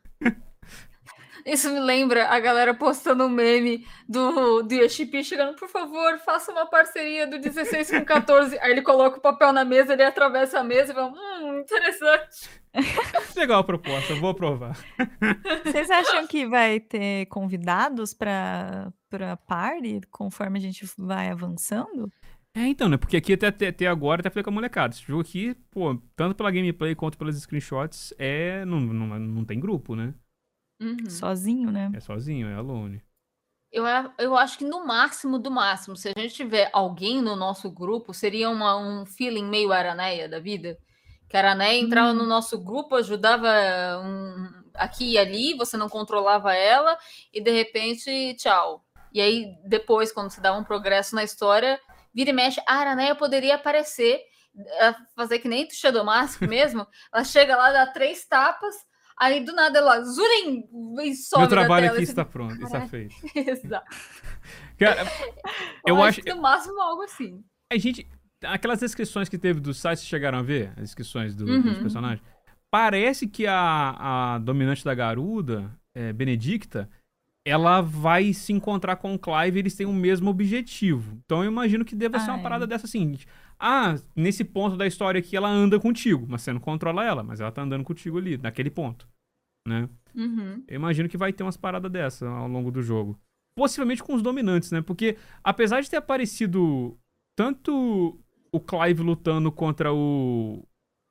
Isso me lembra a galera postando um meme do Yoshi chegando, por favor, faça uma parceria do 16 com 14. Aí ele coloca o papel na mesa, ele atravessa a mesa e fala, interessante. Legal a proposta, eu vou aprovar. Vocês acham que vai ter convidados pra party conforme a gente vai avançando? Então, né? Porque aqui até agora, até falei com a molecada. Esse jogo aqui, pô, tanto pela gameplay quanto pelas screenshots, não tem grupo, né? Uhum. Sozinho, né? É sozinho, é alone. Eu acho que no máximo do máximo, se a gente tiver alguém no nosso grupo, seria um feeling meio Araneia da vida. Que a Araneia entrava no nosso grupo, ajudava aqui e ali, você não controlava ela, e de repente, tchau. E aí, depois, quando se dá um progresso na história, vira e mexe, a Araneia poderia aparecer, fazer que nem do Shadow Mask mesmo, ela chega lá, dá 3 tapas, aí do nada ela zurim, e sobe. Meu trabalho tela, aqui assim, está pronto, está feito. Exato. Cara, eu acho que no máximo algo assim. Aquelas descrições que teve do site, vocês chegaram a ver? As descrições dos personagens? Parece que a dominante da Garuda, Benedicta, ela vai se encontrar com o Clive e eles têm o mesmo objetivo. Então eu imagino que deva ser uma parada dessa seguinte. Nesse ponto da história aqui ela anda contigo, mas você não controla ela, mas ela tá andando contigo ali, naquele ponto, né? Eu imagino que vai ter umas paradas dessa ao longo do jogo. Possivelmente com os dominantes, né? Porque apesar de ter aparecido tanto o Clive lutando contra o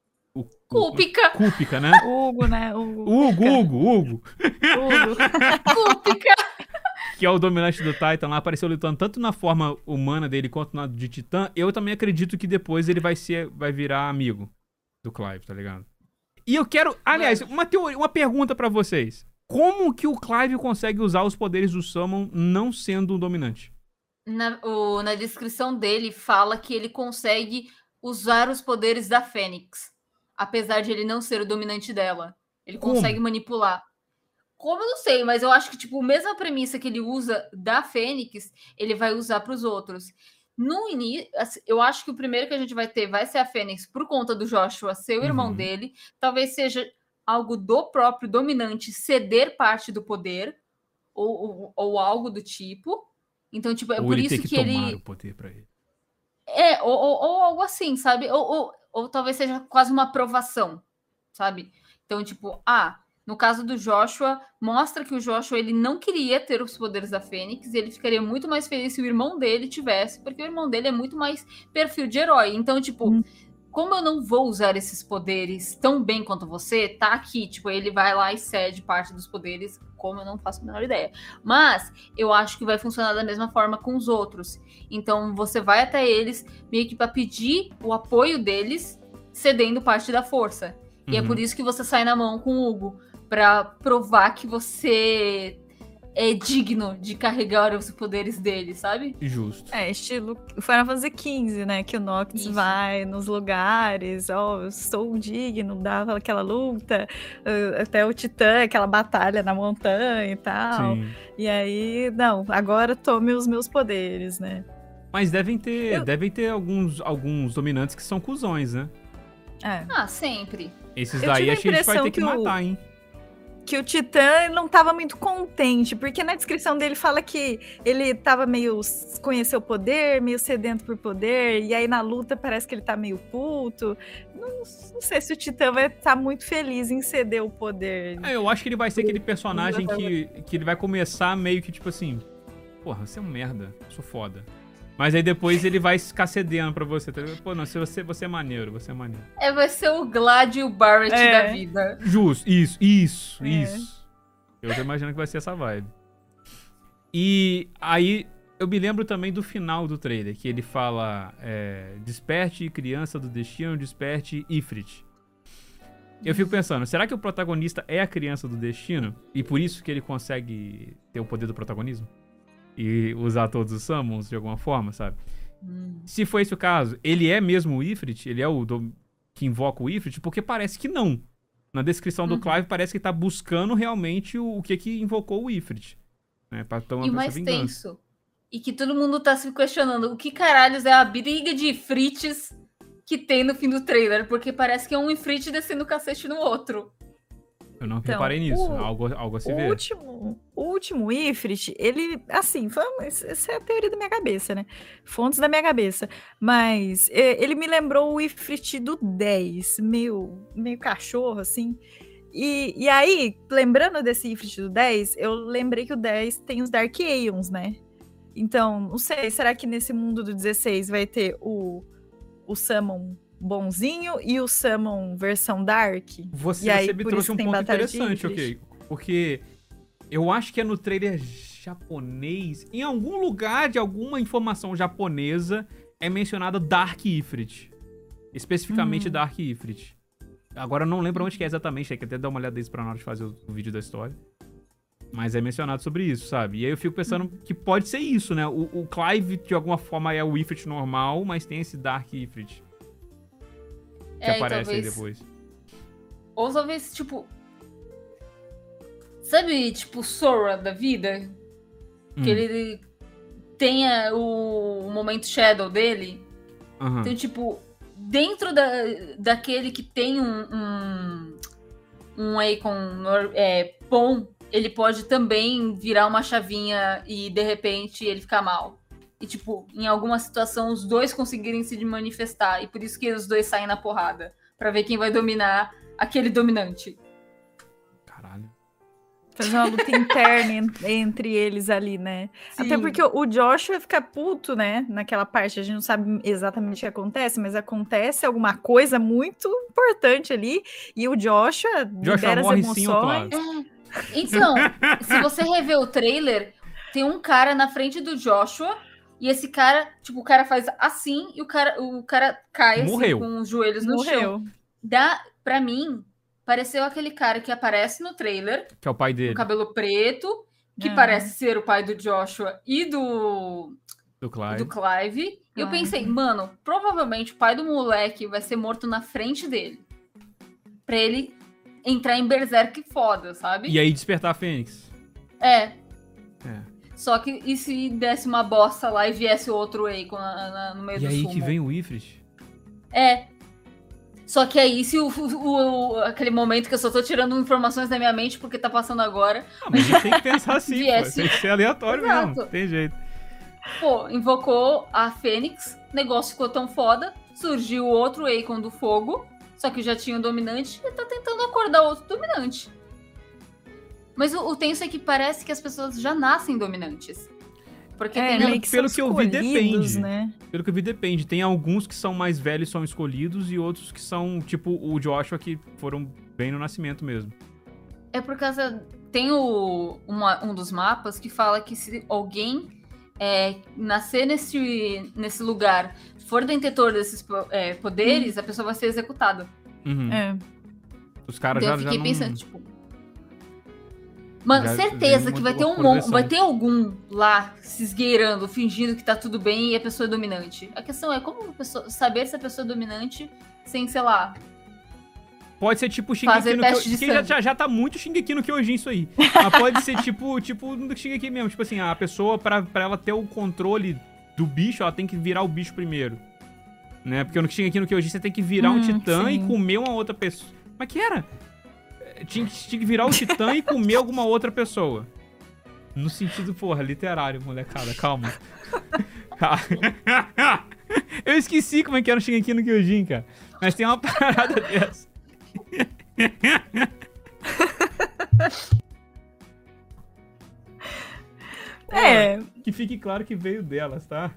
Cúpica, né? Hugo, né? Hugo. Cúpica. Que é o dominante do Titan lá, apareceu lutando tanto na forma humana dele quanto na de Titã. Eu também acredito que depois ele vai virar amigo do Clive, tá ligado? E eu quero, aliás, uma pergunta pra vocês. Como que o Clive consegue usar os poderes do Summon não sendo um dominante? Na descrição dele fala que ele consegue usar os poderes da Fênix, apesar de ele não ser o dominante dela. Ele consegue manipular. Como eu não sei, mas eu acho que tipo, a mesma premissa que ele usa da Fênix, ele vai usar para os outros. No início, eu acho que o primeiro que a gente vai ter vai ser a Fênix por conta do Joshua ser o irmão dele. Talvez seja algo do próprio dominante ceder parte do poder ou algo do tipo. Então, tipo, é por isso que ele tomar o poder pra ele. Ou algo assim, sabe? Ou talvez seja quase uma aprovação, sabe? Então, tipo, no caso do Joshua, mostra que o Joshua ele não queria ter os poderes da Fênix e ele ficaria muito mais feliz se o irmão dele tivesse, porque o irmão dele é muito mais perfil de herói. Então, tipo, como eu não vou usar esses poderes tão bem quanto você, tá aqui. Tipo, ele vai lá e cede parte dos poderes, como eu não faço a menor ideia. Mas eu acho que vai funcionar da mesma forma com os outros. Então você vai até eles meio que pra pedir o apoio deles, cedendo parte da força. E é por isso que você sai na mão com o Hugo, pra provar que você é digno de carregar os poderes dele, sabe? Justo. Estilo Final Fantasy XV, né? Que o Noctis Isso. vai nos lugares, eu sou digno, dava aquela luta, até o Titã, aquela batalha na montanha e tal. Sim. E aí, não, agora tome os meus poderes, né? Mas devem ter alguns dominantes que são cuzões, né? Ah, sempre. Esses Eu daí tive a acho que a gente vai impressão ter que que o- matar, hein? Que o Titã não tava muito contente, porque na descrição dele fala que ele tava meio conhecer o poder, meio sedento por poder, e aí na luta parece que ele tá meio puto. Não sei se o Titã vai estar muito feliz em ceder o poder. Eu acho que ele vai ser aquele personagem que ele vai começar meio que tipo assim, porra, você é um merda, eu sou foda. Mas aí depois ele vai ficar cedendo pra você. Tá? Pô, não, você é maneiro, você é maneiro. Vai ser o Glad e o Barrett da vida. Justo, isso. Eu tô imaginando que vai ser essa vibe. E aí, eu me lembro também do final do trailer, que ele fala, desperte criança do destino, desperte Ifrit. Eu fico pensando, será que o protagonista é a criança do destino? E por isso que ele consegue ter o poder do protagonismo? E usar todos os summons de alguma forma, sabe? Se for esse o caso, ele é mesmo o Ifrit? Ele é que invoca o Ifrit? Porque parece que não. Na descrição do Clive parece que tá buscando realmente o que invocou o Ifrit. Né, pra tomar E o mais essa vingança. tenso, e que todo mundo tá se questionando, o que caralhos é a briga de Ifrits que tem no fim do trailer? Porque parece que é um Ifrit descendo o cacete no outro. Eu não Então, reparei nisso. Algo a se O ver. último Ifrit, ele, assim, essa é a teoria da minha cabeça, né? Fontes da minha cabeça. Mas ele me lembrou o Ifrit do 10, meio cachorro, assim. E aí, lembrando desse Ifrit do 10, eu lembrei que o 10 tem os Dark Aeons, né? Então, não sei, será que nesse mundo do 16 vai ter o Summon bonzinho e o Summon versão Dark? Você por me trouxe isso um tem ponto batalha de interessante, Ifrit. ok? Porque eu acho que é no trailer japonês, em algum lugar de alguma informação japonesa, é mencionado Dark Ifrit. Especificamente Dark Ifrit. Agora eu não lembro onde que é exatamente, tem que até dar uma olhada nisso pra na hora de fazer o vídeo da história. Mas é mencionado sobre isso, sabe? E aí eu fico pensando que pode ser isso, né? O Clive, de alguma forma, é o Ifrit normal, mas tem esse Dark Ifrit. Que aparece aí depois. Ou talvez, tipo... Sabe, tipo, Sora da vida? Que ele tenha o momento Shadow dele. Então, tipo, dentro daquele que tem um Akon Pon, ele pode também virar uma chavinha e, de repente, ele ficar mal. E, tipo, em alguma situação, os dois conseguirem se manifestar. E por isso que os dois saem na porrada. Pra ver quem vai dominar aquele dominante. Caralho. Fazer uma luta interna entre eles ali, né? Sim. Até porque o Joshua fica puto, né? Naquela parte, a gente não sabe exatamente o que acontece, mas acontece alguma coisa muito importante ali. E o Joshua libera as morre emoções. sim, claro. Então, se você rever o trailer, tem um cara na frente do Joshua. E esse cara, tipo, o cara faz assim e o cara cai Morreu. assim com os joelhos no chão. Pra mim, pareceu aquele cara que aparece no trailer, Que é o pai com dele. cabelo preto, que parece ser o pai do Joshua e do Clive. E eu pensei, mano, provavelmente o pai do moleque vai ser morto na frente dele. Pra ele entrar em Berserk foda, sabe? E aí despertar a Fênix. É. Só que e se desse uma bosta lá e viesse outro Akon no meio do E aí sumo? que vem o Ifrit? Só que aí, se aquele momento que eu só tô tirando informações da minha mente porque tá passando agora... Mas a gente tem que pensar assim, Viesse- pô. Tem que ser aleatório Exato. mesmo. Tem jeito. Pô, invocou a Fênix, negócio ficou tão foda, surgiu outro Akon do fogo, só que já tinha um dominante e tá tentando acordar outro dominante. Mas o tenso é que parece que as pessoas já nascem dominantes. Porque É, tem meio que pelo são que eu vi, escolhidos, depende. né? Pelo que eu vi, depende. Tem alguns que são mais velhos e são escolhidos e outros que são, tipo, o Joshua, que foram bem no nascimento mesmo. É por causa... Tem um dos mapas que fala que se alguém nascer nesse lugar, for detentor desses poderes, a pessoa vai ser executada. Uhum. É. Os caras Daí já eu fiquei não... pensando, tipo... Mano, Já certeza vem que uma vai progressão. ter algum lá se esgueirando, fingindo que tá tudo bem e a pessoa é dominante. A questão é como saber se a pessoa é dominante sem, sei lá... Pode ser tipo Fazer Shingeki no teste de Kyojin, que sangue. já tá muito Shingeki no Kyojin isso aí. Mas pode ser tipo no Shingeki mesmo. Tipo assim, a pessoa, pra ela ter o controle do bicho, ela tem que virar o bicho primeiro. Né? Porque no Shingeki no Kyojin você tem que virar um titã e sim. comer uma outra pessoa. Mas que era? Tinha que virar o titã e comer alguma outra pessoa. No sentido, porra, literário, molecada. Calma. Eu esqueci como é que era o Shingeki no Kyojin, cara. Mas tem uma parada dessa. É. Que fique claro que veio delas, tá?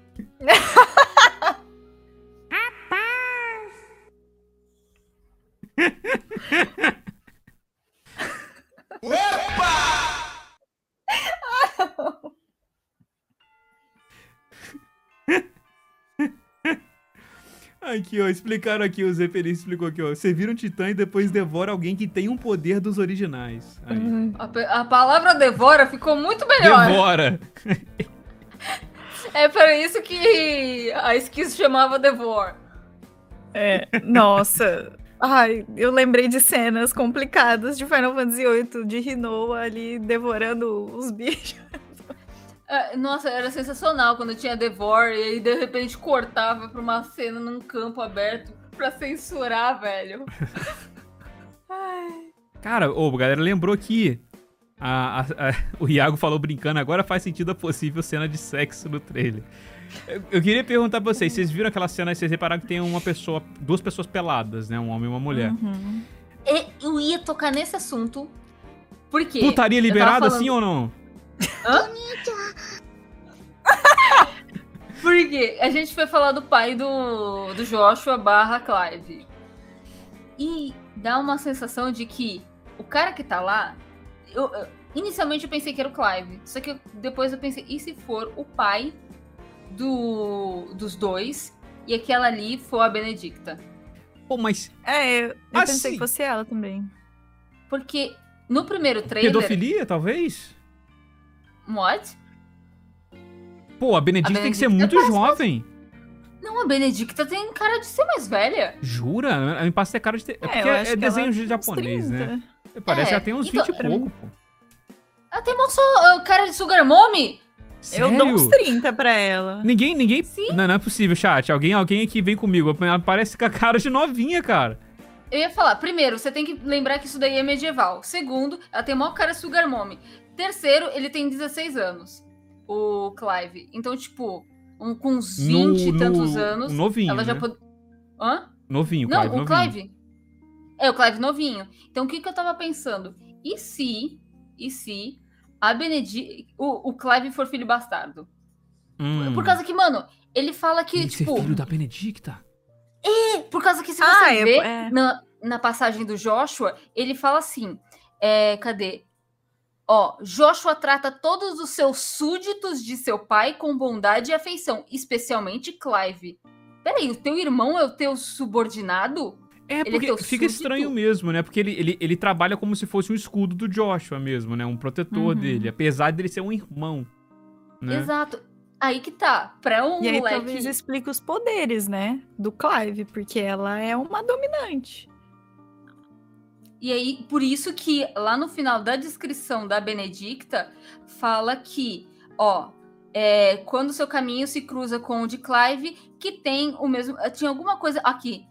Aqui, ó, explicaram aqui, o Zé Peris explicou aqui, ó. Você vira um titã e depois devora alguém que tem um poder dos originais. Aí. A palavra devora ficou muito melhor. Devora! É por isso que a esquiz chamava Devor. É, nossa. Ai, eu lembrei de cenas complicadas de Final Fantasy VIII, de Rinoa ali devorando os bichos. Nossa, era sensacional quando tinha Devor e aí de repente cortava pra uma cena num campo aberto pra censurar, velho. Cara, a galera lembrou que o Iago falou brincando, agora faz sentido a possível cena de sexo no trailer. Eu queria perguntar pra vocês viram aquela cena e vocês repararam que tem duas pessoas peladas, né? Um homem e uma mulher. Uhum. Eu ia tocar nesse assunto, porque... Putaria eu tava liberada falando- sim ou não? Hã? Porque a gente foi falar do pai do Joshua / Clive. E dá uma sensação de que o cara que tá lá... inicialmente eu pensei que era o Clive. Só que depois eu pensei, e se for o pai dos dois e aquela ali for a Benedicta? Pô, mas Eu Assim. pensei que fosse ela também. Porque no primeiro trailer... pedofilia, talvez? What? Pô, a Benedicta tem que ser muito parece jovem. Não, a Benedicta tem cara de ser mais velha. Jura? Ela me passa ter cara de ter... É porque eu acho é que desenho ela tem uns japonês, 30. né? Parece que ela tem uns então, 20 e pouco, pô. Ela tem cara de Sugar Mommy. Eu dou uns Sério? 30 pra ela. Ninguém... Sim. Não é possível, chat. Alguém aqui vem comigo. Ela parece com a cara de novinha, cara. Eu ia falar, primeiro, você tem que lembrar que isso daí é medieval. Segundo, ela tem maior cara de Sugar Mommy. Terceiro, ele tem 16 anos, o Clive. Então, tipo, com uns 20 e tantos anos... Novinho, ela já né? pode... Hã? Novinho, Não, Clive, o novinho. Clive. É, o Clive novinho. Então, o que eu tava pensando? E se a Benedicta... O Clive for filho bastardo? Por causa que, mano, ele fala que, Ele ser tipo... filho da Benedicta? Por causa que se você vê é. na passagem do Joshua, ele fala assim, cadê? Ó, Joshua trata todos os seus súditos de seu pai com bondade e afeição, especialmente Clive. Peraí, o teu irmão é o teu subordinado? É, Ele é porque teu fica súdito? estranho mesmo, né? Porque ele trabalha como se fosse um escudo do Joshua mesmo, né? Um protetor Uhum. dele, apesar dele ser um irmão, né? Exato. Aí que tá, pra um E aí moleque... talvez explique os poderes, né? Do Clive, porque ela é uma dominante. E aí, por isso que lá no final da descrição da Benedicta, fala que, quando seu caminho se cruza com o de Clive, que tem o mesmo... Tinha alguma coisa aqui.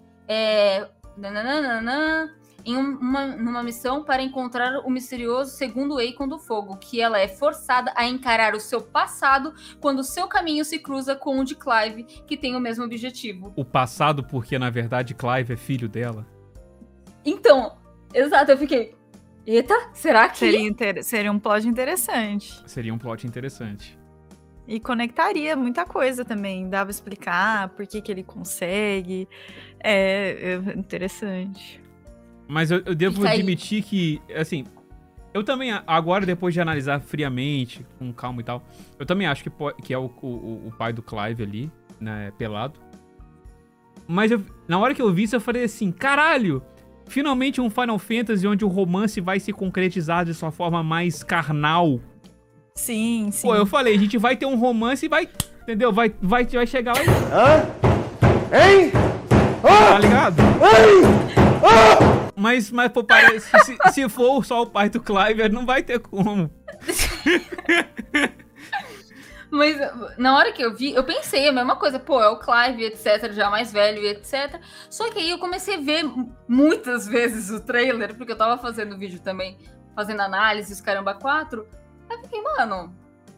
Numa missão para encontrar o misterioso segundo Eikon do Fogo, que ela é forçada a encarar o seu passado quando seu caminho se cruza com o de Clive, que tem o mesmo objetivo. O passado, porque na verdade Clive é filho dela. Então, exato, eu fiquei... Eita, será que... Seria um plot interessante. Seria um plot interessante. E conectaria muita coisa também. Dava pra explicar por que ele consegue. É interessante. Mas eu devo admitir que, assim, eu também, agora, depois de analisar friamente, com calma e tal, eu também acho que é o pai do Clive ali, né, pelado. Mas na hora que eu vi isso, eu falei assim, caralho, finalmente um Final Fantasy onde o romance vai se concretizar de sua forma mais carnal. Sim. Pô, eu falei, a gente vai ter um romance e vai, entendeu? Vai chegar lá e... Hein? Tá ligado? Mas pô, parece que se for só o pai do Clive, não vai ter como. Mas na hora que eu vi, eu pensei a mesma coisa. Pô, é o Clive, etc, já mais velho, etc. Só que aí eu comecei a ver muitas vezes o trailer, porque eu tava fazendo vídeo também, fazendo análise, os caramba 4. Aí eu fiquei, mano,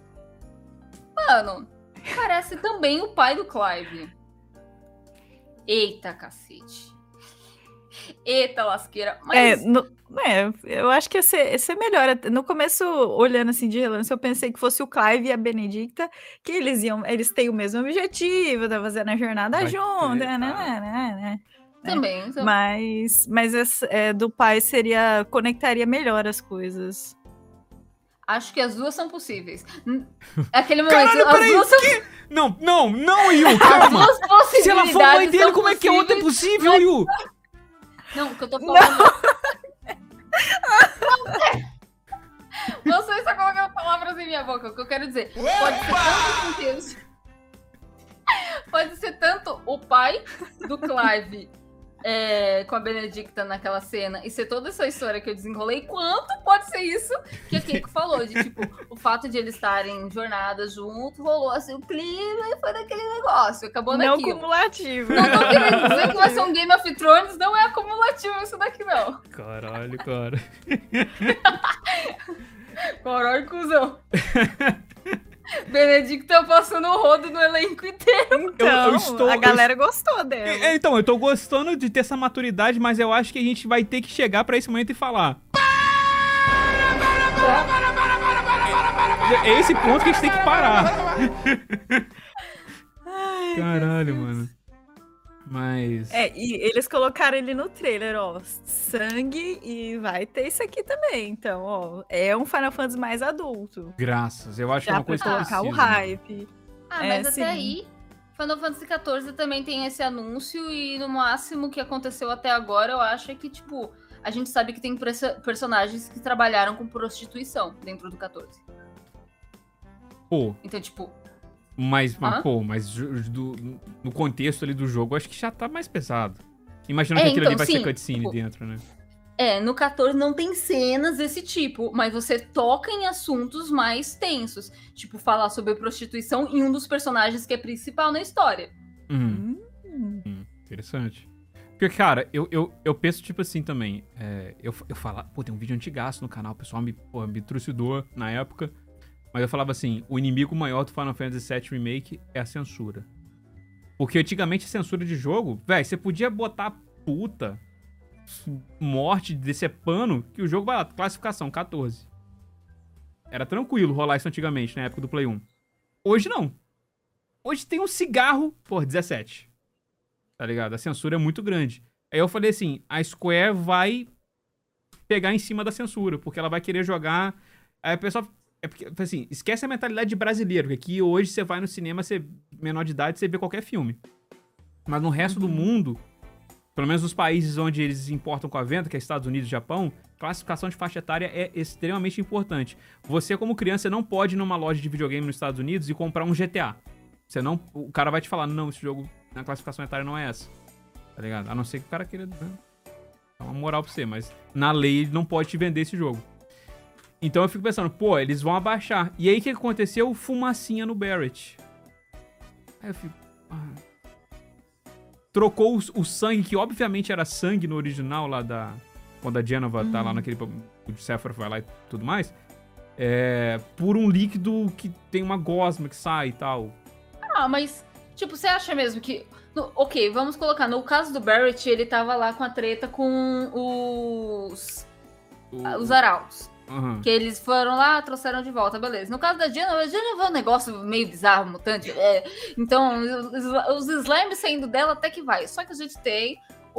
parece também o pai do Clive. Eita, cacete. Eita, lasqueira. Mas... eu acho que ia ser melhor. No começo, olhando assim de relance, eu pensei que fosse o Clive e a Benedicta, que eles têm o mesmo objetivo, tá fazendo a jornada junto, né? Também. Mas do pai conectaria melhor as coisas. Acho que as duas são possíveis. Aquele momento, Caralho, as duas são... Não, Yu, calma. As duas possibilidades. Se ela for mãe dele, como é que a outra é possível, Yu? Não, o que eu tô falando... Você está colocando palavras em minha boca. O que eu quero dizer, pode ser tanto o pai do Clive com a Benedicta naquela cena e ser toda essa história que eu desenrolei, quanto pode ser isso que a Keiko falou, de tipo, o fato de eles estarem em jornada junto, rolou assim o clima e foi daquele negócio, acabou naquilo. Não cumulativo. Não tô querendo dizer que vai ser um Game of Thrones, não é acumulativo isso daqui, não. Caralho, cara. Caralho, cuzão. Benedicta passando o rodo no elenco inteiro. Então, a galera gostou dela. Então, eu tô gostando de ter essa maturidade, mas eu acho que a gente vai ter que chegar pra esse momento e falar. É esse ponto que a gente tem que parar. Caralho, mano. Mas... e eles colocaram ele no trailer, ó, sangue, e vai ter isso aqui também. Então, ó, é um Final Fantasy mais adulto. Graças, eu acho que é uma coisa que colocar o hype. Mas até aí, Final Fantasy XIV também tem esse anúncio, e no máximo que aconteceu até agora, eu acho é que, tipo, a gente sabe que tem personagens que trabalharam com prostituição dentro do 14. Pô. Então, tipo... Mas no contexto ali do jogo, acho que já tá mais pesado. Imaginando que aquilo ali vai ser cutscene dentro, né? No 14 não tem cenas desse tipo, mas você toca em assuntos mais tensos. Tipo, falar sobre prostituição em um dos personagens que é principal na história. Interessante. Porque, cara, eu penso, tipo assim, também. Eu falo, pô, tem um vídeo antigaço no canal, o pessoal me trucidou na época. Mas eu falava assim, o inimigo maior do Final Fantasy VII Remake é a censura. Porque antigamente a censura de jogo, velho, você podia botar puta, morte, decepando, que o jogo vai lá, classificação 14. Era tranquilo rolar isso antigamente, na época do Play 1. Hoje não. Hoje tem um cigarro, 17. Tá ligado? A censura é muito grande. Aí eu falei assim, a Square vai pegar em cima da censura, porque ela vai querer jogar... Aí a pessoa... porque, assim, esquece a mentalidade de brasileiro, porque aqui hoje você vai no cinema, você menor de idade, você vê qualquer filme. Mas no resto do mundo, pelo menos nos países onde eles importam com a venda, que é Estados Unidos e Japão, classificação de faixa etária é extremamente importante. Você, como criança, não pode ir numa loja de videogame nos Estados Unidos e comprar um GTA. O cara vai te falar, não, esse jogo na classificação etária não é essa. Tá ligado? A não ser que o cara queira dar uma moral pra você, mas na lei ele não pode te vender esse jogo. Então eu fico pensando, pô, eles vão abaixar. E aí o que aconteceu? Fumacinha no Barrett. Aí eu fico... Trocou o sangue, que obviamente era sangue no original lá da... Quando a Jenova tá lá naquele... O Sephiroth vai lá e tudo mais. Por um líquido que tem uma gosma que sai e tal. Mas... Tipo, você acha mesmo que... Ok, vamos colocar. No caso do Barrett, ele tava lá com a treta com os arautos. Uhum. Que eles foram lá, trouxeram de volta, beleza. No caso da Diana, a Diana foi um negócio meio bizarro, mutante. Então, os slimes saindo dela até que vai. Só que a gente tem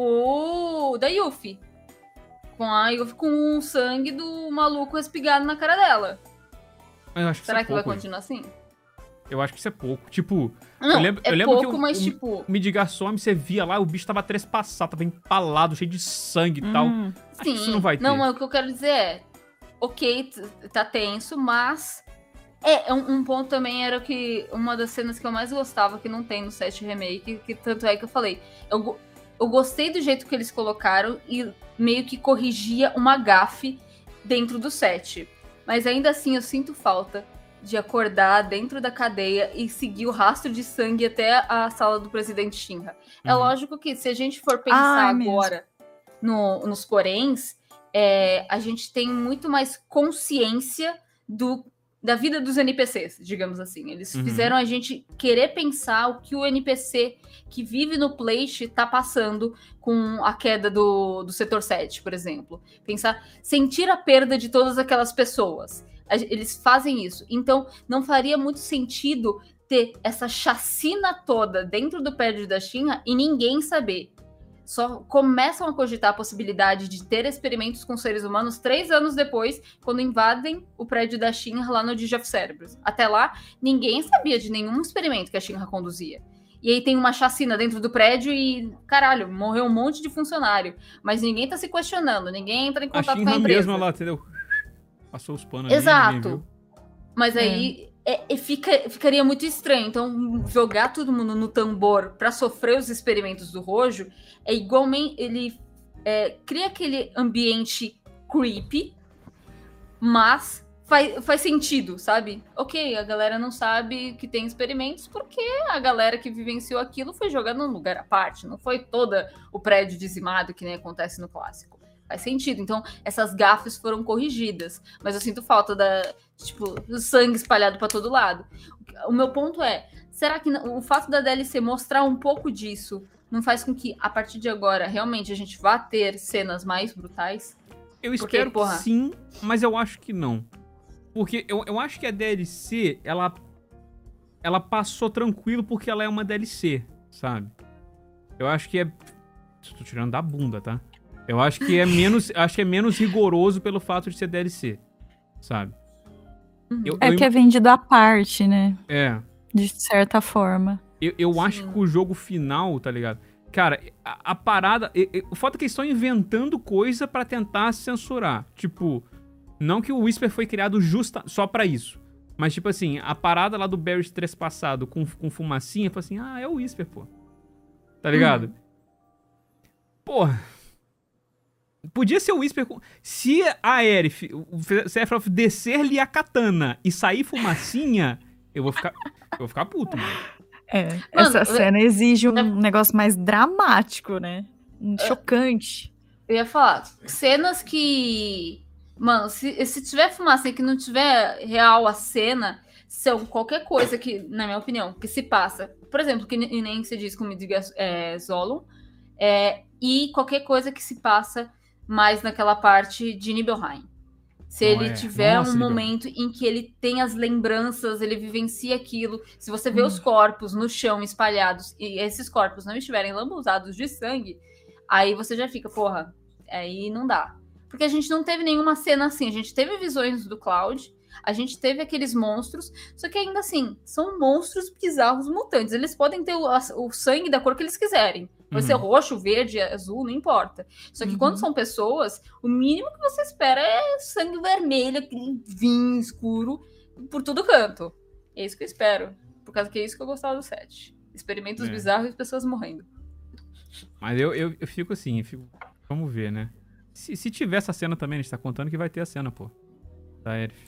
o da Yuffie. Com a Yuffie com o sangue do maluco respigado na cara dela. Eu acho que Será isso é que vai pouco, continuar assim? Eu acho que isso é pouco. Tipo, Não, eu lembro pouco, que mas o tipo... Midgar some, você via lá, o bicho tava trespassado, tava empalado, cheio de sangue e tal. Acho que isso não vai ter. Não, mas o que eu quero dizer é... Ok, tá tenso, mas... Um ponto também era que... Uma das cenas que eu mais gostava, que não tem no 7 Remake, que tanto é que eu falei... Eu gostei do jeito que eles colocaram e meio que corrigia uma gafe dentro do 7. Mas ainda assim, eu sinto falta de acordar dentro da cadeia e seguir o rastro de sangue até a sala do presidente Shinra. É lógico que se a gente for pensar agora nos poréns, a gente tem muito mais consciência da vida dos NPCs, digamos assim. Eles fizeram a gente querer pensar o que o NPC que vive no Place tá passando com a queda do setor 7, por exemplo. Sentir a perda de todas aquelas pessoas. Eles fazem isso. Então, não faria muito sentido ter essa chacina toda dentro do prédio da Shinra e ninguém saber. Só começam a cogitar a possibilidade de ter experimentos com seres humanos 3 anos depois, quando invadem o prédio da Shinra lá no Digi of Cérebros. Até lá, ninguém sabia de nenhum experimento que a Shinra conduzia. E aí tem uma chacina dentro do prédio e, caralho, morreu um monte de funcionário. Mas ninguém tá se questionando, ninguém entra em contato com a empresa. Mesmo lá, entendeu? Passou os panos Exato. Mas aí ficaria muito estranho. Então, jogar todo mundo no tambor pra sofrer os experimentos do Rojo é igualmente... Ele cria aquele ambiente creepy, mas faz sentido, sabe? Ok, a galera não sabe que tem experimentos porque a galera que vivenciou aquilo foi jogada num lugar à parte. Não foi todo o prédio dizimado que nem acontece no clássico. Faz sentido. Então, essas gafes foram corrigidas. Mas eu sinto falta do sangue espalhado pra todo lado. O meu ponto é, será que o fato da DLC mostrar um pouco disso não faz com que, a partir de agora, realmente a gente vá ter cenas mais brutais? Eu espero que sim, mas eu acho que não. Porque eu acho que a DLC, ela passou tranquilo porque ela é uma DLC, sabe? Eu acho que tô tirando da bunda, tá? Eu acho que é menos rigoroso pelo fato de ser DLC, sabe? Que é vendido à parte, né? De certa forma. Eu acho que o jogo final, tá ligado? Cara, a parada... O fato é que eles estão inventando coisa pra tentar censurar. Tipo, não que o Whisper foi criado só pra isso. Mas, tipo assim, a parada lá do Barry trespassado com fumacinha, foi assim, é o Whisper, pô. Tá ligado? Porra. Podia ser o Whisper... Se a Aerith, o Sephiroth descer-lhe a katana e sair fumacinha, eu vou ficar puto, mano. Essa cena exige um negócio mais dramático, né? Chocante. Eu ia falar, cenas que... Mano, se tiver fumaça e que não tiver real a cena, são qualquer coisa que, na minha opinião, que se passa. Por exemplo, que nem se diz com Midgar Zolom, e qualquer coisa que se passa mais naquela parte de Nibelheim. Se ele tiver um momento em que ele tem as lembranças, ele vivencia aquilo. Se você vê os corpos no chão espalhados e esses corpos não estiverem lambuzados de sangue, aí você já fica, porra, aí não dá. Porque a gente não teve nenhuma cena assim. A gente teve visões do Cloud, a gente teve aqueles monstros, só que ainda assim, são monstros bizarros mutantes. Eles podem ter o sangue da cor que eles quiserem. Pode ser roxo, verde, azul, não importa. Só que quando são pessoas, o mínimo que você espera é sangue vermelho, aquele vinho escuro, por todo canto. É isso que eu espero. Por causa que é isso que eu gostava do 7. Experimentos bizarros e pessoas morrendo. Mas eu fico assim, vamos ver, né? Se tiver essa cena também, a gente tá contando que vai ter a cena, pô. Da Aerith.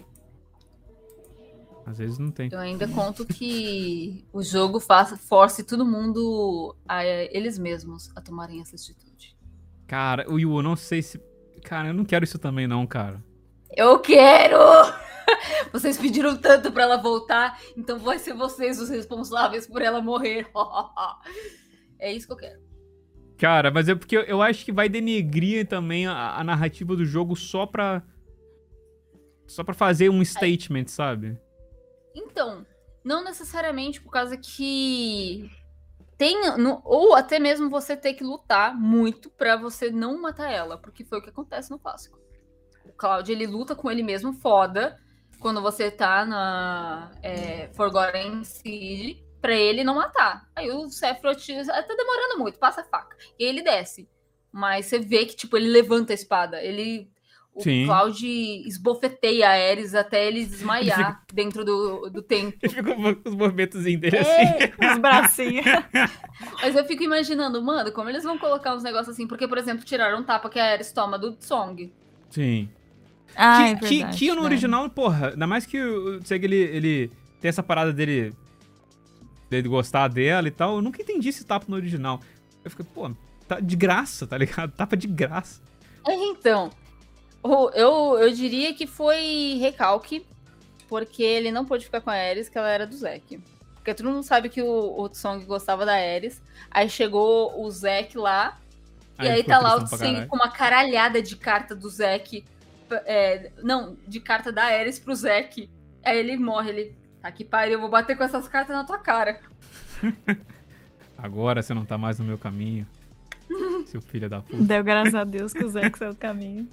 Às vezes não tem. Eu ainda conto que o jogo force todo mundo eles mesmos a tomarem essa atitude. Cara, o Yu, eu não sei se... Cara, eu não quero isso também não, cara. Eu quero! Vocês pediram tanto pra ela voltar, então vai ser vocês os responsáveis por ela morrer. É isso que eu quero. Cara, mas é porque eu acho que vai denegrir também a narrativa do jogo só pra Só pra fazer um statement, sabe? Então, não necessariamente por causa que ou até mesmo você ter que lutar muito pra você não matar ela, porque foi o que acontece no clássico. O Cloud, ele luta com ele mesmo foda quando você tá na Forgotten City pra ele não matar. Aí o Sephiroth tá demorando muito, passa a faca. E aí ele desce. Mas você vê que, tipo, ele levanta a espada. O Cloud esbofeteia a Ares até ele desmaiar dentro do templo. Ele fica com os movimentos dele assim. Os bracinhos. Mas eu fico imaginando, mano, como eles vão colocar uns negócios assim. Porque, por exemplo, tiraram um tapa que a Ares toma do Tsong. Sim. Ah, é verdade. Que no original, porra, ainda mais que o Tseng, ele tem essa parada dele gostar dela e tal. Eu nunca entendi esse tapa no original. Eu fiquei, pô, tá de graça, tá ligado? Tapa de graça. Então, eu diria que foi recalque, porque ele não pôde ficar com a Ares, que ela era do Zack. Porque todo mundo sabe que o Tsong gostava da Ares. Aí chegou o Zack lá, e aí tá lá o Tseng com uma caralhada de carta do Zack. Não, de carta da Ares pro Zack. Aí ele morre, ele... Tá que pariu, eu vou bater com essas cartas na tua cara. Agora você não tá mais no meu caminho. Seu filho da puta. Deu graças a Deus que o Zack saiu do caminho.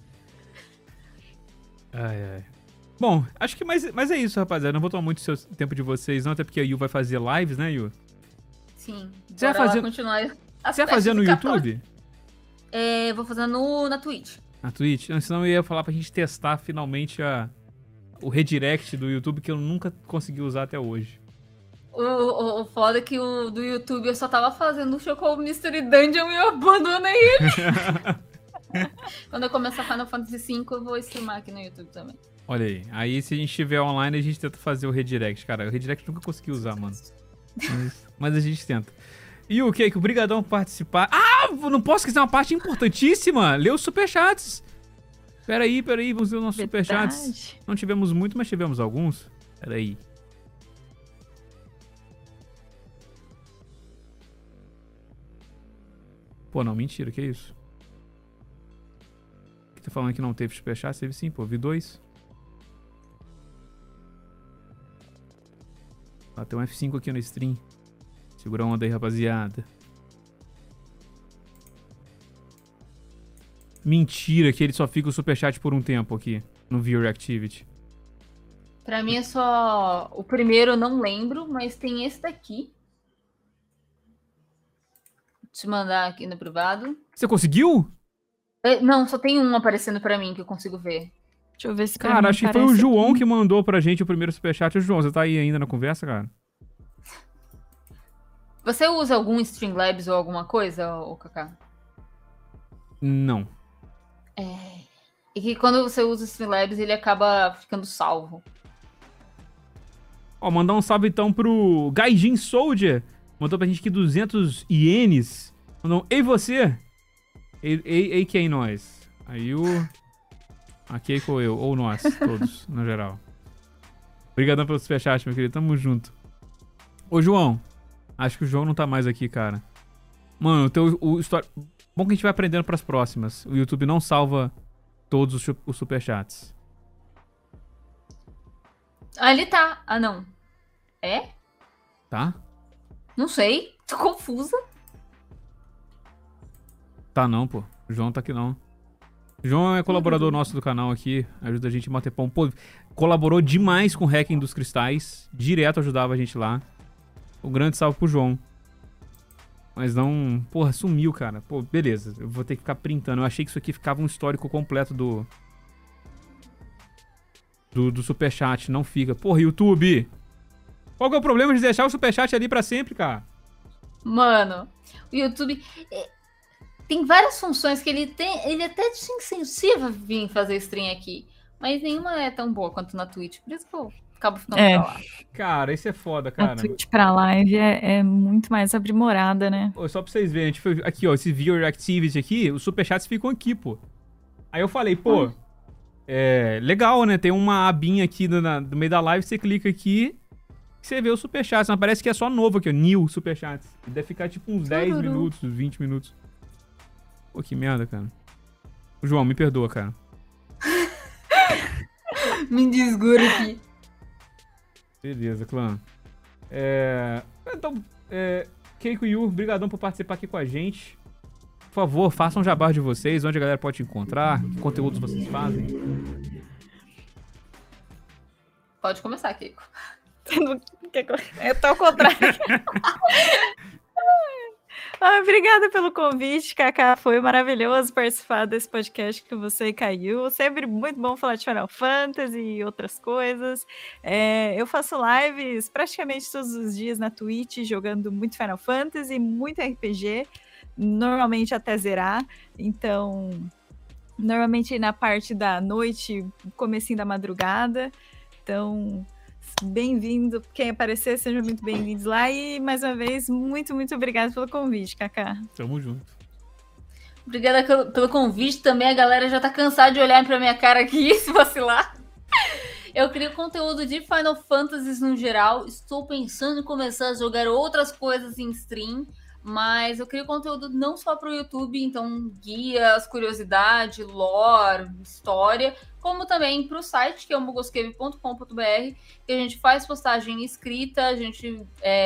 Ai. Bom, acho que mas é isso, rapaziada. Não vou tomar muito seu tempo de vocês, não. Até porque a Yu vai fazer lives, né, Yu? Sim. Você vai fazer, Você vai fazer no YouTube? Vou fazer na Twitch. Na Twitch? Senão eu ia falar pra gente testar finalmente o redirect do YouTube, que eu nunca consegui usar até hoje. O foda é que o do YouTube eu só tava fazendo o Chocobo Mystery Dungeon e eu abandonei ele. Quando eu começar Final Fantasy V, eu vou streamar aqui no YouTube também. Olha aí. Aí se a gente estiver online, a gente tenta fazer o redirect. Cara, o redirect eu nunca consegui usar, mano. Mas a gente tenta. E o Keiko, brigadão por participar. Ah, não posso esquecer uma parte importantíssima. Ler os superchats. Peraí, vamos ler os nossos superchats. Não tivemos muito, mas tivemos alguns. Peraí. Pô, não, mentira, que isso? Tá falando que não teve superchat? Teve sim, pô, vi 2. Bateu um F5 aqui no stream. Segura a onda aí, rapaziada. Mentira que ele só fica o superchat por um tempo aqui, no Viewer Activity. Pra mim é só... O primeiro eu não lembro, mas tem esse daqui. Vou te mandar aqui no privado. Você conseguiu? Não, só tem um aparecendo pra mim que eu consigo ver. Deixa eu ver se... Cara, acho que foi o João que mandou pra gente o primeiro superchat. João, você tá aí ainda na conversa, cara? Você usa algum Streamlabs ou alguma coisa, ô Kaká? Não. E que quando você usa o Streamlabs, ele acaba ficando salvo. Ó, mandar um salve então pro Gaijin Soldier. Mandou pra gente aqui 200 ienes. Mandou um, ei você. Ei quem nós? Aí o... A Keiko ou eu, ou nós, todos, no geral. Obrigadão pelo superchat, meu querido. Tamo junto. Ô, João. Acho que o João não tá mais aqui, cara. Mano, bom que a gente vai aprendendo pras próximas. O YouTube não salva todos os superchats. Ah, ele tá. Ah, não. É? Tá? Não sei. Tô confusa. Tá não, pô. O João tá aqui não. O João é colaborador nosso do canal aqui. Ajuda a gente a bater pão. Pô, colaborou demais com o hacking dos cristais. Direto ajudava a gente lá. Um grande salve pro João. Mas não... Porra, sumiu, cara. Pô, beleza. Eu vou ter que ficar printando. Eu achei que isso aqui ficava um histórico completo do superchat. Não fica. Porra, YouTube! Qual que é o problema de deixar o superchat ali pra sempre, cara? Mano, o YouTube... Tem várias funções que ele até te incentiva a vir fazer stream aqui. Mas nenhuma é tão boa quanto na Twitch. Por isso que eu acabo ficando pra lá. Cara, isso é foda, cara. A Twitch pra live é muito mais aprimorada, né? Pô, só pra vocês verem, a gente foi aqui, ó, esse Viewer Activity aqui, os superchats ficam aqui, pô. Aí eu falei, pô, legal, né? Tem uma abinha aqui no meio da live, você clica aqui e você vê o superchat. Mas parece que é só novo aqui, ó, new superchats. Deve ficar tipo uns 10 minutos, 20 minutos. Pô, que merda, cara. João, me perdoa, cara. Me desgura aqui. Beleza, clã. Então, Keiko e Yu, brigadão por participar aqui com a gente. Por favor, façam um jabá de vocês, onde a galera pode te encontrar, que conteúdos vocês fazem. Pode começar, Keiko. Eu tô ao contrário. Obrigada pelo convite, Kaká. Foi maravilhoso participar desse podcast com você e Caio. Sempre muito bom falar de Final Fantasy e outras coisas. Eu faço lives praticamente todos os dias na Twitch, jogando muito Final Fantasy, muito RPG, normalmente até zerar. Então, normalmente na parte da noite, comecinho da madrugada. Então, bem-vindo. Quem aparecer, sejam muito bem-vindos lá. E, mais uma vez, muito, muito obrigada pelo convite, Kaká. Tamo junto. Obrigada pelo convite também. A galera já tá cansada de olhar pra minha cara aqui, se vacilar. Eu crio conteúdo de Final Fantasy no geral. Estou pensando em começar a jogar outras coisas em stream. Mas eu crio conteúdo não só para o YouTube, então guias, curiosidade, lore, história, como também para o site, que é o mugoscave.com.br, que a gente faz postagem escrita, a gente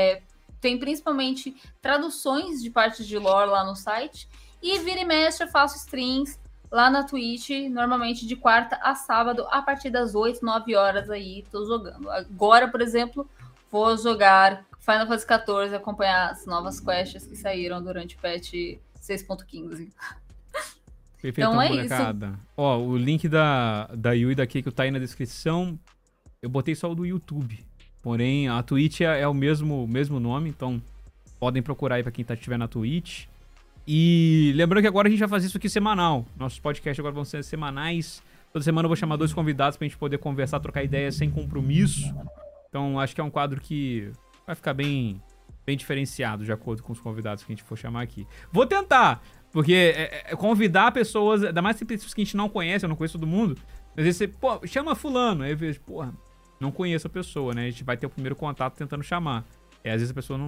tem principalmente traduções de partes de lore lá no site, e vira e mexe eu faço streams lá na Twitch, normalmente de quarta a sábado, a partir das 8, 9 horas aí, tô jogando. Agora, por exemplo, vou jogar Final Fantasy XIV e acompanhar as novas quests que saíram durante o patch 6.15. Perfeitão, então é molecada. isso. Ó, o link da Yu e da Keiko tá aí na descrição. Eu botei só o do YouTube. Porém, a Twitch é o mesmo nome, então podem procurar aí pra quem estiver na Twitch. E lembrando que agora a gente vai fazer isso aqui semanal. Nossos podcasts agora vão ser semanais. Toda semana eu vou chamar 2 convidados pra gente poder conversar, trocar ideias sem compromisso. Então, acho que é um quadro que vai ficar bem diferenciado, de acordo com os convidados que a gente for chamar aqui. Vou tentar, porque convidar pessoas, ainda mais pessoas que a gente não conhece, eu não conheço todo mundo. Às vezes você, chama fulano. Aí eu vejo, não conheço a pessoa, né? A gente vai ter o primeiro contato tentando chamar. Às vezes a pessoa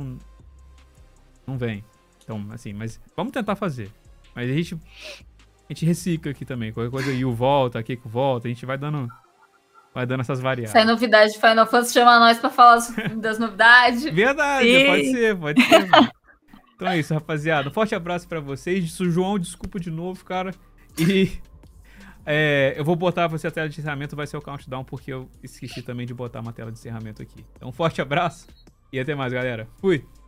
não vem. Então, assim, mas vamos tentar fazer. Mas a gente recicla aqui também. Qualquer coisa, Yu volta, Keiko volta, a gente vai dando essas variáveis. Sai novidade de Final Fantasy, chama nós pra falar das novidades. Verdade, Sim. pode ser. Mano. Então é isso, rapaziada. Um forte abraço pra vocês. João, desculpa de novo, cara. E eu vou botar você a tela de encerramento, vai ser o countdown, porque eu esqueci também de botar uma tela de encerramento aqui. Então um forte abraço e até mais, galera. Fui!